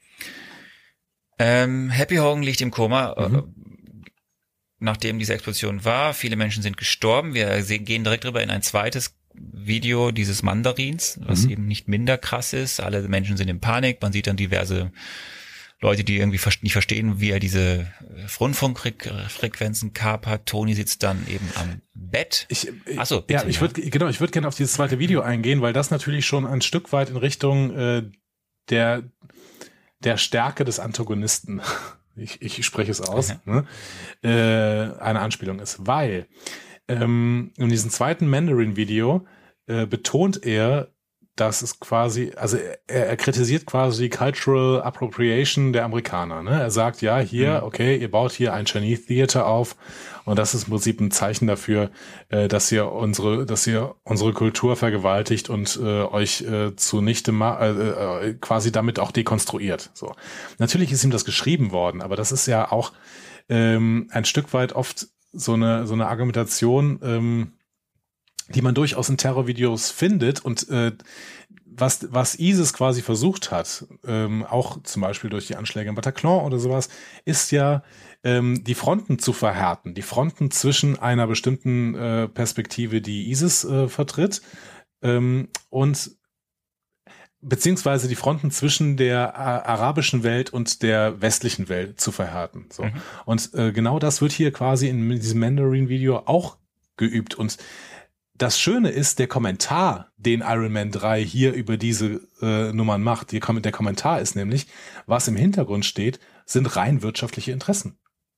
Ähm, Happy Hogan liegt im Koma, Mhm. äh, nachdem diese Explosion war. Viele Menschen sind gestorben. Wir sehen, gehen direkt rüber in ein zweites Video dieses Mandarins, was mhm. eben nicht minder krass ist. Alle Menschen sind in Panik. Man sieht dann diverse Leute, die irgendwie nicht verstehen, wie er diese Rundfunkfrequenzen kapert. Tony sitzt dann eben am Bett. Ich, Ach so, bitte, ja, ich würde genau, ich würde gerne auf dieses zweite Video eingehen, weil das natürlich schon ein Stück weit in Richtung äh, der der Stärke des Antagonisten, ich, ich spreche es aus, ne, äh, eine Anspielung ist, weil ähm, in diesem zweiten Mandarin-Video äh, betont er, das ist quasi, also er, er kritisiert quasi die Cultural Appropriation der Amerikaner. Ne? Er sagt, ja, hier, okay, ihr baut hier ein Chinese Theater auf und das ist im Prinzip ein Zeichen dafür, äh, dass ihr unsere, dass ihr unsere Kultur vergewaltigt und äh, euch äh, zunichte ma- äh, äh, quasi damit auch dekonstruiert. So, natürlich ist ihm das geschrieben worden, aber das ist ja auch ähm, ein Stück weit oft so eine so eine Argumentation, ähm, die man durchaus in Terrorvideos findet und äh, was was ISIS quasi versucht hat, ähm, auch zum Beispiel durch die Anschläge im Bataclan oder sowas, ist ja ähm, die Fronten zu verhärten, die Fronten zwischen einer bestimmten äh, Perspektive, die ISIS äh, vertritt, ähm, und beziehungsweise die Fronten zwischen der äh, arabischen Welt und der westlichen Welt zu verhärten. So. Mhm. Und äh, genau das wird hier quasi in diesem Mandarin-Video auch geübt. Und das Schöne ist, der Kommentar, den Iron Man drei hier über diese äh, Nummern macht, die, der Kommentar ist nämlich, was im Hintergrund steht, sind rein wirtschaftliche Interessen.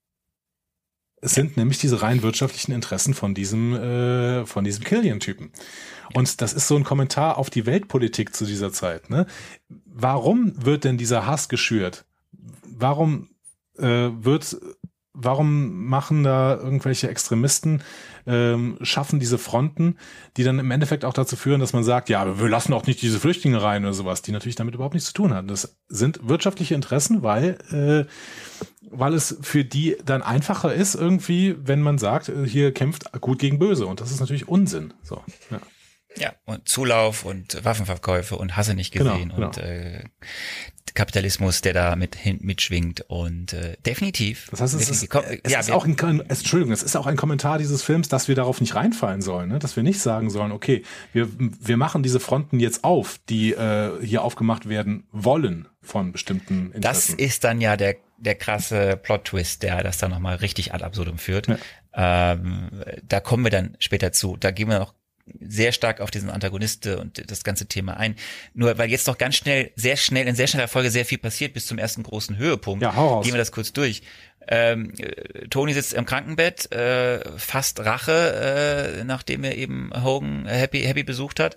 Es sind nämlich diese rein wirtschaftlichen Interessen von diesem äh, von diesem Killian-Typen. Und das ist so ein Kommentar auf die Weltpolitik zu dieser Zeit. Ne? Warum wird denn dieser Hass geschürt? Warum äh, wird Warum machen da irgendwelche Extremisten, ähm, schaffen diese Fronten, die dann im Endeffekt auch dazu führen, dass man sagt, ja, wir lassen auch nicht diese Flüchtlinge rein oder sowas, die natürlich damit überhaupt nichts zu tun haben. Das sind wirtschaftliche Interessen, weil äh, weil es für die dann einfacher ist irgendwie, wenn man sagt, hier kämpft gut gegen böse. Und das ist natürlich Unsinn. So, ja. Ja, und Zulauf und Waffenverkäufe und Hasse nicht gesehen genau, genau. und äh, Kapitalismus, der da mit hin, mitschwingt und äh, definitiv. Das heißt, es definitiv. ist, es ja, ist auch ein, Entschuldigung, es ist auch ein Kommentar dieses Films, dass wir darauf nicht reinfallen sollen, ne? Dass wir nicht sagen sollen, okay, wir wir machen diese Fronten jetzt auf, die äh, hier aufgemacht werden wollen von bestimmten Interessen. Das ist dann ja der der krasse Plot-Twist, der das dann nochmal richtig ad absurdum führt. Ja. Ähm, da kommen wir dann später zu. Da gehen wir noch sehr stark auf diesen Antagoniste und das ganze Thema ein. Nur weil jetzt noch ganz schnell, sehr schnell, in sehr schneller Folge sehr viel passiert bis zum ersten großen Höhepunkt. Ja, hau raus. Gehen wir das kurz durch. Ähm, Tony sitzt im Krankenbett, äh, fasst Rache, äh, nachdem er eben Hogan Happy, Happy besucht hat.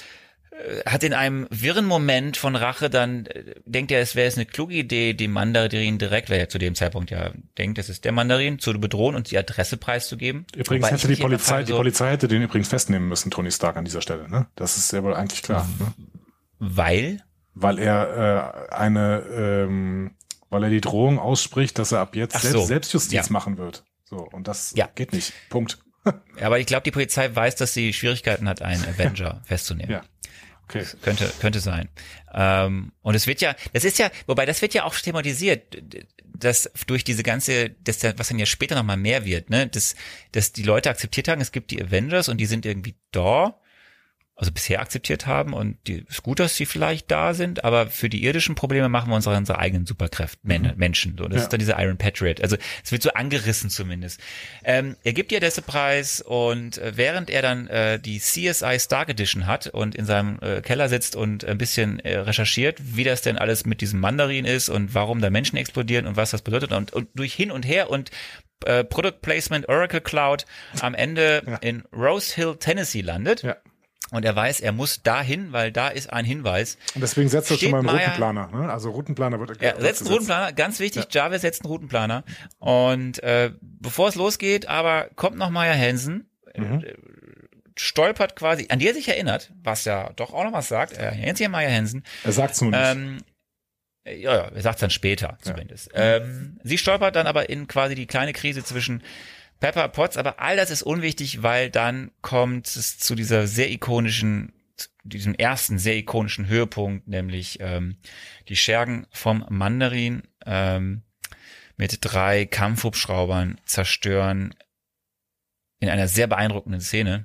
Hat in einem wirren Moment von Rache dann, äh, denkt er, es wäre jetzt eine kluge Idee, die Mandarin direkt, weil er zu dem Zeitpunkt ja denkt, es ist der Mandarin, zu bedrohen und die Adresse preiszugeben. Übrigens Wobei hätte die Polizei, so, die Polizei hätte den übrigens festnehmen müssen, Tony Stark an dieser Stelle, ne? Das ist ja wohl eigentlich klar. Ne? Weil? Weil er äh, eine, ähm, weil er die Drohung ausspricht, dass er ab jetzt Ach selbst, so. Selbstjustiz ja. machen wird. So, und das ja. geht nicht. Punkt. Ja, aber ich glaube, die Polizei weiß, dass sie Schwierigkeiten hat, einen Avenger festzunehmen. Ja. Okay. Könnte, könnte sein. Ähm, und es wird ja, das ist ja, wobei das wird ja auch thematisiert, dass durch diese ganze, das, was dann ja später nochmal mehr wird, ne, dass, dass die Leute akzeptiert haben, es gibt die Avengers und die sind irgendwie da, also bisher akzeptiert haben und die, ist gut, dass sie vielleicht da sind, aber für die irdischen Probleme machen wir unsere, unsere eigenen Superkräfte, mhm. Menschen, so. Das ja. ist dann dieser Iron Patriot. Also, es wird so angerissen zumindest. Ähm, er gibt ihr dessen Preis und äh, während er dann äh, die C S I Stark Edition hat und in seinem äh, Keller sitzt und ein bisschen äh, recherchiert, wie das denn alles mit diesem Mandarin ist und warum da Menschen explodieren und was das bedeutet und, und durch hin und her und äh, Product Placement Oracle Cloud am Ende ja. in Rose Hill, Tennessee landet. Ja. Und er weiß, er muss dahin, weil da ist ein Hinweis. Und deswegen setzt er schon mal einen Routenplaner. Ne? Also Routenplaner wird er setzt einen Routenplaner, ganz wichtig. Ja. Jarvis setzt einen Routenplaner. Und äh, bevor es losgeht, aber kommt noch Maya Hansen, mhm. äh, stolpert quasi, an die er sich erinnert, was ja doch auch noch was sagt. Er erinnert sich an Maya Hansen. Er sagt es nur nicht. Ähm, ja, ja, er sagt es dann später zumindest. Ja. Ähm, sie stolpert dann aber in quasi die kleine Krise zwischen Pepper Potts, aber all das ist unwichtig, weil dann kommt es zu dieser sehr ikonischen, diesem ersten sehr ikonischen Höhepunkt, nämlich ähm, die Schergen vom Mandarin ähm, mit drei Kampfhubschraubern zerstören in einer sehr beeindruckenden Szene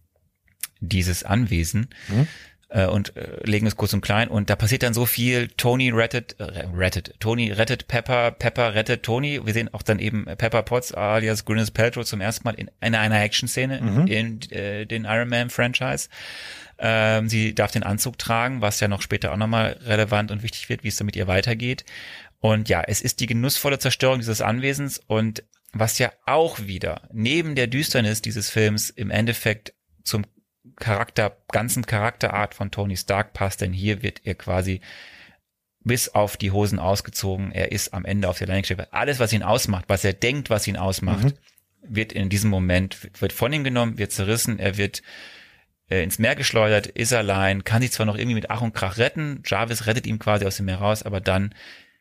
dieses Anwesen. Mhm. Und äh, legen es kurz und klein und da passiert dann so viel. Tony rettet, äh, rettet, Tony rettet Pepper, Pepper rettet Tony. Wir sehen auch dann eben Pepper Potts alias Gwyneth Paltrow zum ersten Mal in, in einer Action-Szene mhm. in äh, den Iron Man Franchise. Ähm, sie darf den Anzug tragen, was ja noch später auch nochmal relevant und wichtig wird, wie es dann mit ihr weitergeht. Und ja, es ist die genussvolle Zerstörung dieses Anwesens und was ja auch wieder neben der Düsternis dieses Films im Endeffekt zum Charakter, ganzen Charakterart von Tony Stark passt, denn hier wird er quasi bis auf die Hosen ausgezogen. Er ist am Ende auf der Landing gestellt. Alles, was ihn ausmacht, was er denkt, was ihn ausmacht, mhm. wird in diesem Moment, wird von ihm genommen, wird zerrissen, er wird äh, ins Meer geschleudert, ist allein, kann sich zwar noch irgendwie mit Ach und Krach retten, Jarvis rettet ihn quasi aus dem Meer raus, aber dann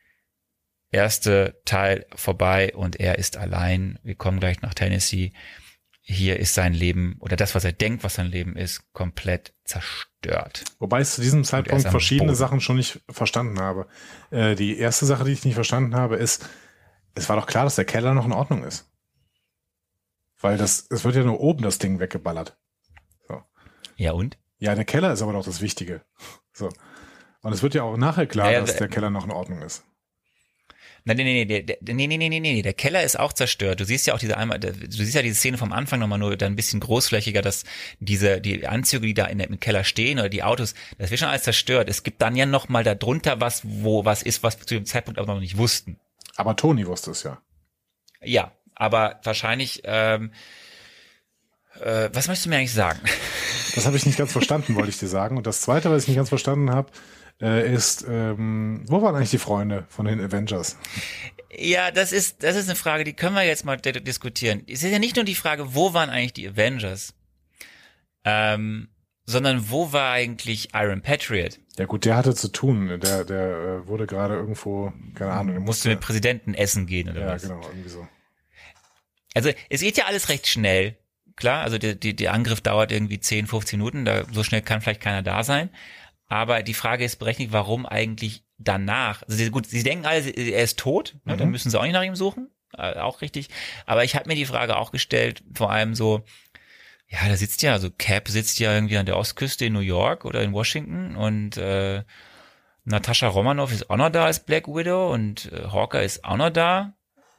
erste Teil vorbei und er ist allein. Wir kommen gleich nach Tennessee. Hier ist sein Leben oder das, was er denkt, was sein Leben ist, komplett zerstört. Wobei ich zu diesem Zeitpunkt verschiedene Sachen schon nicht verstanden habe. Äh, die erste Sache, die ich nicht verstanden habe, ist, es war doch klar, dass der Keller noch in Ordnung ist. Weil das, es wird ja nur oben das Ding weggeballert. So. Ja und? Ja, der Keller ist aber doch das Wichtige. So. Und es wird ja auch nachher klar, ja, ja, dass der Keller noch in Ordnung ist. Nein, nee, nee, nee, nee, nee, nee, nee, nee, der Keller ist auch zerstört. Du siehst ja auch diese einmal, du siehst ja diese Szene vom Anfang nochmal nur dann ein bisschen großflächiger, dass diese, die Anzüge, die da in der, im Keller stehen oder die Autos, das wird schon alles zerstört. Es gibt dann ja nochmal da drunter was, wo was ist, was wir zu dem Zeitpunkt aber noch nicht wussten. Aber Tony wusste es ja. Ja, aber wahrscheinlich, ähm, äh, was möchtest du mir eigentlich sagen? Das habe ich nicht ganz verstanden, wollte ich dir sagen. Und das Zweite, was ich nicht ganz verstanden habe, äh, ist, ähm, wo waren eigentlich die Freunde von den Avengers? Ja, das ist, das ist eine Frage, die können wir jetzt mal d- diskutieren. Es ist ja nicht nur die Frage, wo waren eigentlich die Avengers, ähm, sondern wo war eigentlich Iron Patriot? Ja gut, der hatte zu tun. Der, der äh, wurde gerade irgendwo, keine Ahnung. Der musste musste mit Präsidenten essen gehen oder ja, was? Ja, genau, irgendwie so. Also es geht ja alles recht schnell. Klar, also der, die, der Angriff dauert irgendwie zehn, fünfzehn Minuten, da so schnell kann vielleicht keiner da sein. Aber die Frage ist berechtigt, warum eigentlich danach? Also sie, gut, sie denken alle, er ist tot, ne? Mhm. Dann müssen sie auch nicht nach ihm suchen, äh, auch richtig. Aber ich habe mir die Frage auch gestellt, vor allem so, ja, da sitzt ja, also Cap sitzt ja irgendwie an der Ostküste in New York oder in Washington und äh, Natascha Romanoff ist auch noch da als Black Widow und äh, Hawker ist auch noch da.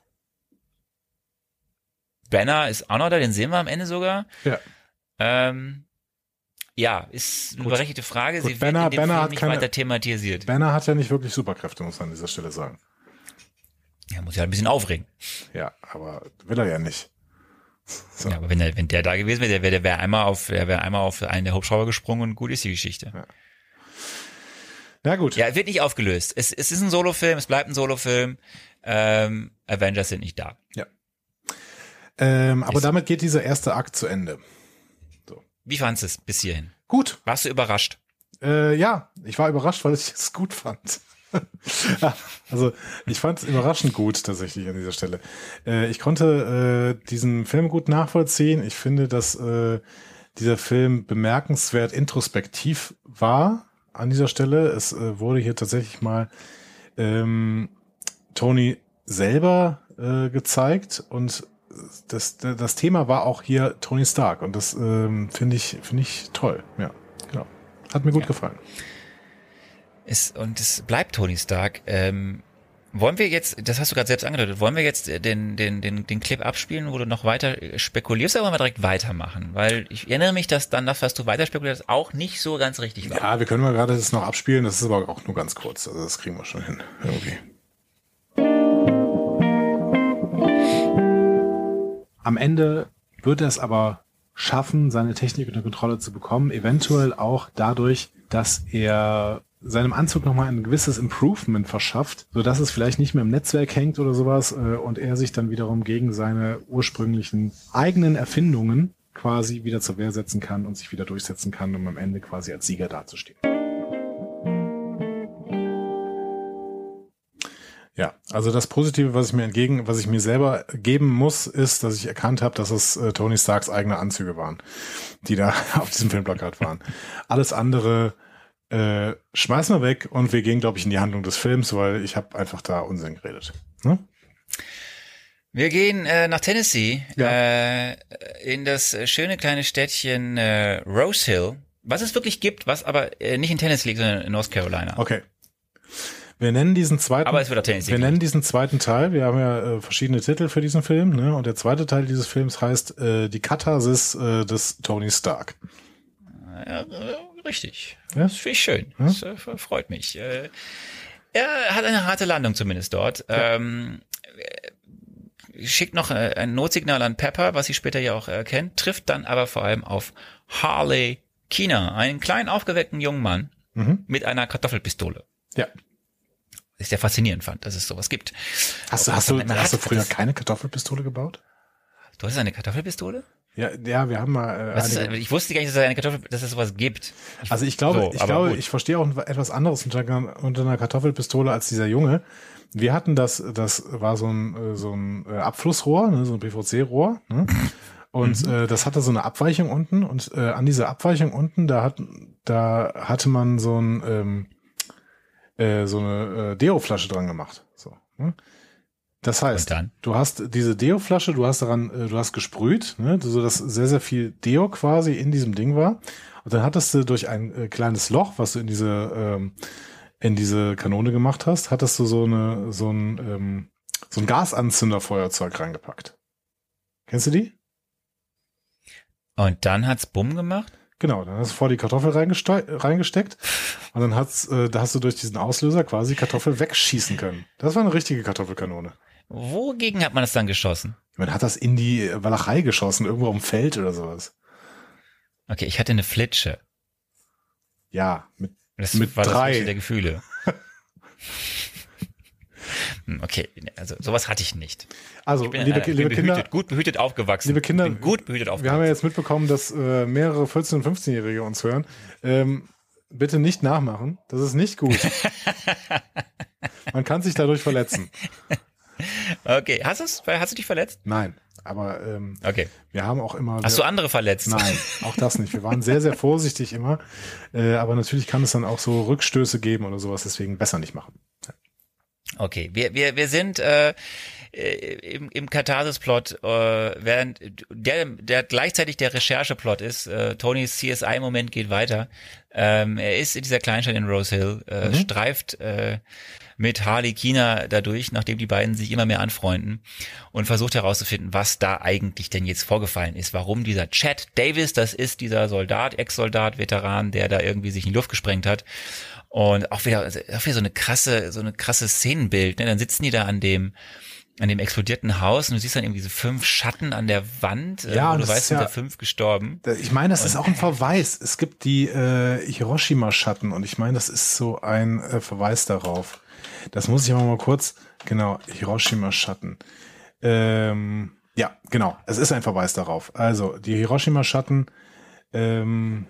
Banner ist auch noch da, den sehen wir am Ende sogar. Ja. Ähm, ja, ist eine Gut. berechtigte Frage. Gut, Sie Banner- wird in dem Banner Film hat nicht keine- weiter thematisiert. Banner hat ja nicht wirklich Superkräfte, muss man an dieser Stelle sagen. Ja, muss ja ein bisschen aufregen. Ja, aber will er ja nicht. So. Ja, aber wenn der, wenn der da gewesen wäre, der wäre, der wäre einmal auf, der wäre einmal auf einen der Hubschrauber gesprungen und gut ist die Geschichte. Ja. Na gut. Ja, wird nicht aufgelöst. Es, es ist ein Solofilm, es bleibt ein Solofilm. Ähm, Avengers sind nicht da. Ja. Ähm, aber Ist- damit geht dieser erste Akt zu Ende. Wie fandest du es bis hierhin? Gut. Warst du überrascht? Äh, ja, ich war überrascht, weil ich es gut fand. Also ich fand es überraschend gut tatsächlich an dieser Stelle. Äh, ich konnte äh, diesen Film gut nachvollziehen. Ich finde, dass äh, dieser Film bemerkenswert introspektiv war an dieser Stelle. Es äh, wurde hier tatsächlich mal ähm, Tony selber äh, gezeigt und das, das Thema war auch hier Tony Stark und das ähm, finde ich, finde ich toll. Ja, genau. Hat mir gut Ja. gefallen. Es, und es bleibt Tony Stark. Ähm, wollen wir jetzt, das hast du gerade selbst angedeutet, wollen wir jetzt den, den, den, den Clip abspielen, wo du noch weiter spekulierst, oder wollen wir direkt weitermachen? Weil ich erinnere mich, dass dann das, was du weiter spekulierst, auch nicht so ganz richtig war. Ja, wir können mal gerade das noch abspielen, das ist aber auch nur ganz kurz. Also das kriegen wir schon hin. Irgendwie. Am Ende wird er es aber schaffen, seine Technik unter Kontrolle zu bekommen, eventuell auch dadurch, dass er seinem Anzug nochmal ein gewisses Improvement verschafft, sodass es vielleicht nicht mehr im Netzwerk hängt oder sowas äh, und er sich dann wiederum gegen seine ursprünglichen eigenen Erfindungen quasi wieder zur Wehr setzen kann und sich wieder durchsetzen kann, um am Ende quasi als Sieger dazustehen. Ja, also das Positive, was ich mir entgegen, was ich mir selber geben muss, ist, dass ich erkannt habe, dass es äh, Tony Starks eigene Anzüge waren, die da auf diesem Filmplakat waren. Alles andere äh, schmeißen wir weg und wir gehen, glaube ich, in die Handlung des Films, weil ich habe einfach da Unsinn geredet. Ne? Wir gehen äh, nach Tennessee, Ja. äh, in das schöne kleine Städtchen äh, Rose Hill, was es wirklich gibt, was aber äh, nicht in Tennessee liegt, sondern in North Carolina. Okay. Wir nennen diesen zweiten, Aber es wird auch Tennessee wir geben. nennen diesen zweiten Teil. Wir haben ja äh, verschiedene Titel für diesen Film, ne? Und der zweite Teil dieses Films heißt äh, die Katharsis äh, des Tony Stark. Ja, äh, richtig. Ja? Das finde ich schön. Ja? Das äh, freut mich. Äh, er hat eine harte Landung zumindest dort. Ja. Ähm, schickt noch äh, ein Notsignal an Pepper, was sie später ja auch erkennt, trifft dann aber vor allem auf Harley Keener, einen kleinen aufgeweckten jungen Mann Mhm. mit einer Kartoffelpistole. Ja. Was ich sehr faszinierend fand, dass es sowas gibt. Hast du, Auch hast was du, man hast du hat, früher das- keine Kartoffelpistole gebaut? Du hast eine Kartoffelpistole? Ja, ja, wir haben mal. Äh, Was ist, einige- ich wusste gar nicht, dass es eine Kartoffel, dass es sowas gibt. also ich glaube, So, ich aber glaube, gut. ich verstehe auch etwas anderes unter, unter einer Kartoffelpistole als dieser Junge. Wir hatten das, das war so ein äh, so ein äh, Abflussrohr, ne, so ein P V C-Rohr, ne? Und Mhm. äh, das hatte so eine Abweichung unten und äh, an dieser Abweichung unten, da hat, da hatte man so ein ähm, äh, so eine äh, Deo-Flasche dran gemacht. So. Ne? Das heißt, Und dann? du hast diese Deo-Flasche, du hast daran, äh, du hast gesprüht, ne, so dass sehr, sehr viel Deo quasi in diesem Ding war. Und dann hattest du durch ein äh, kleines Loch, was du in diese ähm, in diese Kanone gemacht hast, hattest du so eine so ein ähm, so ein Gasanzünderfeuerzeug reingepackt. Kennst du die? Und dann hat's Bumm gemacht? Genau, dann hast du vor die Kartoffel reingeste- reingesteckt und dann hat's, äh, da hast du durch diesen Auslöser quasi Kartoffel wegschießen können. Das war eine richtige Kartoffelkanone. Wogegen hat man das dann geschossen? Man hat das in die Walachei geschossen, irgendwo am Feld oder sowas. Okay, ich hatte eine Flitsche. Ja, mit, Das Mit war drei. das höchste der Gefühle. Hm, okay, also sowas hatte ich nicht. also Ich bin, liebe, äh, ich bin liebe behütet, Kinder, gut behütet aufgewachsen. liebe Kinder, ich bin gut behütet wir aufgewachsen. haben ja jetzt mitbekommen, dass äh, mehrere vierzehn- und fünfzehnjährige uns hören. Ähm, bitte nicht nachmachen, das ist nicht gut. Man kann sich dadurch verletzen. Okay, hast du's? Hast du dich verletzt? Nein, aber ähm, Okay. wir haben auch immer... Hast du andere verletzt? Nein, auch das nicht. Wir waren sehr, sehr vorsichtig immer. Äh, aber natürlich kann es dann auch so Rückstöße geben oder sowas, deswegen besser nicht machen. Okay, wir wir wir sind äh, äh, im im Katharsis-Plot, äh, während der der gleichzeitig der Recherche-Plot ist. Äh, Tonys C S I-Moment geht weiter. Ähm, er ist in dieser Kleinstadt in Rose Hill, äh, Mhm. streift äh, mit Harley Keener dadurch, nachdem die beiden sich immer mehr anfreunden und versucht herauszufinden, was da eigentlich denn jetzt vorgefallen ist. Warum dieser Chad Davis, das ist dieser Soldat, Ex-Soldat, Veteran, der da irgendwie sich in die Luft gesprengt hat. Und auch wieder, auch wieder so eine krasse, so eine krasse Szenenbild. Ne? Dann sitzen die da an dem, an dem explodierten Haus und du siehst dann irgendwie diese fünf Schatten an der Wand. äh, Ja, wo und du das weißt, ist sind ja- da fünf gestorben. Ich meine, das ist auch ein Verweis. Es gibt die äh, Hiroshima-Schatten und ich meine, das ist so ein äh, Verweis darauf. Das muss ich aber mal kurz, genau, Hiroshima-Schatten. Ähm, ja, genau, es ist ein Verweis darauf. Also, die Hiroshima-Schatten, ähm,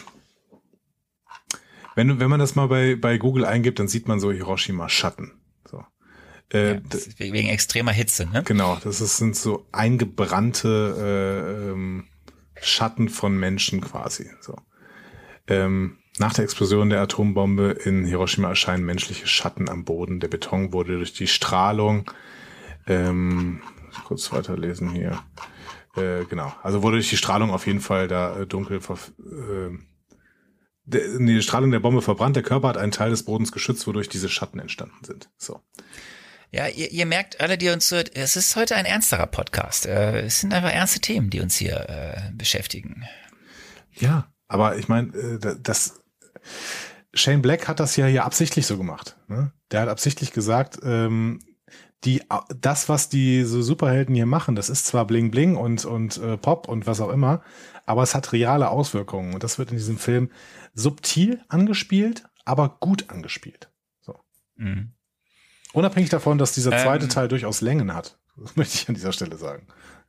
wenn, du- wenn man das mal bei, bei Google eingibt, dann sieht man so Hiroshima-Schatten. So. Äh, Ja, das ist wegen extremer Hitze, ne? Genau, das ist, sind so eingebrannte äh, ähm, Schatten von Menschen quasi. So. Ähm, nach der Explosion der Atombombe in Hiroshima erscheinen menschliche Schatten am Boden. Der Beton wurde durch die Strahlung, ähm, kurz weiterlesen hier, äh, genau, also wurde durch die Strahlung auf jeden Fall da äh, dunkel, ver- äh, der, die Strahlung der Bombe verbrannt. Der Körper hat einen Teil des Bodens geschützt, wodurch diese Schatten entstanden sind. So. Ja, ihr, ihr merkt alle, die uns hört, es ist heute ein ernsterer Podcast. Äh, es sind einfach ernste Themen, die uns hier äh, beschäftigen. Ja, aber ich meine, äh, das Shane Black hat das ja hier absichtlich so gemacht. Ne? Der hat absichtlich gesagt, ähm, die, das, was die so Superhelden hier machen, das ist zwar Bling Bling und, und äh, Pop und was auch immer, aber es hat reale Auswirkungen. Und das wird in diesem Film subtil angespielt, aber gut angespielt. So. Mhm. Unabhängig davon, dass dieser zweite Ähm, Teil durchaus Längen hat. Das möchte ich an dieser Stelle sagen.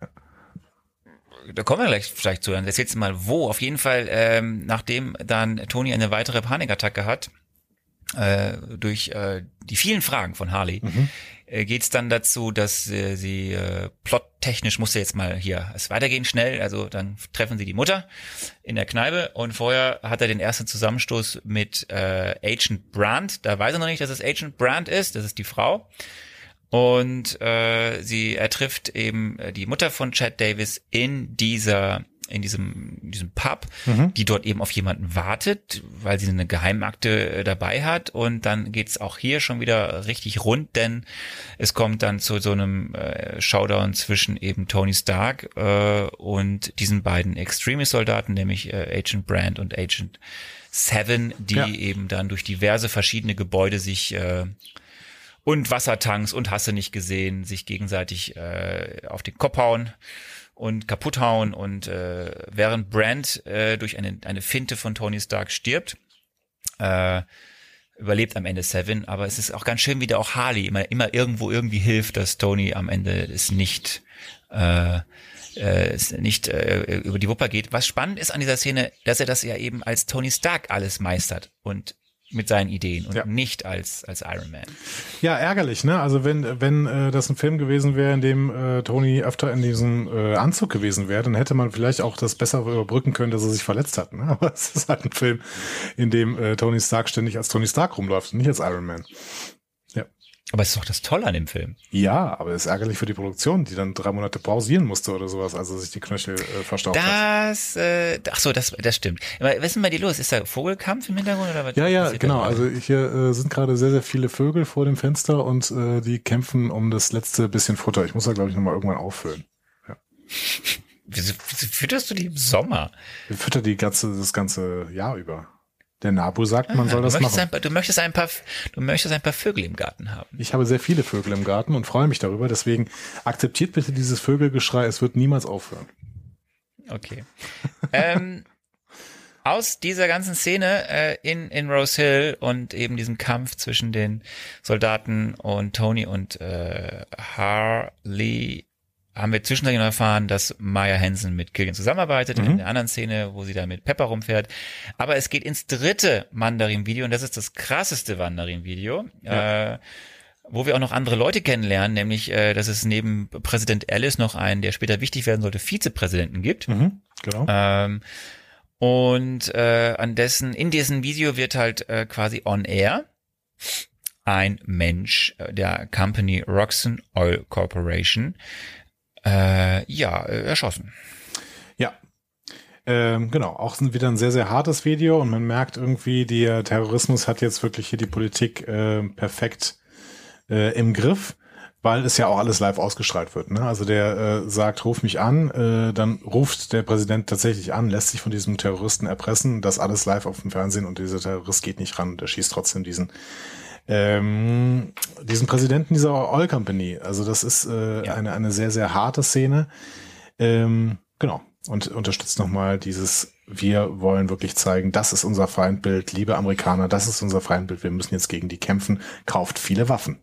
Da kommen wir gleich vielleicht zu. Dann erzählst du mal, wo. Auf jeden Fall, ähm, nachdem dann Tony eine weitere Panikattacke hat, äh, durch äh, die vielen Fragen von Harley, Mhm. äh, geht's dann dazu, dass äh, sie äh, plottechnisch musste jetzt mal hier es weitergehen schnell. Also dann treffen sie die Mutter in der Kneipe und vorher hat er den ersten Zusammenstoß mit äh, Agent Brandt. Da weiß er noch nicht, dass es Agent Brandt ist. Das ist die Frau. Und äh, sie er trifft eben äh, die Mutter von Chad Davis in dieser in diesem in diesem Pub, Mhm. die dort eben auf jemanden wartet, weil sie eine Geheimakte äh, dabei hat. Und dann geht's auch hier schon wieder richtig rund, denn es kommt dann zu so einem äh, Showdown zwischen eben Tony Stark äh, und diesen beiden Extremist-Soldaten, nämlich äh, Agent Brandt und Agent Seven, die Ja. eben dann durch diverse verschiedene Gebäude sich äh, und Wassertanks und hast du nicht gesehen, sich gegenseitig äh, auf den Kopf hauen und kaputt hauen und äh, während Brand äh, durch eine eine Finte von Tony Stark stirbt, äh, überlebt am Ende Seven, aber es ist auch ganz schön, wie der auch Harley immer immer irgendwo irgendwie hilft, dass Tony am Ende es nicht äh, äh, es nicht äh, über die Wupper geht. Was spannend ist an dieser Szene, dass er das ja eben als Tony Stark alles meistert und mit seinen Ideen und ja. nicht als als Iron Man. Ja, ärgerlich, ne? Also wenn wenn äh, das ein Film gewesen wäre, in dem äh, Tony öfter in diesem äh, Anzug gewesen wäre, dann hätte man vielleicht auch das besser überbrücken können, dass er sich verletzt hat. Ne? Aber es ist halt ein Film, in dem äh, Tony Stark ständig als Tony Stark rumläuft und nicht als Iron Man. Ja. Aber es ist doch das Tolle an dem Film. Ja, aber es ist ärgerlich für die Produktion, die dann drei Monate pausieren musste oder sowas, also sich die Knöchel äh, verstaucht hat. Das, äh, ach so, das, das stimmt. Aber was ist denn bei dir los? Ist da Vogelkampf im Hintergrund oder was? Ja, ja, passiert genau. da? Also hier äh, sind gerade sehr, sehr viele Vögel vor dem Fenster und äh, die kämpfen um das letzte bisschen Futter. Ich muss da, glaube ich, nochmal irgendwann auffüllen. Ja. Wieso, wieso fütterst du die im Sommer? Ich fütter die ganze, das ganze Jahr über. Der Nabu sagt, man Ah, soll du das möchtest machen. Ein, du möchtest ein paar, du möchtest ein paar Vögel im Garten haben. Ich habe sehr viele Vögel im Garten und freue mich darüber. Deswegen akzeptiert bitte dieses Vögelgeschrei. Es wird niemals aufhören. Okay. ähm, aus dieser ganzen Szene äh, in, in Rose Hill und eben diesem Kampf zwischen den Soldaten und Tony und äh, Harley haben wir zwischendurch noch erfahren, dass Maya Hansen mit Killian zusammenarbeitet, Mhm. in der anderen Szene, wo sie da mit Pepper rumfährt. Aber es geht ins dritte Mandarin-Video und das ist das krasseste Mandarin-Video, Ja. äh, wo wir auch noch andere Leute kennenlernen, nämlich, äh, dass es neben Präsident Ellis noch einen, der später wichtig werden sollte, Vizepräsidenten gibt. Mhm, genau. Ähm, und äh, an dessen, in diesem Video wird halt äh, quasi on air ein Mensch äh, der Company Roxxon Oil Corporation äh, ja, äh, erschossen. Ja. Ähm, genau, auch wieder ein sehr, sehr hartes Video und man merkt irgendwie, der Terrorismus hat jetzt wirklich hier die Politik äh, perfekt äh, im Griff, weil es ja auch alles live ausgestrahlt wird. Ne? Also der äh, sagt, ruf mich an, äh, dann ruft der Präsident tatsächlich an, lässt sich von diesem Terroristen erpressen, das alles live auf dem Fernsehen und dieser Terrorist geht nicht ran, der schießt trotzdem diesen ähm, diesen Präsidenten dieser Oil Company. Also das ist äh, Ja. eine, eine sehr, sehr harte Szene. Ähm, genau. Und unterstützt nochmal dieses, wir wollen wirklich zeigen, das ist unser Feindbild, liebe Amerikaner, das ist unser Feindbild, wir müssen jetzt gegen die kämpfen, kauft viele Waffen.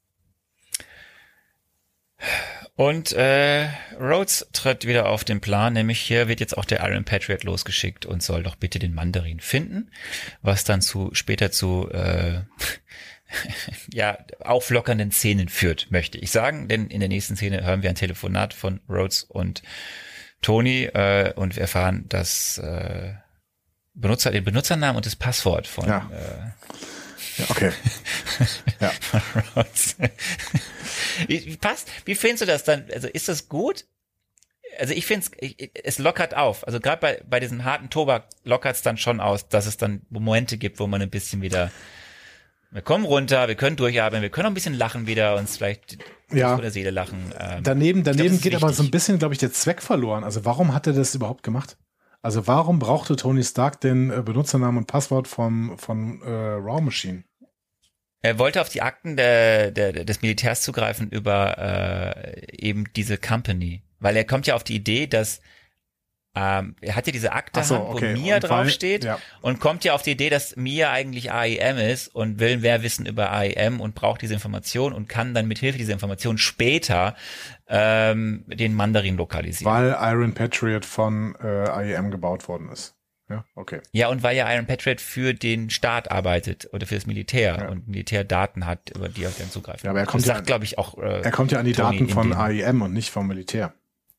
Und äh, Rhodes tritt wieder auf den Plan, nämlich hier wird jetzt auch der Iron Patriot losgeschickt und soll doch bitte den Mandarin finden, was dann zu später zu äh, ja auflockernden Szenen führt, möchte ich sagen, denn in der nächsten Szene hören wir ein Telefonat von Rhodes und Tony äh, und wir erfahren, dass äh, Benutzer den Benutzernamen und das Passwort von Ja. äh, Ja, okay. Ja. Rhodes. Wie, wie passt? Wie findest du das dann? Also ist das gut? Also ich finde es, es lockert auf. Also gerade bei bei diesem harten Tobak lockert es dann schon aus, dass es dann Momente gibt, wo man ein bisschen wieder, wir kommen runter, wir können durchatmen, wir können auch ein bisschen lachen wieder, uns vielleicht Ja. vor der Seele lachen. Ähm, Daneben, ich glaub, daneben das ist geht aber so ein wichtig. bisschen, glaube ich, der Zweck verloren. Also warum hat er das überhaupt gemacht? Also warum brauchte Tony Stark den äh, Benutzernamen und Passwort vom, von äh, Raw Machine? Er wollte auf die Akten der, der, des Militärs zugreifen über äh, eben diese Company. Weil er kommt ja auf die Idee, dass ähm, er hat ja diese Akte, Ach so, Hand, okay. wo Mia Und weil- draufsteht ja. und kommt ja auf die Idee, dass Mia eigentlich A I M ist und will mehr wissen über A I M und braucht diese Information und kann dann mit Hilfe dieser Information später ähm, den Mandarin lokalisieren. Weil Iron Patriot von äh, I E M gebaut worden ist. Ja, okay. Ja, und weil ja Iron Patriot für den Staat arbeitet oder für das Militär Ja. und Militärdaten hat, über die er dann zugreifen Ja, aber er kann. kommt das ja sagt, an- glaube ich, auch äh, Er kommt ja an die Tony Daten in von dem- I E M und nicht vom Militär.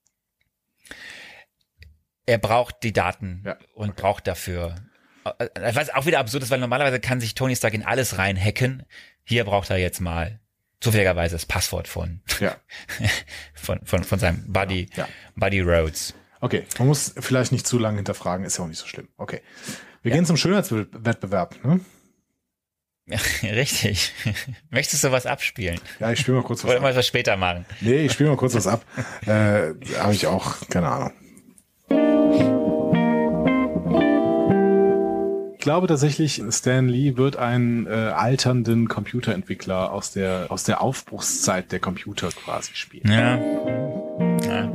Er braucht die Daten Ja, und braucht dafür, äh, was auch wieder absurd ist, weil normalerweise kann sich Tony Stark in alles reinhacken. Hier braucht er jetzt mal zufälligerweise das Passwort von, Ja. von, von, von seinem Buddy, Ja. Buddy Rhodes. Okay, man muss vielleicht nicht zu lange hinterfragen, ist ja auch nicht so schlimm. Okay. Wir gehen zum Schönheitswettbewerb, ne? Ja, richtig. Möchtest du was abspielen? Ja, ich spiele mal kurz was Oder ab. wollen wir das später machen? Nee, ich spiele mal kurz was ab. Äh, habe ich auch, keine Ahnung. glaube tatsächlich, Stan Lee wird einen äh, alternden Computerentwickler aus der aus der Aufbruchszeit der Computer quasi spielen. Ja. ja.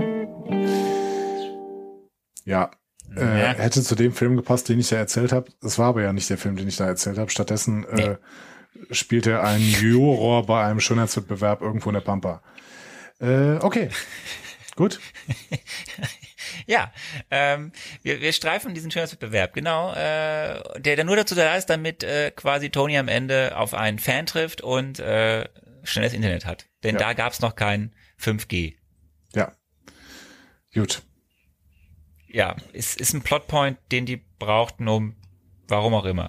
Ja. Äh, Ja. hätte zu dem Film gepasst, den ich da erzählt habe. Das war aber ja nicht der Film, den ich da erzählt habe. Stattdessen äh, Nee. spielt er einen Juror bei einem Schönheitswettbewerb irgendwo in der Pampa. Äh, okay, gut. Ja, ähm, wir, wir streifen diesen Schönheitswettbewerb, genau, äh, der, der nur dazu da ist, damit äh, quasi Tony am Ende auf einen Fan trifft und äh, schnelles Internet hat. Denn Ja. da gab's noch kein fünf G. Ja, gut. Ja, es ist ein Plotpoint, den die brauchten, um warum auch immer.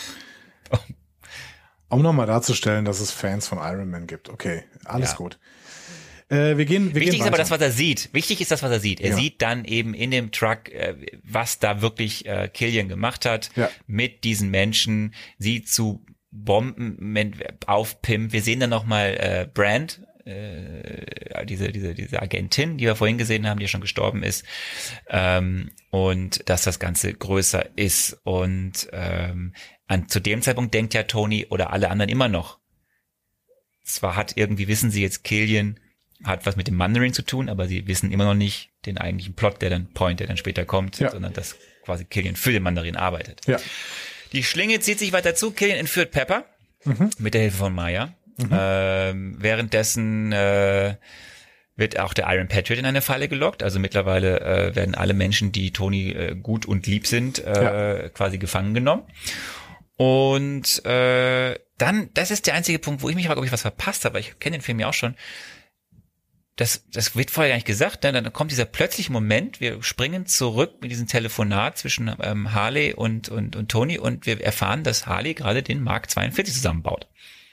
Um nochmal darzustellen, dass es Fans von Iron Man gibt. Okay, alles Ja. gut. Äh, wir gehen, wir Wichtig gehen ist aber weiter. das, was er sieht. Wichtig ist das, was er sieht. Er Ja. sieht dann eben in dem Truck, äh, was da wirklich äh, Killian gemacht hat Ja. mit diesen Menschen, sie zu Bomben men- aufpimpt. Wir sehen dann nochmal äh, Brand, äh, diese, diese, diese Agentin, die wir vorhin gesehen haben, die ja schon gestorben ist, ähm, und dass das Ganze größer ist. Und ähm, an, zu dem Zeitpunkt denkt ja Tony oder alle anderen immer noch, zwar hat irgendwie, wissen sie jetzt, Killian hat was mit dem Mandarin zu tun, aber sie wissen immer noch nicht den eigentlichen Plot, der dann Point, der dann später kommt, Ja. sondern dass quasi Killian für den Mandarin arbeitet. Ja. Die Schlinge zieht sich weiter zu, Killian entführt Pepper Mhm. mit der Hilfe von Maya. Ähm, währenddessen äh, wird auch der Iron Patriot in eine Falle gelockt. Also mittlerweile äh, werden alle Menschen, die Tony äh, gut und lieb sind, äh, quasi gefangen genommen. Und äh, dann, das ist der einzige Punkt, wo ich mich frage, ob ich was verpasst habe. Ich kenne den Film ja auch schon. Das, das wird vorher gar nicht gesagt. Ne? Dann kommt dieser plötzliche Moment, wir springen zurück mit diesem Telefonat zwischen ähm, Harley und, und, und Tony und wir erfahren, dass Harley gerade den Mark zweiundvierzig zusammenbaut.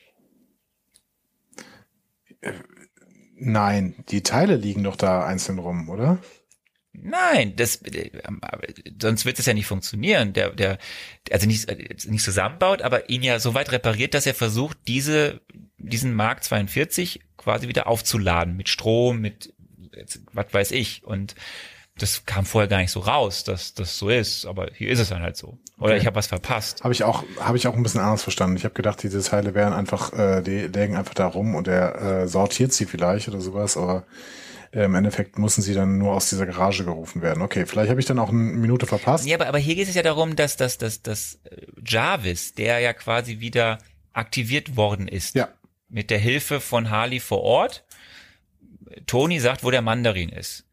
Nein, die Teile liegen doch da einzeln rum, oder? Nein, das, äh, sonst wird es ja nicht funktionieren. Der, der, also nicht, nicht zusammenbaut, aber ihn ja so weit repariert, dass er versucht, diese, diesen Mark zweiundvierzig quasi wieder aufzuladen mit Strom, mit, was weiß ich. Und das kam vorher gar nicht so raus, dass das so ist. Aber hier ist es dann halt so. Oder Okay. ich habe was verpasst. Habe ich auch, habe ich auch ein bisschen anders verstanden. Ich habe gedacht, diese Teile wären einfach, äh, die lägen einfach da rum und er äh, sortiert sie vielleicht oder sowas, aber äh, im Endeffekt mussten sie dann nur aus dieser Garage gerufen werden. Okay, vielleicht habe ich dann auch eine Minute verpasst. Ja, aber, aber hier geht es ja darum, dass, dass, dass, dass äh, Jarvis, der ja quasi wieder aktiviert worden ist, Ja. mit der Hilfe von Harley vor Ort, Tony sagt, wo der Mandarin ist.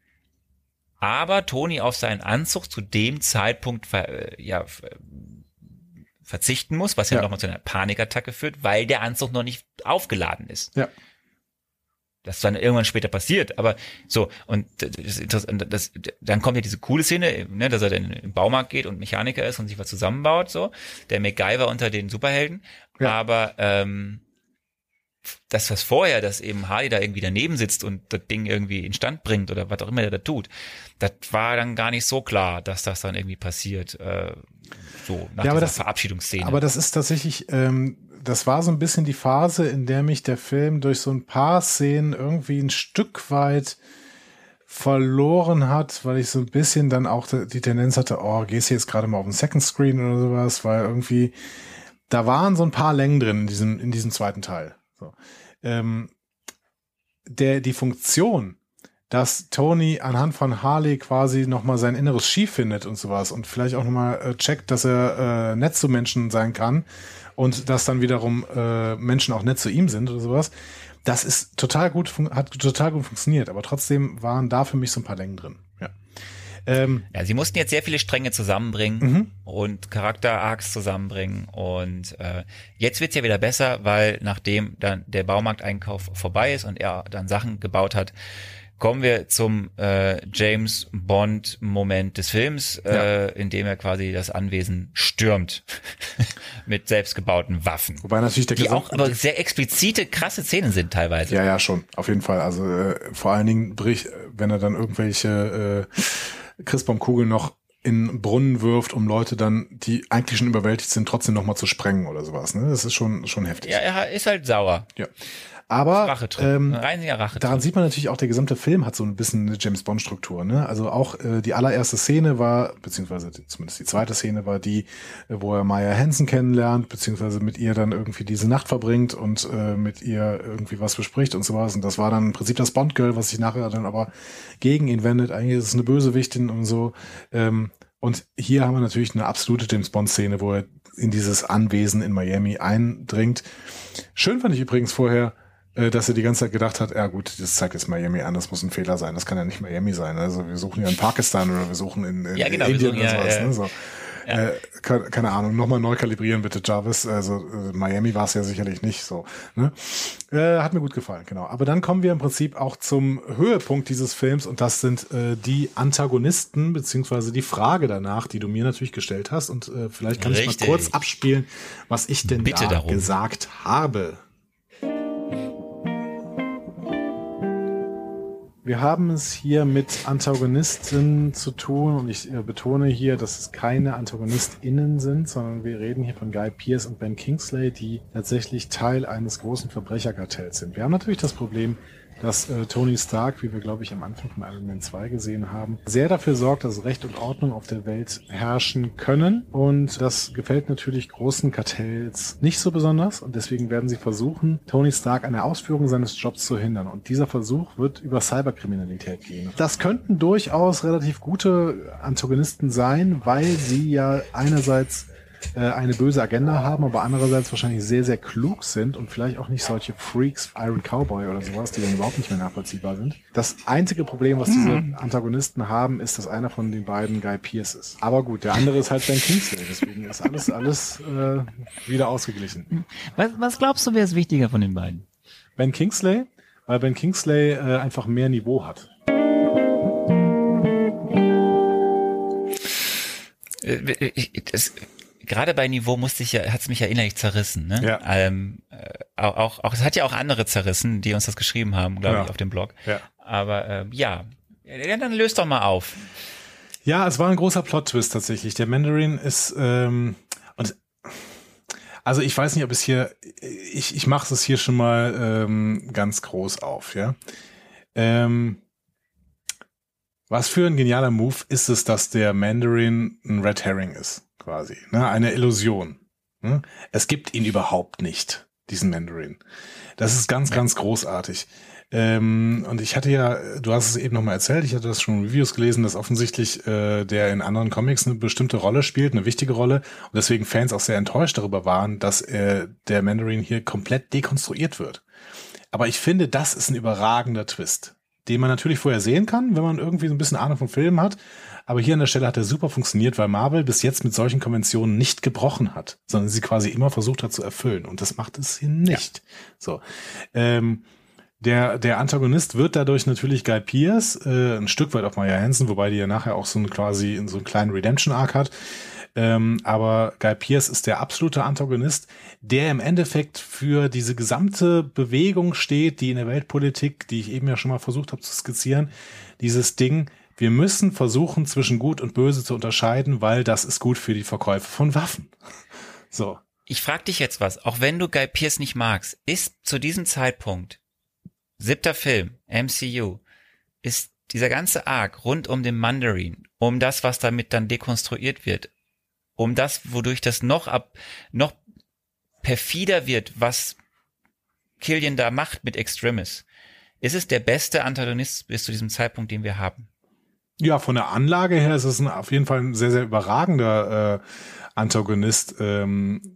Aber Tony auf seinen Anzug zu dem Zeitpunkt ver, äh, ja, ver, verzichten muss, was ja, Ja. nochmal zu einer Panikattacke führt, weil der Anzug noch nicht aufgeladen ist. Ja. Das dann irgendwann später passiert, aber so, und das, das, das, dann kommt ja diese coole Szene, ne, dass er dann im Baumarkt geht und Mechaniker ist und sich was zusammenbaut, so, der MacGyver unter den Superhelden, Ja. aber ähm, das, was vorher, dass eben Harley da irgendwie daneben sitzt und das Ding irgendwie instand bringt oder was auch immer der da tut, das war dann gar nicht so klar, dass das dann irgendwie passiert, äh, so nach Ja, aber dieser das- Verabschiedungsszene. Aber das ist tatsächlich, ähm, das war so ein bisschen die Phase, in der mich der Film durch so ein paar Szenen irgendwie ein Stück weit verloren hat, weil ich so ein bisschen dann auch die Tendenz hatte, oh, gehst du jetzt gerade mal auf den Second Screen oder sowas, weil irgendwie, da waren so ein paar Längen drin in diesem, in diesem zweiten Teil. So. Ähm, der, die Funktion, dass Tony anhand von Harley quasi nochmal sein inneres Schief findet und sowas und vielleicht auch nochmal äh, checkt, dass er äh, nett zu Menschen sein kann und dass dann wiederum äh, Menschen auch nett zu ihm sind oder sowas, das ist total gut, fun- hat total gut funktioniert, aber trotzdem waren da für mich so ein paar Längen drin. Ja. Ähm, Ja, sie mussten jetzt sehr viele Stränge zusammenbringen Mhm. und Charakter-Arcs zusammenbringen und äh, jetzt wird's ja wieder besser, weil nachdem dann der Baumarkteinkauf vorbei ist und er dann Sachen gebaut hat, kommen wir zum äh, James Bond-Moment des Films, äh, in dem er quasi das Anwesen stürmt mit selbstgebauten Waffen, wobei natürlich der die Gesam- auch aber sehr explizite, krasse Szenen sind teilweise. Ja, ja, schon, auf jeden Fall. Also äh, vor allen Dingen, bricht, wenn er dann irgendwelche äh, Christbaumkugeln noch in Brunnen wirft, um Leute dann, die eigentlich schon überwältigt sind, trotzdem nochmal zu sprengen oder sowas. Ne? Das ist schon schon heftig. Ja, er ist halt sauer. Ja. Aber Rachetrip. ähm, Ein reiniger Rachetrip. daran sieht man natürlich auch, der gesamte Film hat so ein bisschen eine James-Bond-Struktur. Ne? Also auch äh, die allererste Szene war, beziehungsweise die, zumindest die zweite Szene war die, äh, wo er Maya Hansen kennenlernt, beziehungsweise mit ihr dann irgendwie diese Nacht verbringt und äh, mit ihr irgendwie was bespricht und sowas. Und das war dann im Prinzip das Bond-Girl, was sich nachher dann aber gegen ihn wendet. Eigentlich ist es eine Bösewichtin und so. Ähm, und hier haben wir natürlich eine absolute James-Bond-Szene, wo er in dieses Anwesen in Miami eindringt. Schön fand ich übrigens vorher, dass er die ganze Zeit gedacht hat, ja gut, das zeigt jetzt Miami an, das muss ein Fehler sein, das kann ja nicht Miami sein. Also wir suchen ja in Pakistan oder wir suchen in, in ja, genau, Indien wir suchen, oder sowas. ja, Ne? So. ja. Äh, keine, keine Ahnung, nochmal neu kalibrieren bitte, Jarvis. Also äh, Miami war es ja sicherlich nicht so. Ne? Äh, hat mir gut gefallen, genau. Aber dann kommen wir im Prinzip auch zum Höhepunkt dieses Films und das sind äh, die Antagonisten, beziehungsweise die Frage danach, die du mir natürlich gestellt hast und äh, vielleicht kann Richtig. ich mal kurz abspielen, was ich denn Bitte da darum. gesagt habe. Wir haben es hier mit Antagonisten zu tun und ich äh, betone hier, dass es keine AntagonistInnen sind, sondern wir reden hier von Guy Pearce und Ben Kingsley, die tatsächlich Teil eines großen Verbrecherkartells sind. Wir haben natürlich das Problem, dass äh, Tony Stark, wie wir glaube ich am Anfang von Iron Man zwei gesehen haben, sehr dafür sorgt, dass Recht und Ordnung auf der Welt herrschen können und das gefällt natürlich großen Kartells nicht so besonders und deswegen werden sie versuchen, Tony Stark an der Ausführung seines Jobs zu hindern und dieser Versuch wird über Cyberkriminalität gehen. Das könnten durchaus relativ gute Antagonisten sein, weil sie ja einerseits eine böse Agenda haben, aber andererseits wahrscheinlich sehr, sehr klug sind und vielleicht auch nicht solche Freaks, Iron Cowboy oder sowas, die dann überhaupt nicht mehr nachvollziehbar sind. Das einzige Problem, was diese Antagonisten haben, ist, dass einer von den beiden Guy Pearce ist. Aber gut, der andere ist halt Ben Kingsley, deswegen ist alles, alles äh, wieder ausgeglichen. Was, was glaubst du, wer ist wichtiger von den beiden? Ben Kingsley, weil Ben Kingsley äh, einfach mehr Niveau hat. Äh, ich, das, Gerade bei Niveau musste ich ja, hat's mich ja innerlich zerrissen, ne? Ja. Ähm, äh, auch, auch, auch, es hat ja auch andere zerrissen, die uns das geschrieben haben, glaube ja. ich, auf dem Blog. Ja. Aber äh, ja. ja, dann löst doch mal auf. Ja, es war ein großer Plot-Twist tatsächlich. Der Mandarin ist ähm, und also ich weiß nicht, ob es hier, ich ich mache es hier schon mal ähm, ganz groß auf, ja. Ähm, was für ein genialer Move ist es, dass der Mandarin ein Red Herring ist. Quasi, ne, eine Illusion. Ne? Es gibt ihn überhaupt nicht, diesen Mandarin. Das ist ganz, ganz großartig. Ähm, und ich hatte ja, du hast es eben nochmal erzählt, ich hatte das schon in Reviews gelesen, dass offensichtlich äh, der in anderen Comics eine bestimmte Rolle spielt, eine wichtige Rolle und deswegen Fans auch sehr enttäuscht darüber waren, dass äh, der Mandarin hier komplett dekonstruiert wird. Aber ich finde, das ist ein überragender Twist, den man natürlich vorher sehen kann, wenn man irgendwie so ein bisschen Ahnung von Filmen hat. Aber hier an der Stelle hat er super funktioniert, weil Marvel bis jetzt mit solchen Konventionen nicht gebrochen hat, sondern sie quasi immer versucht hat zu erfüllen. Und das macht es hier nicht. Ja. So. Ähm, der, der Antagonist wird dadurch natürlich Guy Pearce, äh, ein Stück weit auch Maya Hansen, wobei die ja nachher auch so einen quasi so einen kleinen Redemption-Arc hat. Ähm, aber Guy Pearce ist der absolute Antagonist, der im Endeffekt für diese gesamte Bewegung steht, die in der Weltpolitik, die ich eben ja schon mal versucht habe zu skizzieren, dieses Ding, wir müssen versuchen, zwischen Gut und Böse zu unterscheiden, weil das ist gut für die Verkäufe von Waffen. So. Ich frage dich jetzt was, auch wenn du Guy Pearce nicht magst, ist zu diesem Zeitpunkt, siebter Film, M C U, ist dieser ganze Arc rund um den Mandarin, um das, was damit dann dekonstruiert wird, um das, wodurch das noch ab, noch perfider wird, was Killian da macht mit Extremis, ist es der beste Antagonist bis zu diesem Zeitpunkt, den wir haben? Ja, von der Anlage her ist es ein, auf jeden Fall ein sehr, sehr überragender äh, Antagonist. Ähm,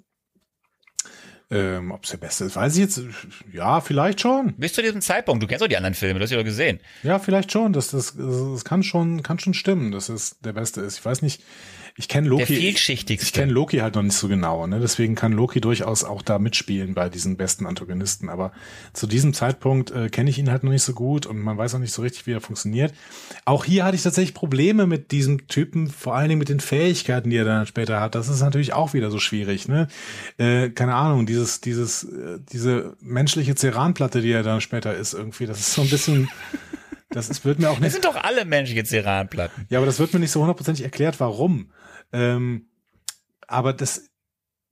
ähm, ob es der beste ist, weiß ich jetzt. Ja, vielleicht schon. Bis zu diesem Zeitpunkt. Du kennst doch die anderen Filme, du hast sie doch gesehen. Ja, vielleicht schon. Das, das, das kann schon, kann schon stimmen, dass es der beste ist. Ich weiß nicht. Ich kenne Loki. Der vielschichtigste. Ich kenne Loki halt noch nicht so genau, ne? Deswegen kann Loki durchaus auch da mitspielen bei diesen besten Antagonisten. Aber zu diesem Zeitpunkt äh, kenne ich ihn halt noch nicht so gut und man weiß auch nicht so richtig, wie er funktioniert. Auch hier hatte ich tatsächlich Probleme mit diesem Typen, vor allen Dingen mit den Fähigkeiten, die er dann später hat. Das ist natürlich auch wieder so schwierig, ne? Äh, keine Ahnung, dieses, dieses, äh, diese menschliche Ceranplatte, die er dann später ist, irgendwie, das ist so ein bisschen. Das ist, wird mir auch nicht. Das sind doch alle menschliche Ceranplatten. Ja, aber das wird mir nicht so hundertprozentig erklärt, warum. Ähm, aber das,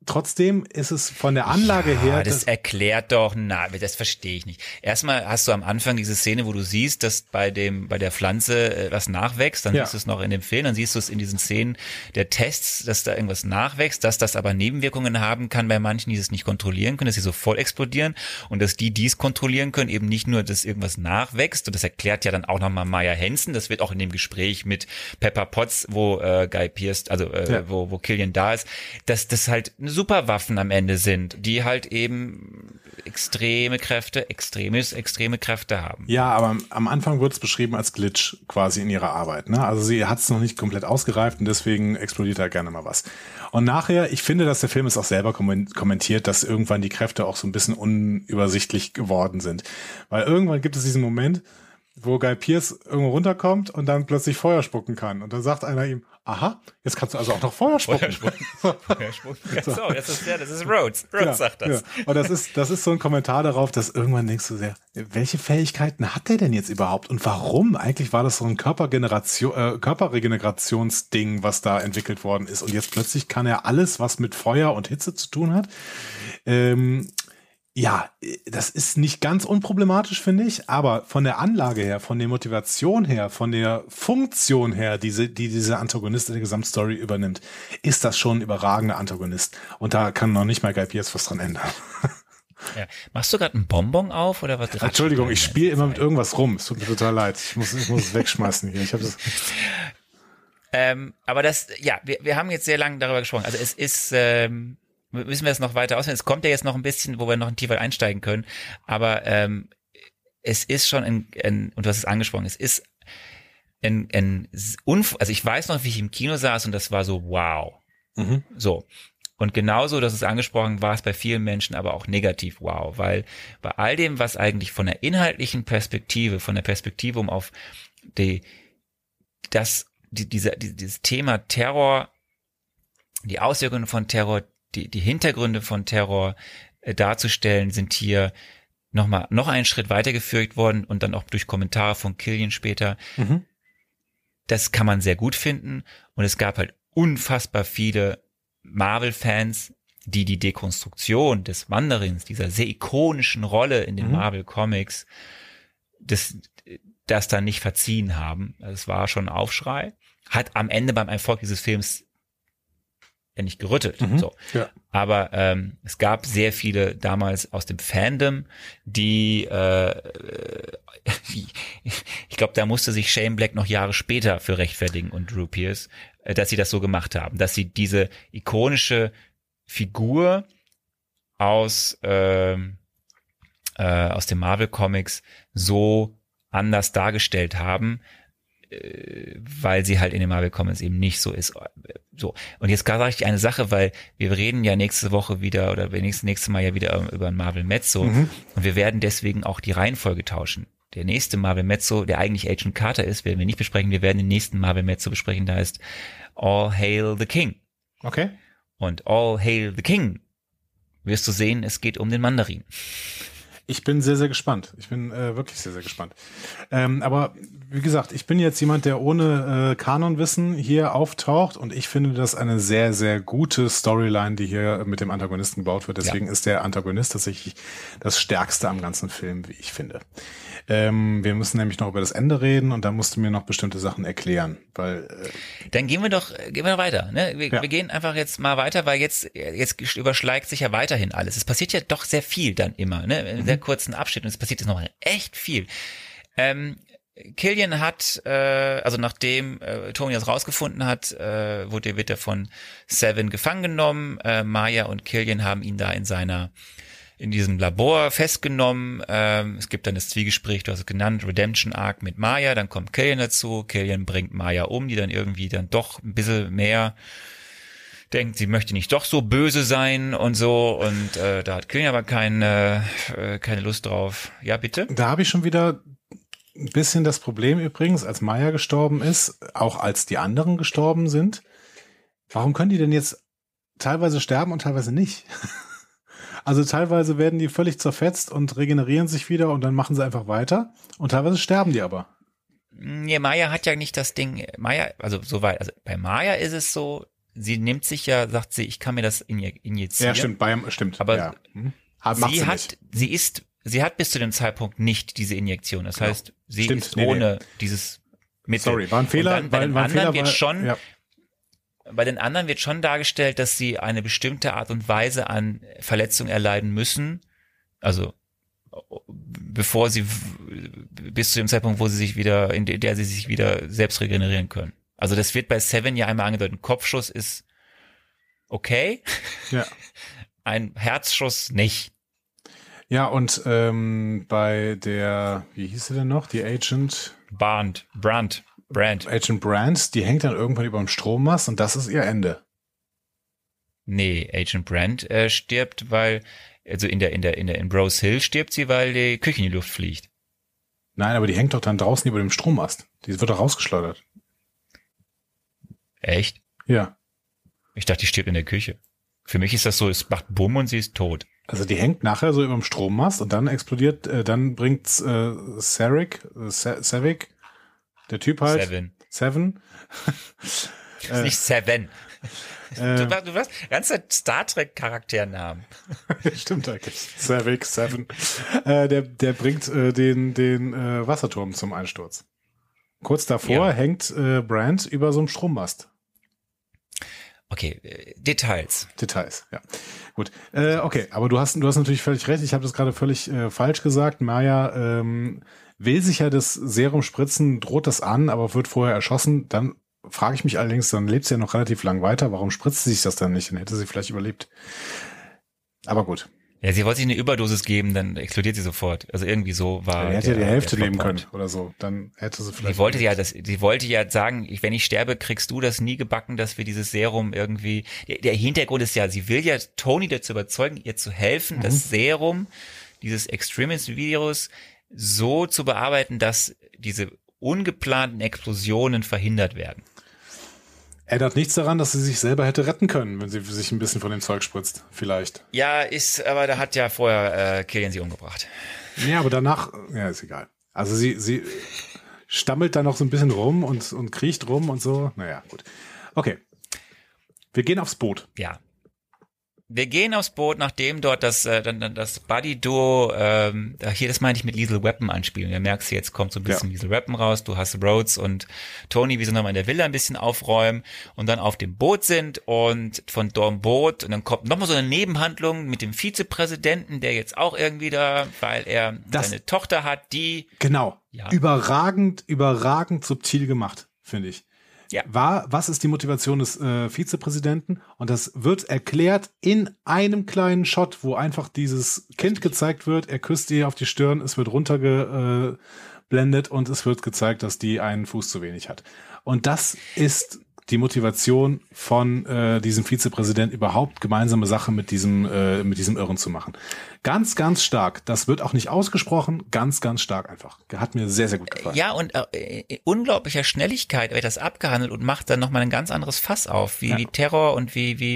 trotzdem ist es von der Anlage ja, her. Das, das erklärt doch, na, das verstehe ich nicht. Erstmal hast du am Anfang diese Szene, wo du siehst, dass bei dem, bei der Pflanze äh, was nachwächst, dann ja. siehst du es noch in dem Film, dann siehst du es in diesen Szenen der Tests, dass da irgendwas nachwächst, dass das aber Nebenwirkungen haben kann bei manchen, die das nicht kontrollieren können, dass sie so voll explodieren und dass die dies kontrollieren können, eben nicht nur, dass irgendwas nachwächst, und das erklärt ja dann auch nochmal Maya Hansen, das wird auch in dem Gespräch mit Pepper Potts, wo äh, Guy Pearce, also äh, ja. wo, wo Killian da ist, dass das halt Superwaffen am Ende sind, die halt eben extreme Kräfte, extremes, extreme Kräfte haben. Ja, aber am Anfang wird es beschrieben als Glitch quasi in ihrer Arbeit. Ne? Also sie hat es noch nicht komplett ausgereift und deswegen explodiert da gerne mal was. Und nachher, ich finde, dass der Film es auch selber kommentiert, dass irgendwann die Kräfte auch so ein bisschen unübersichtlich geworden sind. Weil irgendwann gibt es diesen Moment, wo Guy Pearce irgendwo runterkommt und dann plötzlich Feuer spucken kann. Und dann sagt einer ihm, aha, jetzt kannst du also auch noch Feuer spucken. Feuer spucken. Feuer spucken. So, das ist, ja, das ist Rhodes. Rhodes ja, sagt das. Ja. Und das ist, das ist so ein Kommentar darauf, dass irgendwann denkst du sehr, welche Fähigkeiten hat der denn jetzt überhaupt? Und warum? Eigentlich war das so ein Körpergeneration, äh, Körperregenerationsding, was da entwickelt worden ist. Und jetzt plötzlich kann er alles, was mit Feuer und Hitze zu tun hat. Ähm, Ja, das ist nicht ganz unproblematisch, finde ich, aber von der Anlage her, von der Motivation her, von der Funktion her, diese, die diese Antagonist in der Gesamtstory übernimmt, ist das schon ein überragender Antagonist. Und da kann noch nicht mal Guy Pearce was dran ändern. Ja. Machst du gerade einen Bonbon auf oder was? Entschuldigung, ich spiele immer mit irgendwas rum. Es tut mir total leid. Ich muss, ich muss es wegschmeißen hier. Ich habe das. Ähm, aber das, ja, wir, wir haben jetzt sehr lange darüber gesprochen. Also es ist, ähm, müssen wir es noch weiter ausführen. Es kommt ja jetzt noch ein bisschen, wo wir noch tiefer einsteigen können. Aber ähm, es ist schon ein, ein, und du hast es angesprochen, es ist ein, ein Unf- also ich weiß noch, wie ich im Kino saß und das war so, wow. Mhm. So. Und genauso, das ist angesprochen, war es bei vielen Menschen aber auch negativ wow, weil bei all dem, was eigentlich von der inhaltlichen Perspektive, von der Perspektive um auf die, das, die, diese, die, dieses Thema Terror, die Auswirkungen von Terror, Die, die Hintergründe von Terror äh, darzustellen, sind hier nochmal noch einen Schritt weitergeführt worden und dann auch durch Kommentare von Killian später. Mhm. Das kann man sehr gut finden und es gab halt unfassbar viele Marvel-Fans, die die Dekonstruktion des Mandarins, dieser sehr ikonischen Rolle in den mhm. Marvel-Comics, das, das dann nicht verziehen haben. Also es war schon ein Aufschrei. Hat am Ende beim Erfolg dieses Films ja nicht gerüttelt. Mhm, so. Ja. Aber ähm, es gab sehr viele damals aus dem Fandom, die, äh, die ich glaube, da musste sich Shane Black noch Jahre später für rechtfertigen und Drew Pearce, äh, dass sie das so gemacht haben, dass sie diese ikonische Figur aus äh, äh, aus den Marvel Comics so anders dargestellt haben, weil sie halt in den Marvel Comics eben nicht so ist. So. Und jetzt sage ich eine Sache, weil wir reden ja nächste Woche wieder oder nächstes nächste Mal ja wieder über ein Marvel Mezzo mhm. und wir werden deswegen auch die Reihenfolge tauschen. Der nächste Marvel Mezzo, der eigentlich Agent Carter ist, werden wir nicht besprechen. Wir werden den nächsten Marvel Mezzo besprechen, da heißt All Hail the King. Okay. Und All Hail the King wirst du sehen, es geht um den Mandarin. Ich bin sehr, sehr gespannt. Ich bin äh, wirklich sehr, sehr gespannt. Ähm, aber wie gesagt, ich bin jetzt jemand, der ohne äh, Kanonwissen hier auftaucht und ich finde das eine sehr, sehr gute Storyline, die hier mit dem Antagonisten gebaut wird. Deswegen ja. ist der Antagonist tatsächlich das Stärkste am ganzen Film, wie ich finde. Ähm, wir müssen nämlich noch über das Ende reden und da musst du mir noch bestimmte Sachen erklären, weil äh, dann gehen wir doch gehen wir weiter, ne? Wir, ja. wir gehen einfach jetzt mal weiter, weil jetzt jetzt überschlägt sich ja weiterhin alles. Es passiert ja doch sehr viel dann immer, ne? In mhm. sehr kurzen Abschnitten. Und es passiert jetzt noch echt viel. Ähm, Killian hat, äh, also nachdem äh, Tony das rausgefunden hat, äh, wurde wird er von Seven gefangen genommen. Äh, Maya und Killian haben ihn da in seiner in diesem Labor festgenommen. Ähm, es gibt dann das Zwiegespräch, du hast es genannt, Redemption Arc mit Maya, dann kommt Killian dazu. Killian bringt Maya um, die dann irgendwie dann doch ein bisschen mehr denkt, sie möchte nicht doch so böse sein und so. Und äh, da hat Killian aber keine, äh, keine Lust drauf. Ja, bitte? Da habe ich schon wieder ein bisschen das Problem übrigens, als Maya gestorben ist, auch als die anderen gestorben sind. Warum können die denn jetzt teilweise sterben und teilweise nicht? Also teilweise werden die völlig zerfetzt und regenerieren sich wieder und dann machen sie einfach weiter und teilweise sterben die aber. Nee, Maya hat ja nicht das Ding, Maya, also soweit, also bei Maya ist es so, sie nimmt sich ja, sagt sie, ich kann mir das inje- injizieren. Ja, stimmt, beim, stimmt. Aber ja. hm. Hat, macht sie, sie hat, nicht. sie ist, sie hat bis zu dem Zeitpunkt nicht diese Injektion. Das Genau. heißt, sie Stimmt, ist nee, ohne dieses Mittel. Sorry, war ein Fehler. Und dann, bei weil, den war ein anderen Fehler, wird weil, schon, ja. bei den anderen wird schon dargestellt, dass sie eine bestimmte Art und Weise an Verletzung erleiden müssen. Also, bevor sie, bis zu dem Zeitpunkt, wo sie sich wieder, in der sie sich wieder selbst regenerieren können. Also, das wird bei Seven ja einmal angedeutet. Ein Kopfschuss ist okay. Ja. Ein Herzschuss nicht. Ja, und ähm, bei der, wie hieß sie denn noch? Die Agent? Brand, Brand, Brand. Agent Brand, die hängt dann irgendwann über dem Strommast und das ist ihr Ende. Nee, Agent Brand äh, stirbt, weil, also in der, in der, in der, in Rose Hill stirbt sie, weil die Küche in die Luft fliegt. Nein, aber die hängt doch dann draußen über dem Strommast. Die wird doch rausgeschleudert. Echt? Ja. Ich dachte, die stirbt in der Küche. Für mich ist das so, es macht Bumm und sie ist tot. Also die hängt nachher so über dem Strommast und dann explodiert, äh, dann bringt äh, Sarek, äh, Savick, der Typ halt. Seven. Seven. Das ist nicht Seven. Äh, Du, du hast ganze Star Trek Charakternamen. Stimmt eigentlich. Savick, Seven. Äh, der, der bringt äh, den, den äh, Wasserturm zum Einsturz. Kurz davor Ja. hängt äh, Brand über so einem Strommast. Okay, äh, Details. Details, ja. Gut. Äh, okay, aber du hast, du hast natürlich völlig recht. Ich habe das gerade völlig äh, falsch gesagt. Maya ähm, will sich ja das Serum spritzen, droht das an, aber wird vorher erschossen. Dann frage ich mich allerdings, dann lebt sie ja noch relativ lang weiter. Warum spritzt sie sich das dann nicht? Dann hätte sie vielleicht überlebt. Aber gut. Ja, sie wollte sich eine Überdosis geben, dann explodiert sie sofort. Also irgendwie so war. Er hätte ja die der- Hälfte der leben können Plotpoint. oder so. Dann hätte sie vielleicht. Sie wollte ja, das, sie wollte ja sagen, ich, wenn ich sterbe, kriegst du das nie gebacken, dass wir dieses Serum irgendwie. Der, der Hintergrund ist ja, sie will ja Tony dazu überzeugen, ihr zu helfen, Mhm. das Serum dieses Extremist-Virus so zu bearbeiten, dass diese ungeplanten Explosionen verhindert werden. Ändert nichts daran, dass sie sich selber hätte retten können, wenn sie sich ein bisschen von dem Zeug spritzt. Vielleicht. Ja, ist, aber da hat ja vorher äh, Killian sie umgebracht. Ja, aber danach, ja, ist egal. Also sie, sie stammelt da noch so ein bisschen rum und, und kriecht rum und so. Naja, gut. Okay. Wir gehen aufs Boot. Ja. Wir gehen aufs Boot, nachdem dort das äh, dann, dann das Buddy-Duo, ähm, hier, das meine ich mit Lethal Weapon anspielen. Du merkst, jetzt kommt so ein bisschen Ja. Lethal Weapon raus. Du hast Rhodes und Tony, wie sie nochmal in der Villa ein bisschen aufräumen und dann auf dem Boot sind und von dort Boot und dann kommt nochmal so eine Nebenhandlung mit dem Vizepräsidenten, der jetzt auch irgendwie da, weil er Das- seine Tochter hat, die Genau. Ja. Überragend, überragend subtil gemacht, finde ich. Ja. War, was ist die Motivation des äh, Vizepräsidenten? Und das wird erklärt in einem kleinen Shot, wo einfach dieses Kind gezeigt wird. Er küsst ihr auf die Stirn, es wird runtergeblendet und es wird gezeigt, dass die einen Fuß zu wenig hat. Und das ist die Motivation von äh, diesem Vizepräsident, überhaupt gemeinsame Sachen mit diesem äh, mit diesem Irren zu machen. Ganz, ganz stark. Das wird auch nicht ausgesprochen. Ganz, ganz stark einfach. Hat mir sehr, sehr gut gefallen. Ja, und äh, in unglaublicher Schnelligkeit wird das abgehandelt und macht dann nochmal ein ganz anderes Fass auf, wie, Ja. wie Terror und wie, wie,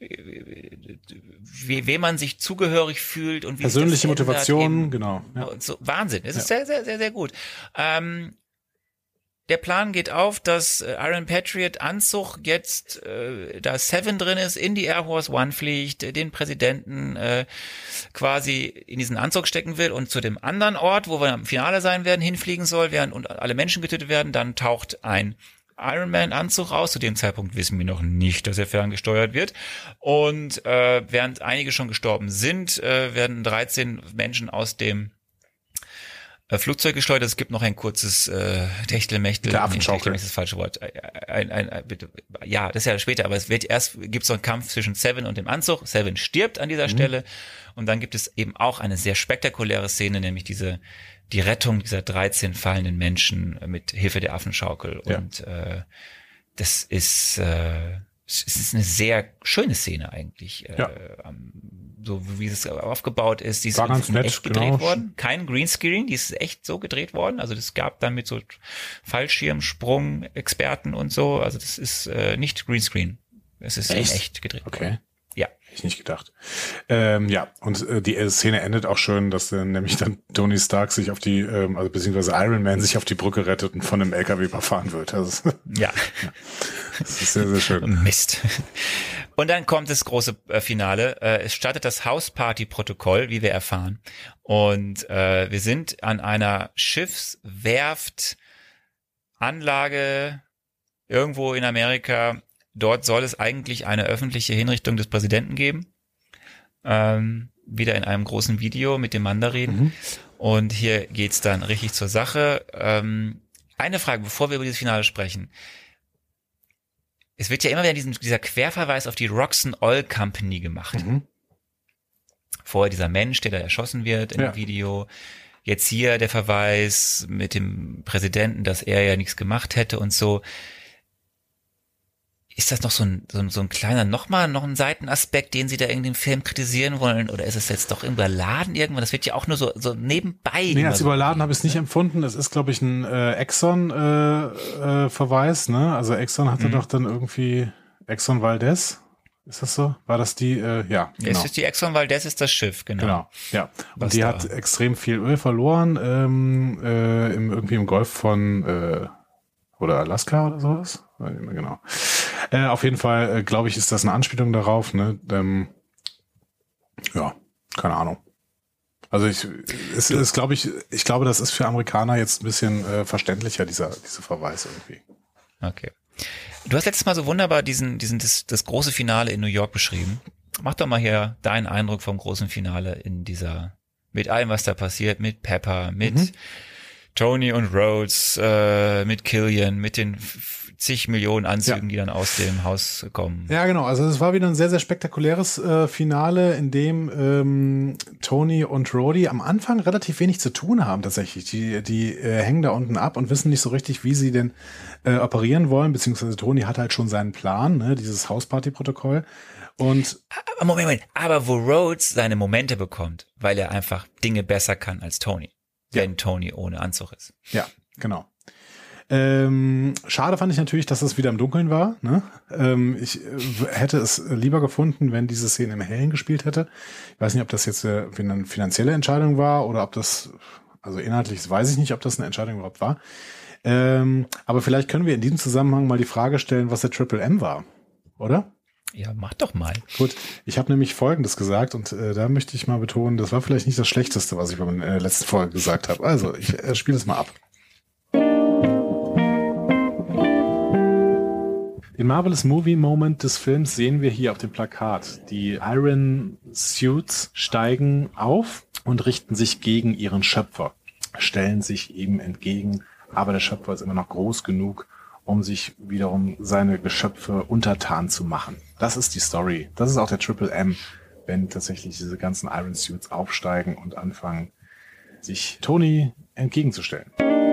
wie, wem man sich zugehörig fühlt und wie sich Persönliche das ändert Motivation, eben. genau. Ja. Und so, Wahnsinn. Es ist Ja. sehr, sehr, sehr, sehr gut. Ähm, der Plan geht auf, dass äh, Iron Patriot Anzug jetzt, äh, da Seven drin ist, in die Air Force One fliegt, äh, den Präsidenten äh, quasi in diesen Anzug stecken will und zu dem anderen Ort, wo wir im Finale sein werden, hinfliegen soll, während und alle Menschen getötet werden. Dann taucht ein Iron Man Anzug raus. Zu dem Zeitpunkt wissen wir noch nicht, dass er ferngesteuert wird. Und äh, während einige schon gestorben sind, äh, werden dreizehn Menschen aus dem äh, Flugzeug geschleudert. Es gibt noch ein kurzes äh, Techtelmechtel. Der Affenschaukel. Nee, Techtelmechtel ist das falsche Wort. Ein, ein, ein, bitte, ja, das ist ja später, aber es wird erst, gibt es so einen Kampf zwischen Seven und dem Anzug. Seven stirbt an dieser Mhm. Stelle. Und dann gibt es eben auch eine sehr spektakuläre Szene, nämlich diese die Rettung dieser dreizehn fallenden Menschen mit Hilfe der Affenschaukel. Ja. Und äh, das ist äh, es ist eine sehr schöne Szene eigentlich. Ja. Äh, am- so wie es aufgebaut ist. Die ist War ganz in nett, echt gedreht genau. worden. Kein Greenscreen, die ist echt so gedreht worden. Also das gab dann mit so Fallschirmsprung-Experten und so. Also das ist äh, nicht Greenscreen. Es ist Echt? in echt gedreht worden. Okay. Ja. Hätte ich nicht gedacht. Ähm, ja, und äh, die äh, Szene endet auch schön, dass äh, nämlich dann Tony Stark sich auf die, ähm, also beziehungsweise Iron Man sich auf die Brücke rettet und von einem L K W überfahren wird. Also, Ja. Das ist sehr, sehr schön. Mist. Und dann kommt das große äh, Finale. Äh, es startet das Hausparty-Protokoll, wie wir erfahren. Und äh, wir sind an einer Schiffswerft, Anlage irgendwo in Amerika. Dort soll es eigentlich eine öffentliche Hinrichtung des Präsidenten geben. Ähm, wieder in einem großen Video mit dem Mandarin. Mhm. Und hier geht's dann richtig zur Sache. Ähm, eine Frage, bevor wir über dieses Finale sprechen. Es wird ja immer wieder diesen, dieser Querverweis auf die Roxxon Oil Company gemacht. Mhm. Vorher dieser Mensch, der da erschossen wird im ja. Video. Jetzt hier der Verweis mit dem Präsidenten, dass er ja nichts gemacht hätte und so. Ist das noch so ein, so ein, so ein kleiner, nochmal, noch ein Seitenaspekt, den Sie da in dem Film kritisieren wollen? Oder ist es jetzt doch überladen irgendwann? Das wird ja auch nur so, so nebenbei. Nee, als so überladen habe ich es nicht empfunden. Es ist, glaube ich, ein äh, Exxon-Verweis, äh, äh, ne? Also Exxon hatte mhm. doch dann irgendwie Exxon Valdez. Ist das so? War das die, äh, ja, genau. Es ist die Exxon Valdez, ist das Schiff, genau. Genau, ja. Und Was die da? hat extrem viel Öl verloren, ähm, äh, im, irgendwie im Golf von, äh, oder Alaska oder sowas. Genau. Äh, auf jeden Fall, äh, glaube ich, ist das eine Anspielung darauf. Ne? Ähm, ja, keine Ahnung. Also ich, es ist, glaube ich, ich glaube, das ist für Amerikaner jetzt ein bisschen äh, verständlicher, dieser, dieser Verweis irgendwie. Okay. Du hast letztes Mal so wunderbar diesen, diesen, das, das große Finale in New York beschrieben. Mach doch mal hier deinen Eindruck vom großen Finale in dieser, mit allem, was da passiert, mit Pepper, mit mhm. Tony und Rhodes, äh, mit Killian, mit den zig Millionen Anzügen, ja. die dann aus dem Haus kommen. Ja, genau. Also es war wieder ein sehr, sehr spektakuläres äh, Finale, in dem ähm, Tony und Rhodey am Anfang relativ wenig zu tun haben tatsächlich. Die, die äh, hängen da unten ab und wissen nicht so richtig, wie sie denn äh, operieren wollen, beziehungsweise Tony hat halt schon seinen Plan, ne, dieses Hausparty-Protokoll. Und Moment, Moment, aber wo Rhodes seine Momente bekommt, weil er einfach Dinge besser kann als Tony, ja. wenn Tony ohne Anzug ist. Ja, genau. Ähm, schade fand ich natürlich, dass es wieder im Dunkeln war. Ne? Ähm, ich äh, hätte es lieber gefunden, wenn diese Szene im Hellen gespielt hätte. Ich weiß nicht, ob das jetzt äh, eine finanzielle Entscheidung war oder ob das, also inhaltlich weiß ich nicht, ob das eine Entscheidung überhaupt war. Ähm, aber vielleicht können wir in diesem Zusammenhang mal die Frage stellen, was der Triple M war, oder? Ja, mach doch mal. Gut, ich habe nämlich Folgendes gesagt und äh, da möchte ich mal betonen, das war vielleicht nicht das Schlechteste, was ich bei der äh, letzten Folge gesagt habe. Also, ich äh, spiele es mal ab. Den Marvelous Movie Moment des Films sehen wir hier auf dem Plakat. Die Iron Suits steigen auf und richten sich gegen ihren Schöpfer, stellen sich ihm entgegen, aber der Schöpfer ist immer noch groß genug, um sich wiederum seine Geschöpfe untertan zu machen. Das ist die Story. Das ist auch der Triple M, wenn tatsächlich diese ganzen Iron Suits aufsteigen und anfangen, sich Tony entgegenzustellen.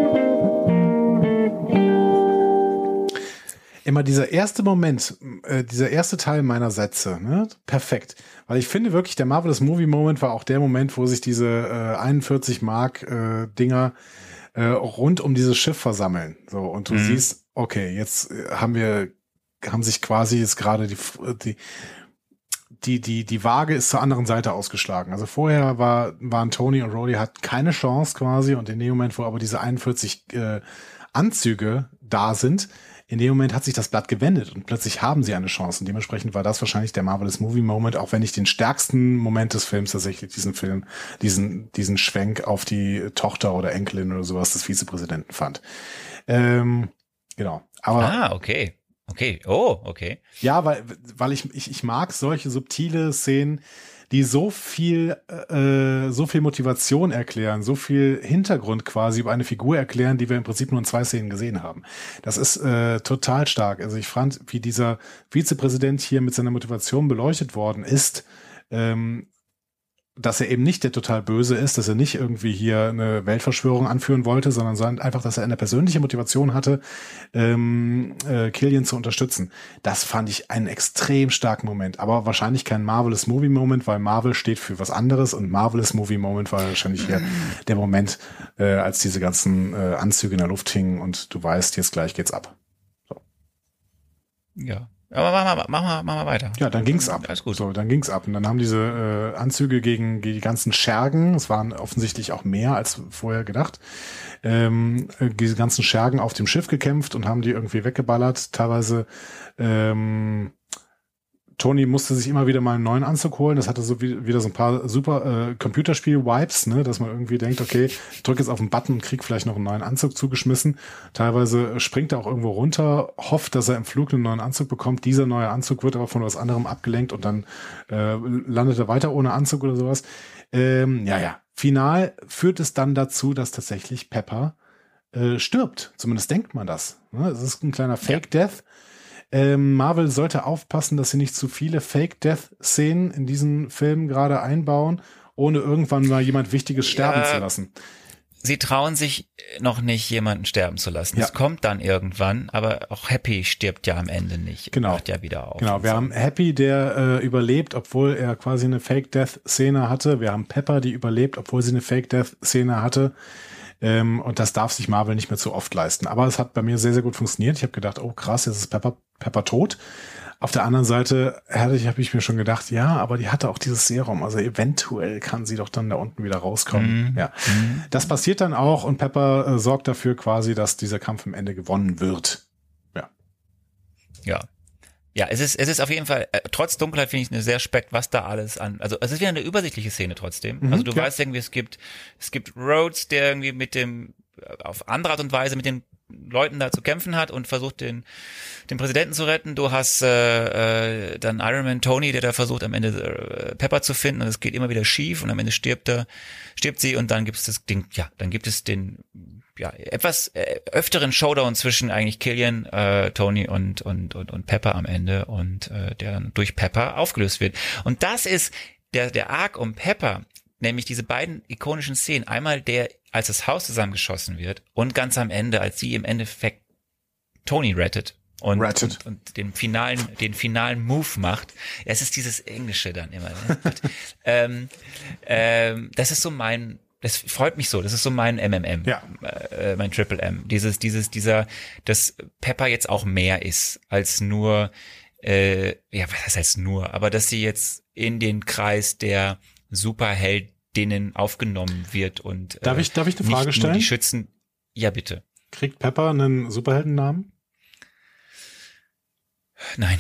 Immer dieser erste Moment, äh, dieser erste Teil meiner Sätze, ne? Perfekt. Weil ich finde wirklich, der Marvelous Movie Moment war auch der Moment, wo sich diese äh, einundvierzig Mark äh, Dinger äh, rund um dieses Schiff versammeln. So, und du mhm. siehst, okay, jetzt äh, haben wir, haben sich quasi jetzt gerade die, die, die, die, die Waage ist zur anderen Seite ausgeschlagen. Also vorher war, waren Tony und Rhodey hatten keine Chance quasi und in dem Moment, wo aber diese einundvierzig äh, Anzüge da sind, in dem Moment hat sich das Blatt gewendet und plötzlich haben sie eine Chance. Und dementsprechend war das wahrscheinlich der Marvelous Movie Moment, auch wenn ich den stärksten Moment des Films tatsächlich diesen Film, diesen, diesen Schwenk auf die Tochter oder Enkelin oder sowas des Vizepräsidenten fand. Ähm, genau. Aber, ah, okay. Okay. Oh, okay. Ja, weil, weil ich, ich, ich mag solche subtile Szenen, die so viel, äh, so viel Motivation erklären, so viel Hintergrund quasi über eine Figur erklären, die wir im Prinzip nur in zwei Szenen gesehen haben. Das ist äh, total stark. Also ich fand, wie dieser Vizepräsident hier mit seiner Motivation beleuchtet worden ist, ähm, dass er eben nicht der total Böse ist, dass er nicht irgendwie hier eine Weltverschwörung anführen wollte, sondern, sondern einfach, dass er eine persönliche Motivation hatte, ähm, äh, Killian zu unterstützen. Das fand ich einen extrem starken Moment, aber wahrscheinlich kein Marvelous Movie Moment, weil Marvel steht für was anderes und Marvelous Movie Moment war wahrscheinlich hier der Moment, äh, als diese ganzen äh, Anzüge in der Luft hingen und du weißt, jetzt gleich geht's ab. So. Ja. Aber mach mal, mach mal, mach mal weiter. Ja, dann ging's ab. Alles gut. So, dann ging's ab. Und dann haben diese äh, Anzüge gegen, gegen die ganzen Schergen, es waren offensichtlich auch mehr als vorher gedacht, ähm, diese ganzen Schergen auf dem Schiff gekämpft und haben die irgendwie weggeballert. Teilweise ähm, Tony musste sich immer wieder mal einen neuen Anzug holen. Das hatte so wie, wieder so ein paar super äh, Computerspiel-Vibes, ne, dass man irgendwie denkt, okay, ich drücke jetzt auf den Button und krieg vielleicht noch einen neuen Anzug zugeschmissen. Teilweise springt er auch irgendwo runter, hofft, dass er im Flug einen neuen Anzug bekommt. Dieser neue Anzug wird aber von was anderem abgelenkt und dann äh, landet er weiter ohne Anzug oder sowas. Ähm, ja, ja. Final führt es dann dazu, dass tatsächlich Pepper äh, stirbt. Zumindest denkt man das. Ne? Es ist ein kleiner Fake-Death. Ähm, Marvel sollte aufpassen, dass sie nicht zu viele Fake-Death-Szenen in diesen Film gerade einbauen, ohne irgendwann mal jemand Wichtiges sterben Ja, zu lassen. Sie trauen sich noch nicht, jemanden sterben zu lassen. Ja. Es kommt dann irgendwann, aber auch Happy stirbt ja am Ende nicht. Genau. Macht ja wieder auf. Genau, wir so. haben Happy, der äh, überlebt, obwohl er quasi eine Fake-Death-Szene hatte. Wir haben Pepper, die überlebt, obwohl sie eine Fake-Death-Szene hatte. Ähm, und das darf sich Marvel nicht mehr zu oft leisten. Aber es hat bei mir sehr, sehr gut funktioniert. Ich habe gedacht, oh krass, jetzt ist Pepper, Pepper tot. Auf der anderen Seite hatte ich, habe ich mir schon gedacht, ja, aber die hatte auch dieses Serum. Also eventuell kann sie doch dann da unten wieder rauskommen. Mhm. Ja, das passiert dann auch und Pepper äh, sorgt dafür quasi, dass dieser Kampf am Ende gewonnen wird. Ja. Ja. Ja, es ist, es ist auf jeden Fall, äh, trotz Dunkelheit finde ich eine sehr spekt, was da alles an, also es ist wieder eine übersichtliche Szene trotzdem. Mhm, also du ja. weißt irgendwie, es gibt, es gibt Rhodes, der irgendwie mit dem, auf andere Art und Weise mit den Leuten da zu kämpfen hat und versucht den, den Präsidenten zu retten. Du hast äh, äh, dann Iron Man Tony, der da versucht am Ende äh, Pepper zu finden und es geht immer wieder schief und am Ende stirbt er, stirbt sie und dann gibt es das Ding, ja, dann gibt es den ja etwas äh, öfteren Showdown zwischen eigentlich Killian, äh, Tony und und und und Pepper am Ende und äh, der dann durch Pepper aufgelöst wird. Und das ist der der Arc um Pepper, nämlich diese beiden ikonischen Szenen. Einmal der, als das Haus zusammengeschossen wird und ganz am Ende, als sie im Endeffekt Tony rettet und, und, und den finalen, den finalen Move macht. Es ist dieses Englische dann immer. Ne? ähm, ähm, das ist so mein, das freut mich so. Das ist so mein M M M, Ja. äh, mein Triple M. Dieses, dieses, dieser, dass Pepper jetzt auch mehr ist als nur, äh, ja, was heißt nur, aber dass sie jetzt in den Kreis der Superheldinnen aufgenommen wird und Darf ich, darf ich eine Frage nicht stellen? Nur die Schützen. Ja, bitte. Kriegt Pepper einen Superheldennamen? Nein.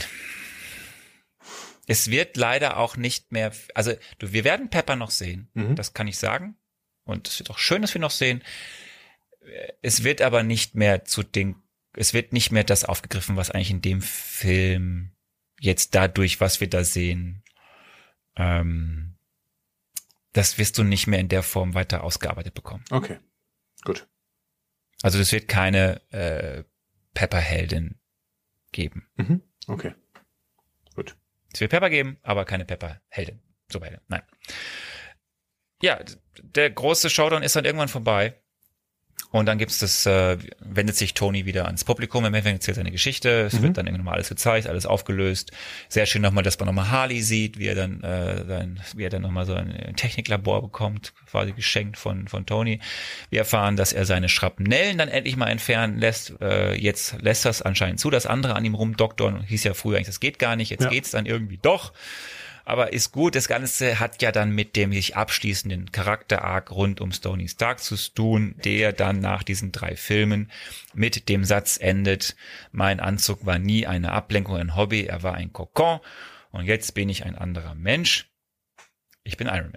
Es wird leider auch nicht mehr, also du, wir werden Pepper noch sehen, Mhm. das kann ich sagen. Und es wird auch schön, dass wir noch sehen. Es wird aber nicht mehr zu den, es wird nicht mehr das aufgegriffen, was eigentlich in dem Film jetzt dadurch, was wir da sehen, ähm, das wirst du nicht mehr in der Form weiter ausgearbeitet bekommen. Okay, gut. Also es wird keine äh, Pepper-Heldin geben. Mhm. Okay, gut. Es wird Pepper geben, aber keine Pepper-Heldin. So beide. Nein. Ja, der große Showdown ist dann irgendwann vorbei. Und dann gibt's das, äh, wendet sich Tony wieder ans Publikum, er erzählt seine Geschichte, es Mhm. wird dann irgendwann mal alles gezeigt, alles aufgelöst. Sehr schön nochmal, dass man nochmal Harley sieht, wie er dann, äh, dann wie er dann nochmal so ein Techniklabor bekommt, quasi geschenkt von von Tony. Wir erfahren, dass er seine Schrapnellen dann endlich mal entfernen lässt. Äh, jetzt lässt das anscheinend zu, dass andere an ihm rumdoktern. Hieß ja früher eigentlich, das geht gar nicht, jetzt Ja. geht's dann irgendwie doch. Aber ist gut, das Ganze hat ja dann mit dem sich abschließenden Charakter-Arc rund um Tony Stark zu tun, der dann nach diesen drei Filmen mit dem Satz endet: Mein Anzug war nie eine Ablenkung, ein Hobby, er war ein Kokon und jetzt bin ich ein anderer Mensch. Ich bin Iron Man.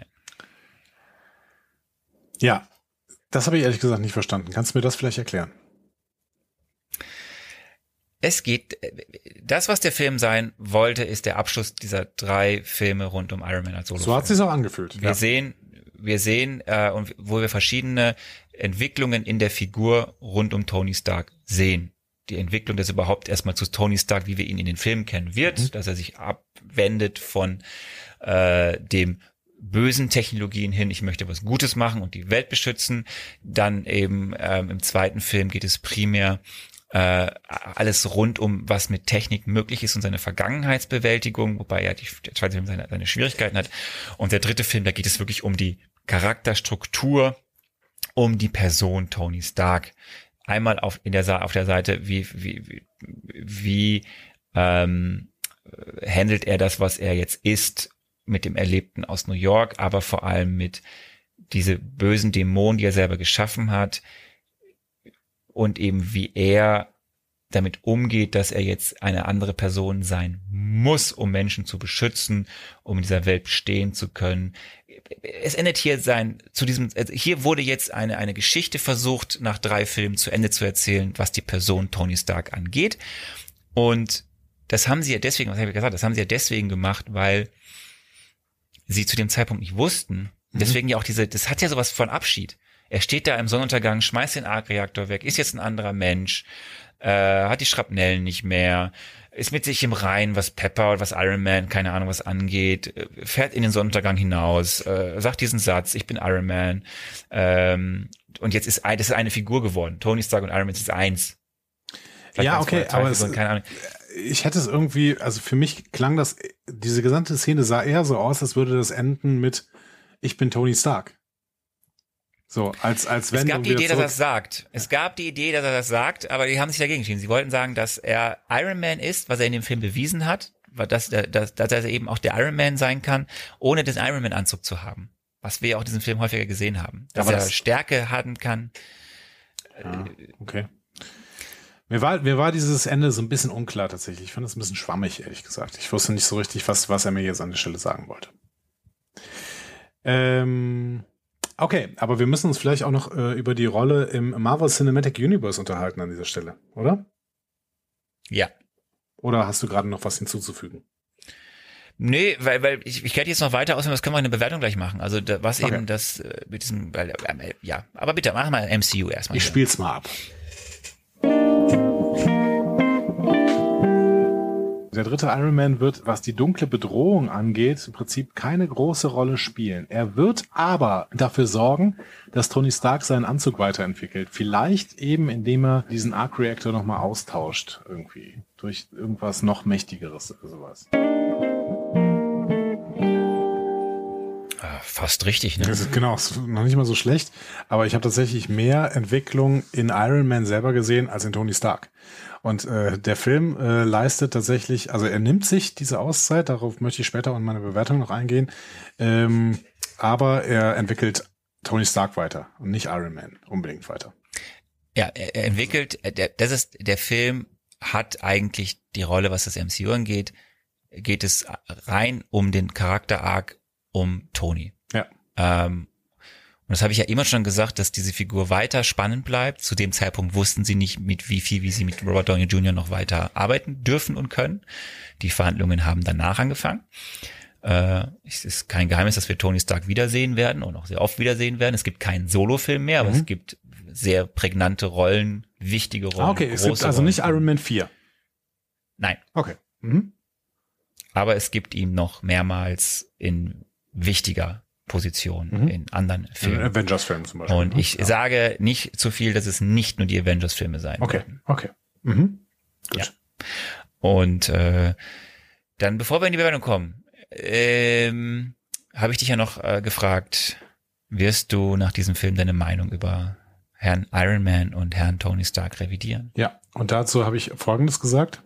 Ja, das habe ich ehrlich gesagt nicht verstanden. Kannst du mir das vielleicht erklären? Es geht, das, was der Film sein wollte, ist der Abschluss dieser drei Filme rund um Iron Man als Solo. So hat es sich auch angefühlt. Wir ja. sehen, wir sehen, äh, und wo wir verschiedene Entwicklungen in der Figur rund um Tony Stark sehen. Die Entwicklung, dass überhaupt erstmal zu Tony Stark, wie wir ihn in den Filmen kennen, wird, mhm. dass er sich abwendet von äh, dem bösen Technologien hin, ich möchte was Gutes machen und die Welt beschützen. Dann eben ähm, im zweiten Film geht es primär äh, alles rund um, was mit Technik möglich ist und seine Vergangenheitsbewältigung, wobei ja die, der zweite Film seine, seine Schwierigkeiten hat. Und der dritte Film, da geht es wirklich um die Charakterstruktur, um die Person Tony Stark. Einmal auf in der auf der Seite, wie wie wie, wie ähm, handelt er das, was er jetzt ist, mit dem Erlebten aus New York, aber vor allem mit diese bösen Dämonen, die er selber geschaffen hat und eben wie er damit umgeht, dass er jetzt eine andere Person sein muss, um Menschen zu beschützen, um in dieser Welt bestehen zu können. Es endet hier sein, zu diesem, also hier wurde jetzt eine, eine Geschichte versucht, nach drei Filmen zu Ende zu erzählen, was die Person Tony Stark angeht. Und das haben sie ja deswegen, was habe ich gesagt, das haben sie ja deswegen gemacht, weil sie zu dem Zeitpunkt nicht wussten. Mhm. Deswegen ja auch diese, das hat ja sowas von Abschied. Er steht da im Sonnenuntergang, schmeißt den Arc-Reaktor weg, ist jetzt ein anderer Mensch, äh, hat die Schrapnellen nicht mehr, ist mit sich im Reinen, was Pepper oder was Iron Man, keine Ahnung, was angeht, fährt in den Sonnenuntergang hinaus, äh, sagt diesen Satz, ich bin Iron Man, ähm, und jetzt ist ein, das ist eine Figur geworden. Tony Stark und Iron Man ist eins. Vielleicht ja, okay, zwei, aber es, keine Ahnung. Ich hätte es irgendwie, also für mich klang das, diese gesamte Szene sah eher so aus, als würde das enden mit ich bin Tony Stark. So, als, als wenn. Es gab die Idee, dass er das sagt. Es gab die Idee, dass er das sagt, aber die haben sich dagegen entschieden. Sie wollten sagen, dass er Iron Man ist, was er in dem Film bewiesen hat, dass, dass, dass er eben auch der Iron Man sein kann, ohne den Iron Man Anzug zu haben. Was wir auch in diesem Film häufiger gesehen haben. Dass aber er das Stärke haben kann. Ja, okay. Mir war, mir war dieses Ende so ein bisschen unklar tatsächlich. Ich fand es ein bisschen schwammig, ehrlich gesagt. Ich wusste nicht so richtig, was, was er mir jetzt an der Stelle sagen wollte. Ähm, okay, aber wir müssen uns vielleicht auch noch äh, über die Rolle im Marvel Cinematic Universe unterhalten an dieser Stelle, oder? Ja. Oder hast du gerade noch was hinzuzufügen? Nee, weil, weil ich, ich werde jetzt noch weiter ausführen, das können wir in der Bewertung gleich machen. Also da, was okay. eben das äh, mit diesem, äh, äh, ja, aber bitte, machen wir M C U erstmal. Ich hier. spiel's mal ab. Der dritte Iron Man wird, was die dunkle Bedrohung angeht, im Prinzip keine große Rolle spielen. Er wird aber dafür sorgen, dass Tony Stark seinen Anzug weiterentwickelt. Vielleicht eben, indem er diesen Arc-Reactor nochmal austauscht irgendwie. Durch irgendwas noch Mächtigeres oder sowas. Fast richtig, ne? Das ist, genau, ist noch nicht mal so schlecht. Aber ich habe tatsächlich mehr Entwicklung in Iron Man selber gesehen als in Tony Stark. Und äh, der Film äh, leistet tatsächlich, also er nimmt sich diese Auszeit, darauf möchte ich später in meine Bewertung noch eingehen, ähm, aber er entwickelt Tony Stark weiter und nicht Iron Man unbedingt weiter. Ja, er, er entwickelt, der, das ist, der Film hat eigentlich die Rolle, was das M C U angeht, geht es rein um den Charakter-Arc um Tony. Ja. Ähm, Und das habe ich ja immer schon gesagt, dass diese Figur weiter spannend bleibt. Zu dem Zeitpunkt wussten sie nicht, mit wie viel, wie sie mit Robert Downey Junior noch weiter arbeiten dürfen und können. Die Verhandlungen haben danach angefangen. Äh, es ist kein Geheimnis, dass wir Tony Stark wiedersehen werden und auch sehr oft wiedersehen werden. Es gibt keinen Solo-Film mehr, aber mhm. es gibt sehr prägnante Rollen, wichtige Rollen. Ah, okay, es gibt also Rollen. nicht Iron Man vier. Nein. Okay. Mhm. Aber es gibt ihn noch mehrmals in wichtiger Position mhm. in anderen Filmen. In Avengers-Filmen zum Beispiel. Und ich ja. sage nicht zu viel, dass es nicht nur die Avengers-Filme sein okay. werden. Okay, okay. Mhm. Gut. Ja. Und äh, dann, bevor wir in die Bewertung kommen, ähm, habe ich dich ja noch äh, gefragt, wirst du nach diesem Film deine Meinung über Herrn Iron Man und Herrn Tony Stark revidieren? Ja, und dazu habe ich Folgendes gesagt.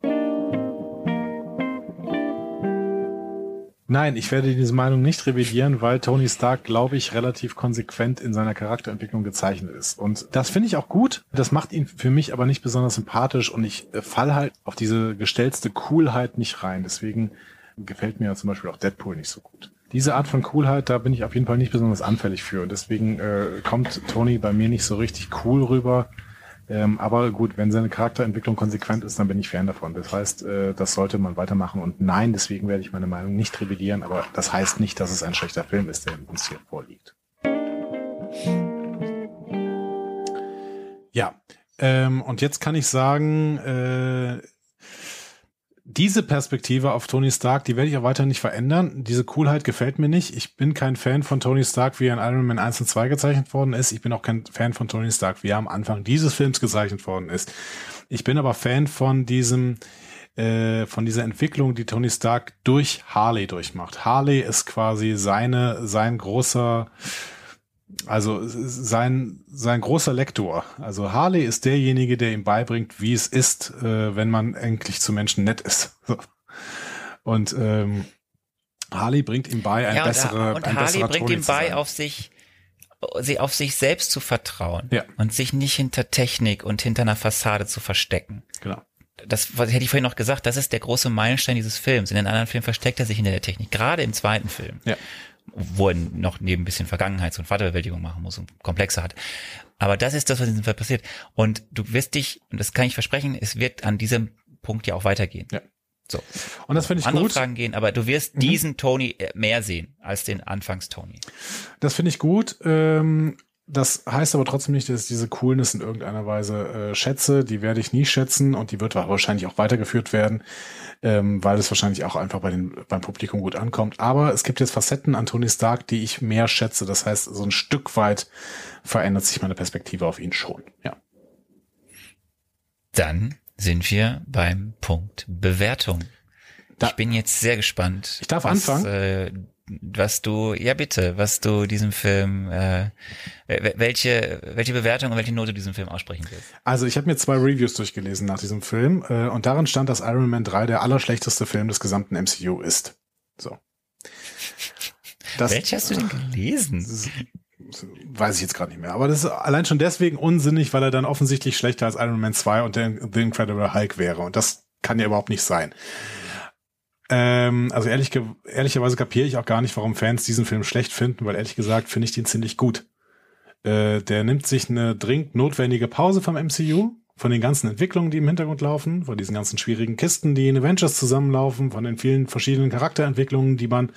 Nein, ich werde diese Meinung nicht revidieren, weil Tony Stark, glaube ich, relativ konsequent in seiner Charakterentwicklung gezeichnet ist. Und das finde ich auch gut. Das macht ihn für mich aber nicht besonders sympathisch und ich äh, fall halt auf diese gestellte Coolheit nicht rein. Deswegen gefällt mir zum Beispiel auch Deadpool nicht so gut. Diese Art von Coolheit, da bin ich auf jeden Fall nicht besonders anfällig für. Und deswegen äh, kommt Tony bei mir nicht so richtig cool rüber. Ähm, aber gut, wenn seine Charakterentwicklung konsequent ist, dann bin ich Fan davon. Das heißt, äh, das sollte man weitermachen. Und nein, deswegen werde ich meine Meinung nicht revidieren. Aber das heißt nicht, dass es ein schlechter Film ist, der uns hier vorliegt. Ja, ähm, und jetzt kann ich sagen, äh, diese Perspektive auf Tony Stark, die werde ich auch weiter nicht verändern. Diese Coolheit gefällt mir nicht. Ich bin kein Fan von Tony Stark, wie er in Iron Man eins und zwei gezeichnet worden ist. Ich bin auch kein Fan von Tony Stark, wie er am Anfang dieses Films gezeichnet worden ist. Ich bin aber Fan von diesem, äh, von dieser Entwicklung, die Tony Stark durch Harley durchmacht. Harley ist quasi seine, sein großer, Also sein, sein großer Lektor. Also Harley ist derjenige, der ihm beibringt, wie es ist, äh, wenn man endlich zu Menschen nett ist. So. Und ähm, Harley bringt ihm bei, ein ja, besserer und ein Harley besserer bringt Tony ihm zu bei, sein. auf sich, sie auf sich selbst zu vertrauen Ja. und sich nicht hinter Technik und hinter einer Fassade zu verstecken. Genau. Das was hätte ich vorhin noch gesagt, das ist der große Meilenstein dieses Films. In den anderen Filmen versteckt er sich hinter der Technik, gerade im zweiten Film. Ja. Wo er noch neben ein bisschen Vergangenheits- und Vaterbewältigung machen muss und Komplexe hat. Aber das ist das, was in diesem Fall passiert. Und du wirst dich, und das kann ich versprechen, es wird an diesem Punkt ja auch weitergehen. Ja. So. Und das finde ich Andere gut. Fragen gehen, aber du wirst Mhm. diesen Tony mehr sehen als den Anfangs-Tony. Das finde ich gut. Ähm, das heißt aber trotzdem nicht, dass ich diese Coolness in irgendeiner Weise äh, schätze. Die werde ich nie schätzen und die wird wahrscheinlich auch weitergeführt werden, ähm, weil es wahrscheinlich auch einfach bei den, beim Publikum gut ankommt. Aber es gibt jetzt Facetten an Tony Stark, die ich mehr schätze. Das heißt, so ein Stück weit verändert sich meine Perspektive auf ihn schon. Ja. Dann sind wir beim Punkt Bewertung. Da- ich bin jetzt sehr gespannt. Ich darf was, anfangen? Äh, was du, ja bitte, was du diesem Film, äh, welche, welche Bewertung und welche Note du diesem Film aussprechen willst. Also ich habe mir zwei Reviews durchgelesen nach diesem Film äh, und darin stand, dass Iron Man drei der allerschlechteste Film des gesamten M C U ist. So. Das, Welche hast du denn gelesen? Das weiß ich jetzt gerade nicht mehr. Aber das ist allein schon deswegen unsinnig, weil er dann offensichtlich schlechter als Iron Man zwei und der The Incredible Hulk wäre. Und das kann ja überhaupt nicht sein. Ähm, also ehrlich, ehrlicherweise kapiere ich auch gar nicht, warum Fans diesen Film schlecht finden, weil ehrlich gesagt finde ich den ziemlich gut. Äh, der nimmt sich eine dringend notwendige Pause vom M C U, von den ganzen Entwicklungen, die im Hintergrund laufen, von diesen ganzen schwierigen Kisten, die in Avengers zusammenlaufen, von den vielen verschiedenen Charakterentwicklungen, die man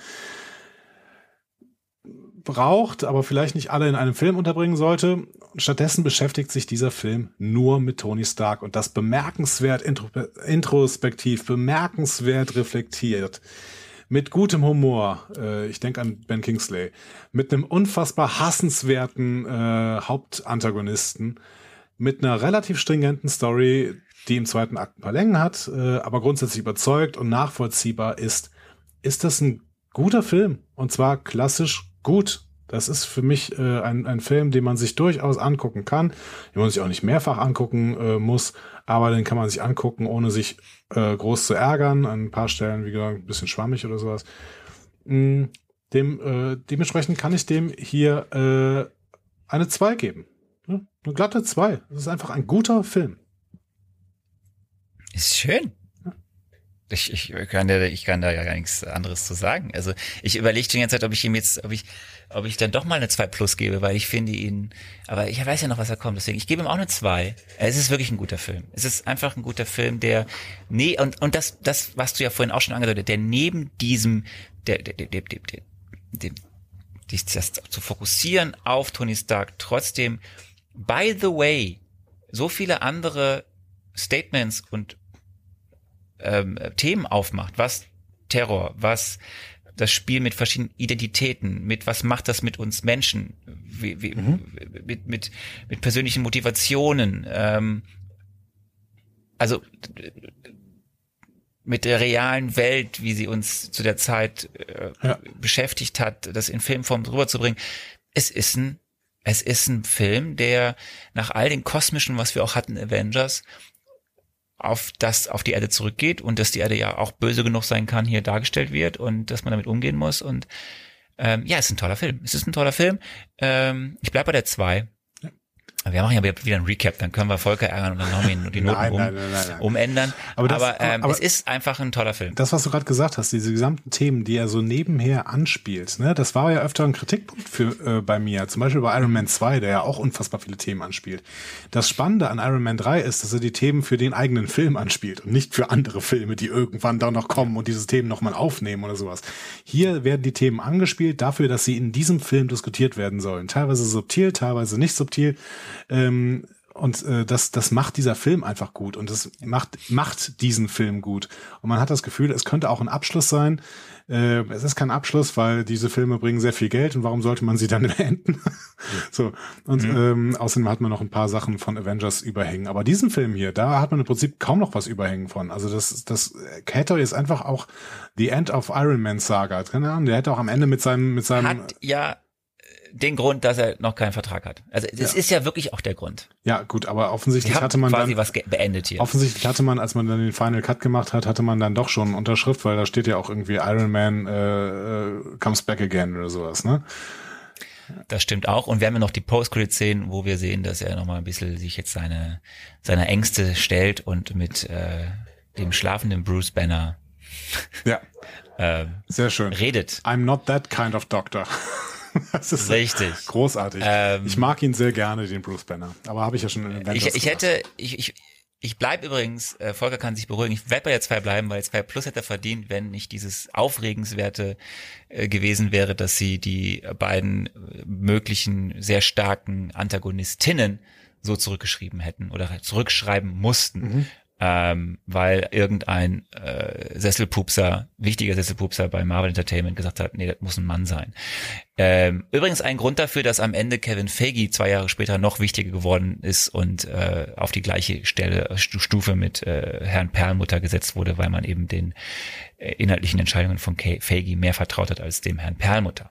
braucht, aber vielleicht nicht alle in einem Film unterbringen sollte. Stattdessen beschäftigt sich dieser Film nur mit Tony Stark und das bemerkenswert intro- introspektiv, bemerkenswert reflektiert, mit gutem Humor, äh, ich denke an Ben Kingsley, mit einem unfassbar hassenswerten äh, Hauptantagonisten, mit einer relativ stringenten Story, die im zweiten Akt ein paar Längen hat, äh, aber grundsätzlich überzeugt und nachvollziehbar ist, ist das ein guter Film und zwar klassisch gut. Das ist für mich äh, ein, ein Film, den man sich durchaus angucken kann, den man sich auch nicht mehrfach angucken äh, muss, aber den kann man sich angucken, ohne sich äh, groß zu ärgern. An ein paar Stellen, wie gesagt, ein bisschen schwammig oder sowas. Mm, dem, äh, dementsprechend kann ich dem hier äh, eine zwei geben. Ja, eine glatte zwei. Das ist einfach ein guter Film. Ist schön. Ich, ich kann da, ich kann da ja gar nichts anderes zu sagen. Also ich überlege die ganze Zeit, ob ich ihm jetzt, ob ich, ob ich dann doch mal eine zwei plus gebe, weil ich finde ihn, aber ich weiß ja noch, was da kommt, deswegen, ich gebe ihm auch eine zwei. Es ist wirklich ein guter Film. Es ist einfach ein guter Film, der, nee, und, und das, das, was du ja vorhin auch schon angedeutet hast, der neben diesem, der, der, der, der, der, der, der dich das zu fokussieren auf Tony Stark trotzdem, by the way, so viele andere Statements und ähm, Themen aufmacht, was Terror, was das Spiel mit verschiedenen Identitäten, mit was macht das mit uns Menschen, wie, wie, mhm. mit, mit, mit persönlichen Motivationen, ähm, also mit der realen Welt, wie sie uns zu der Zeit äh, ja. beschäftigt hat, das in Filmform rüberzubringen. Es ist ein, es ist ein Film, der nach all den kosmischen, was wir auch hatten, Avengers, auf das, auf die Erde zurückgeht und dass die Erde ja auch böse genug sein kann, hier dargestellt wird und dass man damit umgehen muss und ähm, ja, es ist ein toller Film. Es ist ein toller Film. Ähm, ich bleib bei der zwei. Wir machen ja wieder einen Recap, dann können wir Volker ärgern und dann noch die Noten nein, um, nein, nein, nein, nein. umändern. Aber, das, aber, ähm, aber es ist einfach ein toller Film. Das, was du gerade gesagt hast, diese gesamten Themen, die er so nebenher anspielt, ne, das war ja öfter ein Kritikpunkt für äh, bei mir. Zum Beispiel bei Iron Man zwei, der ja auch unfassbar viele Themen anspielt. Das Spannende an Iron Man drei ist, dass er die Themen für den eigenen Film anspielt und nicht für andere Filme, die irgendwann da noch kommen und diese Themen nochmal aufnehmen oder sowas. Hier werden die Themen angespielt dafür, dass sie in diesem Film diskutiert werden sollen. Teilweise subtil, teilweise nicht subtil. Ähm, Und äh, das, das macht dieser Film einfach gut und das macht, macht diesen Film gut. Und man hat das Gefühl, es könnte auch ein Abschluss sein. Äh, es ist kein Abschluss, weil diese Filme bringen sehr viel Geld und warum sollte man sie dann beenden? So. Und mhm. ähm, außerdem hat man noch ein paar Sachen von Avengers überhängen. Aber diesen Film hier, da hat man im Prinzip kaum noch was überhängen von. Also das, das hätte jetzt einfach auch The End of Iron Man Saga. Keine Ahnung, der hätte auch am Ende mit seinem, mit seinem. Hat ja den Grund, dass er noch keinen Vertrag hat. Also es Ja. ist ja wirklich auch der Grund. Ja, gut, aber Sie offensichtlich haben hatte man quasi dann, was ge- beendet hier. offensichtlich hatte man, als man dann den Final Cut gemacht hat, hatte man dann doch schon Unterschrift, weil da steht ja auch irgendwie Iron Man äh, äh, comes back again oder sowas, ne? Das stimmt auch. Und wir haben ja noch die Post-Credit-Szenen, wo wir sehen, dass er nochmal ein bisschen sich jetzt seine, seine Ängste stellt und mit äh, dem schlafenden Bruce Banner Ja, äh, sehr schön. redet. I'm not that kind of doctor. Das ist Richtig. großartig. Ähm, ich mag ihn sehr gerne, den Bruce Banner. Aber habe ich ja schon in Avengers Ich, ich gesagt. hätte, ich, ich, ich bleib übrigens, äh, Volker kann sich beruhigen, ich werde bei der zwei bleiben, weil zwei Plus hätte er verdient, wenn nicht dieses Aufregenswerte äh, gewesen wäre, dass sie die beiden äh, möglichen sehr starken Antagonistinnen so zurückgeschrieben hätten oder zurückschreiben mussten. Mhm. Ähm, weil irgendein äh, Sesselpupser, wichtiger Sesselpupser bei Marvel Entertainment gesagt hat, nee, das muss ein Mann sein. Ähm, übrigens ein Grund dafür, dass am Ende Kevin Feige zwei Jahre später noch wichtiger geworden ist und äh, auf die gleiche Stelle, Stu- Stufe mit äh, Herrn Perlmutter gesetzt wurde, weil man eben den äh, inhaltlichen Entscheidungen von Ke- Feige mehr vertraut hat als dem Herrn Perlmutter.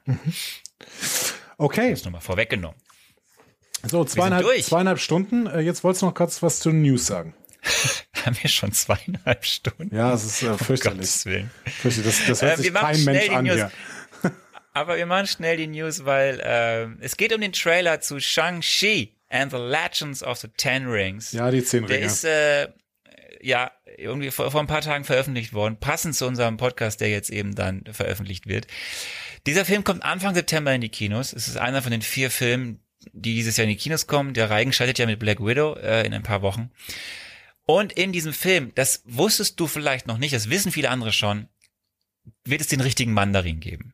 Okay, Das nochmal vorweggenomung. so zweieinhalb, durch. zweieinhalb Stunden. Äh, Jetzt wolltest du noch kurz was zu den News sagen. Haben wir schon zweieinhalb Stunden? Ja, es ist äh, Um fürchterlich. Gottes Willen. fürchterlich. Das, das hört Äh, wir sich machen kein Mensch schnell die an News. hier. Aber wir machen schnell die News, weil äh, es geht um den Trailer zu Shang-Chi and the Legends of the Ten Rings. Ja, die zehn Der Ringe. ist äh, ja irgendwie vor, vor ein paar Tagen veröffentlicht worden, passend zu unserem Podcast, der jetzt eben dann veröffentlicht wird. Dieser Film kommt Anfang September in die Kinos. Es ist einer von den vier Filmen, die dieses Jahr in die Kinos kommen. Der Reigen startet ja mit Black Widow äh, in ein paar Wochen. Und in diesem Film, das wusstest du vielleicht noch nicht, das wissen viele andere schon, wird es den richtigen Mandarin geben.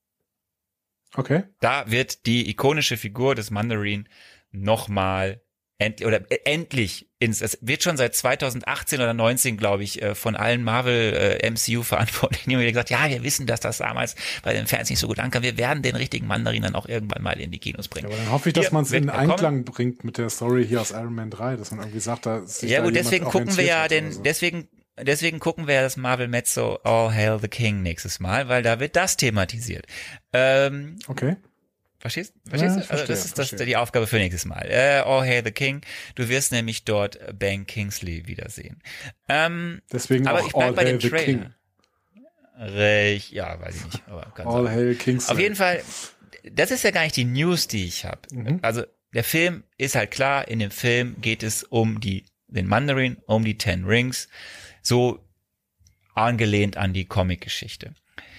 Okay. Da wird die ikonische Figur des Mandarin nochmal endlich oder äh, endlich ins, es wird schon seit zweitausendachtzehn oder neunzehn, glaube ich, äh, von allen Marvel äh, M C U Verantwortlichen immer wieder gesagt, ja, wir wissen, dass das damals bei den Fans nicht so gut ankam. Wir werden den richtigen Mandarin dann auch irgendwann mal in die Kinos bringen. Aber dann hoffe ich, dass Hier man es wird in er kommen. Einklang bringt mit der Story hier aus Iron Man drei, dass man irgendwie sagt, da ist sich Ja da gut, jemand deswegen gucken wir orientiert ja hat oder den, so. deswegen, deswegen gucken wir ja das Marvel Mezzo All Hail the King nächstes Mal, weil da wird das thematisiert. Ähm, Okay. Verstehst, Ja, verstehst ich du? Also verstehe, das ist das verstehe. die Aufgabe für nächstes Mal. Äh, All Hail the King. Du wirst nämlich dort Ben Kingsley wiedersehen. Ähm, Deswegen aber auch ich bleib All bei Hail dem the Trailer. King. Recht, ja, weiß ich nicht. Aber kann All sein. Hail Kingsley. Auf jeden Fall, das ist ja gar nicht die News, die ich habe. Mhm. Also der Film ist halt klar, in dem Film geht es um die den Mandarin, um die Ten Rings, so angelehnt an die Comic-Geschichte.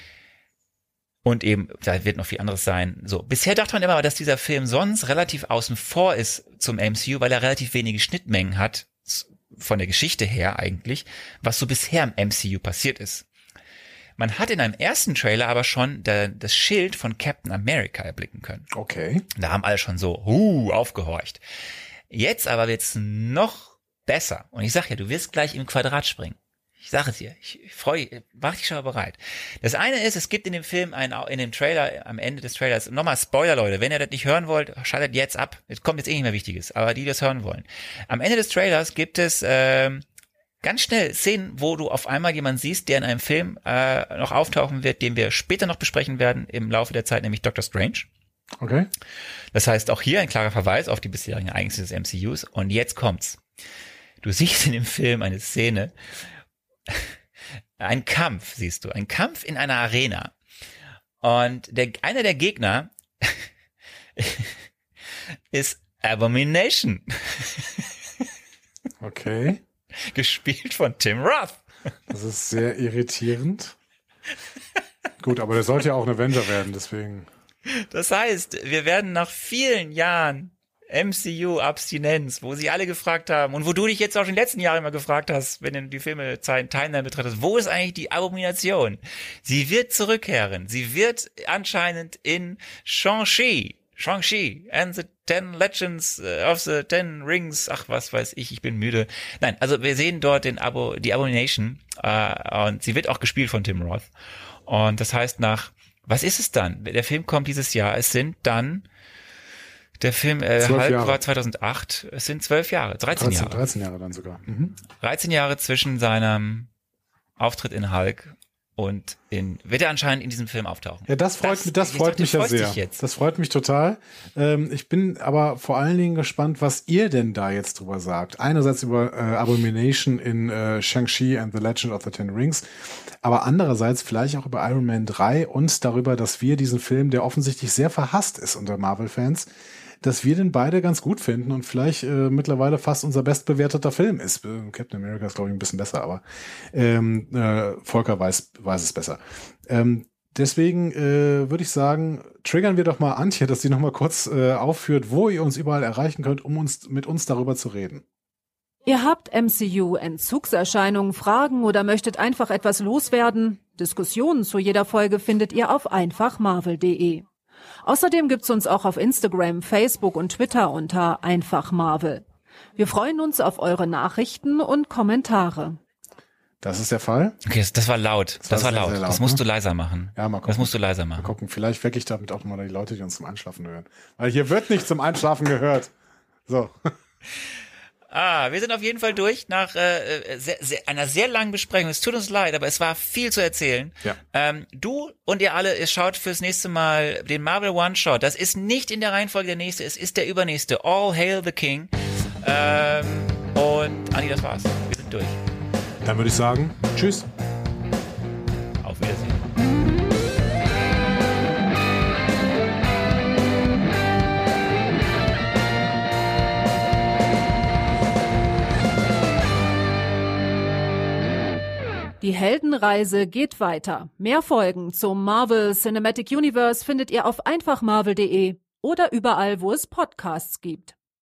Und eben, da wird noch viel anderes sein. So, bisher dachte man immer, dass dieser Film sonst relativ außen vor ist zum M C U, weil er relativ wenige Schnittmengen hat, von der Geschichte her eigentlich, was so bisher im M C U passiert ist. Man hat in einem ersten Trailer aber schon der, das Schild von Captain America erblicken können. Okay. Da haben alle schon so, huh, aufgehorcht. Jetzt aber wird's noch besser. Und ich sag ja, du wirst gleich im Quadrat springen. Ich sage es dir, ich, ich freue, mach dich schon mal bereit. Das eine ist, es gibt in dem Film, einen, in dem Trailer, am Ende des Trailers, nochmal Spoiler, Leute, wenn ihr das nicht hören wollt, schaltet jetzt ab. Es kommt jetzt eh nicht mehr Wichtiges, aber die, die das hören wollen. Am Ende des Trailers gibt es ähm, ganz schnell Szenen, wo du auf einmal jemanden siehst, der in einem Film äh, noch auftauchen wird, den wir später noch besprechen werden im Laufe der Zeit, nämlich Doctor Strange. Okay. Das heißt, auch hier ein klarer Verweis auf die bisherigen Ereignisse des M C Us. Und jetzt kommt's. Du siehst in dem Film eine Szene, ein Kampf, siehst du, ein Kampf in einer Arena. Und der, einer der Gegner ist Abomination, Okay. gespielt von Tim Roth. Das ist sehr irritierend. Gut, aber der sollte ja auch ein Avenger werden, deswegen. Das heißt, wir werden nach vielen Jahren M C U-Abstinenz, wo sie alle gefragt haben und wo du dich jetzt auch schon in den letzten Jahren immer gefragt hast, wenn du die Filme Timeline betrachtest, wo ist eigentlich die Abomination? Sie wird zurückkehren. Sie wird anscheinend in Shang-Chi, Shang-Chi and the Ten Legends of the Ten Rings, ach was weiß ich, ich bin müde. Nein, also wir sehen dort den Abo, die Abomination äh, und sie wird auch gespielt von Tim Roth. Und das heißt nach, was ist es dann? Der Film kommt dieses Jahr, es sind dann Der Film äh, Zwölf Hulk Jahre. war zweitausendacht. Es sind zwölf Jahre, dreizehn dreizehn, Jahre. dreizehn Jahre dann sogar. Mhm. dreizehn Jahre zwischen seinem Auftritt in Hulk und in, wird er anscheinend in diesem Film auftauchen. Ja, das freut Das- mich, das ich freut dachte, mich du ja freust sehr. dich jetzt. Das freut mich total. Ähm, ich bin aber vor allen Dingen gespannt, was ihr denn da jetzt drüber sagt. Einerseits über äh, Abomination in äh, Shang-Chi and the Legend of the Ten Rings, aber andererseits vielleicht auch über Iron Man drei und darüber, dass wir diesen Film, der offensichtlich sehr verhasst ist unter Marvel-Fans, dass wir den beide ganz gut finden und vielleicht äh, mittlerweile fast unser bestbewerteter Film ist. Äh, Captain America ist, glaube ich, ein bisschen besser, aber ähm, äh, Volker weiß, weiß es besser. Ähm, deswegen äh, würde ich sagen, triggern wir doch mal Antje, dass sie noch mal kurz äh, aufführt, wo ihr uns überall erreichen könnt, um uns mit uns darüber zu reden. Ihr habt M C U-Entzugserscheinungen, Fragen oder möchtet einfach etwas loswerden? Diskussionen zu jeder Folge findet ihr auf einfach marvel punkt de. Außerdem gibt's uns auch auf Instagram, Facebook und Twitter unter einfachmarvel. Wir freuen uns auf eure Nachrichten und Kommentare. Das ist der Fall. Okay, das, das war laut. Das, Das war war sehr, laut. sehr laut, Das musst ne? du leiser machen. Ja, mal gucken. Das musst du leiser Mal machen. gucken, vielleicht wecke ich damit auch mal die Leute, die uns zum Einschlafen hören. Weil hier wird nicht zum Einschlafen gehört. So. Ah, wir sind auf jeden Fall durch nach äh, sehr, sehr, einer sehr langen Besprechung. Es tut uns leid, aber es war viel zu erzählen. Ja. Ähm, du und ihr alle, ihr schaut fürs nächste Mal den Marvel One-Shot. Das ist nicht in der Reihenfolge der nächste, es ist der übernächste. All Hail the King. Ähm, und Andi, das war's. Wir sind durch. Dann würde ich sagen, tschüss. Auf Wiedersehen. Die Heldenreise geht weiter. Mehr Folgen zum Marvel Cinematic Universe findet ihr auf einfach marvel punkt de oder überall, wo es Podcasts gibt.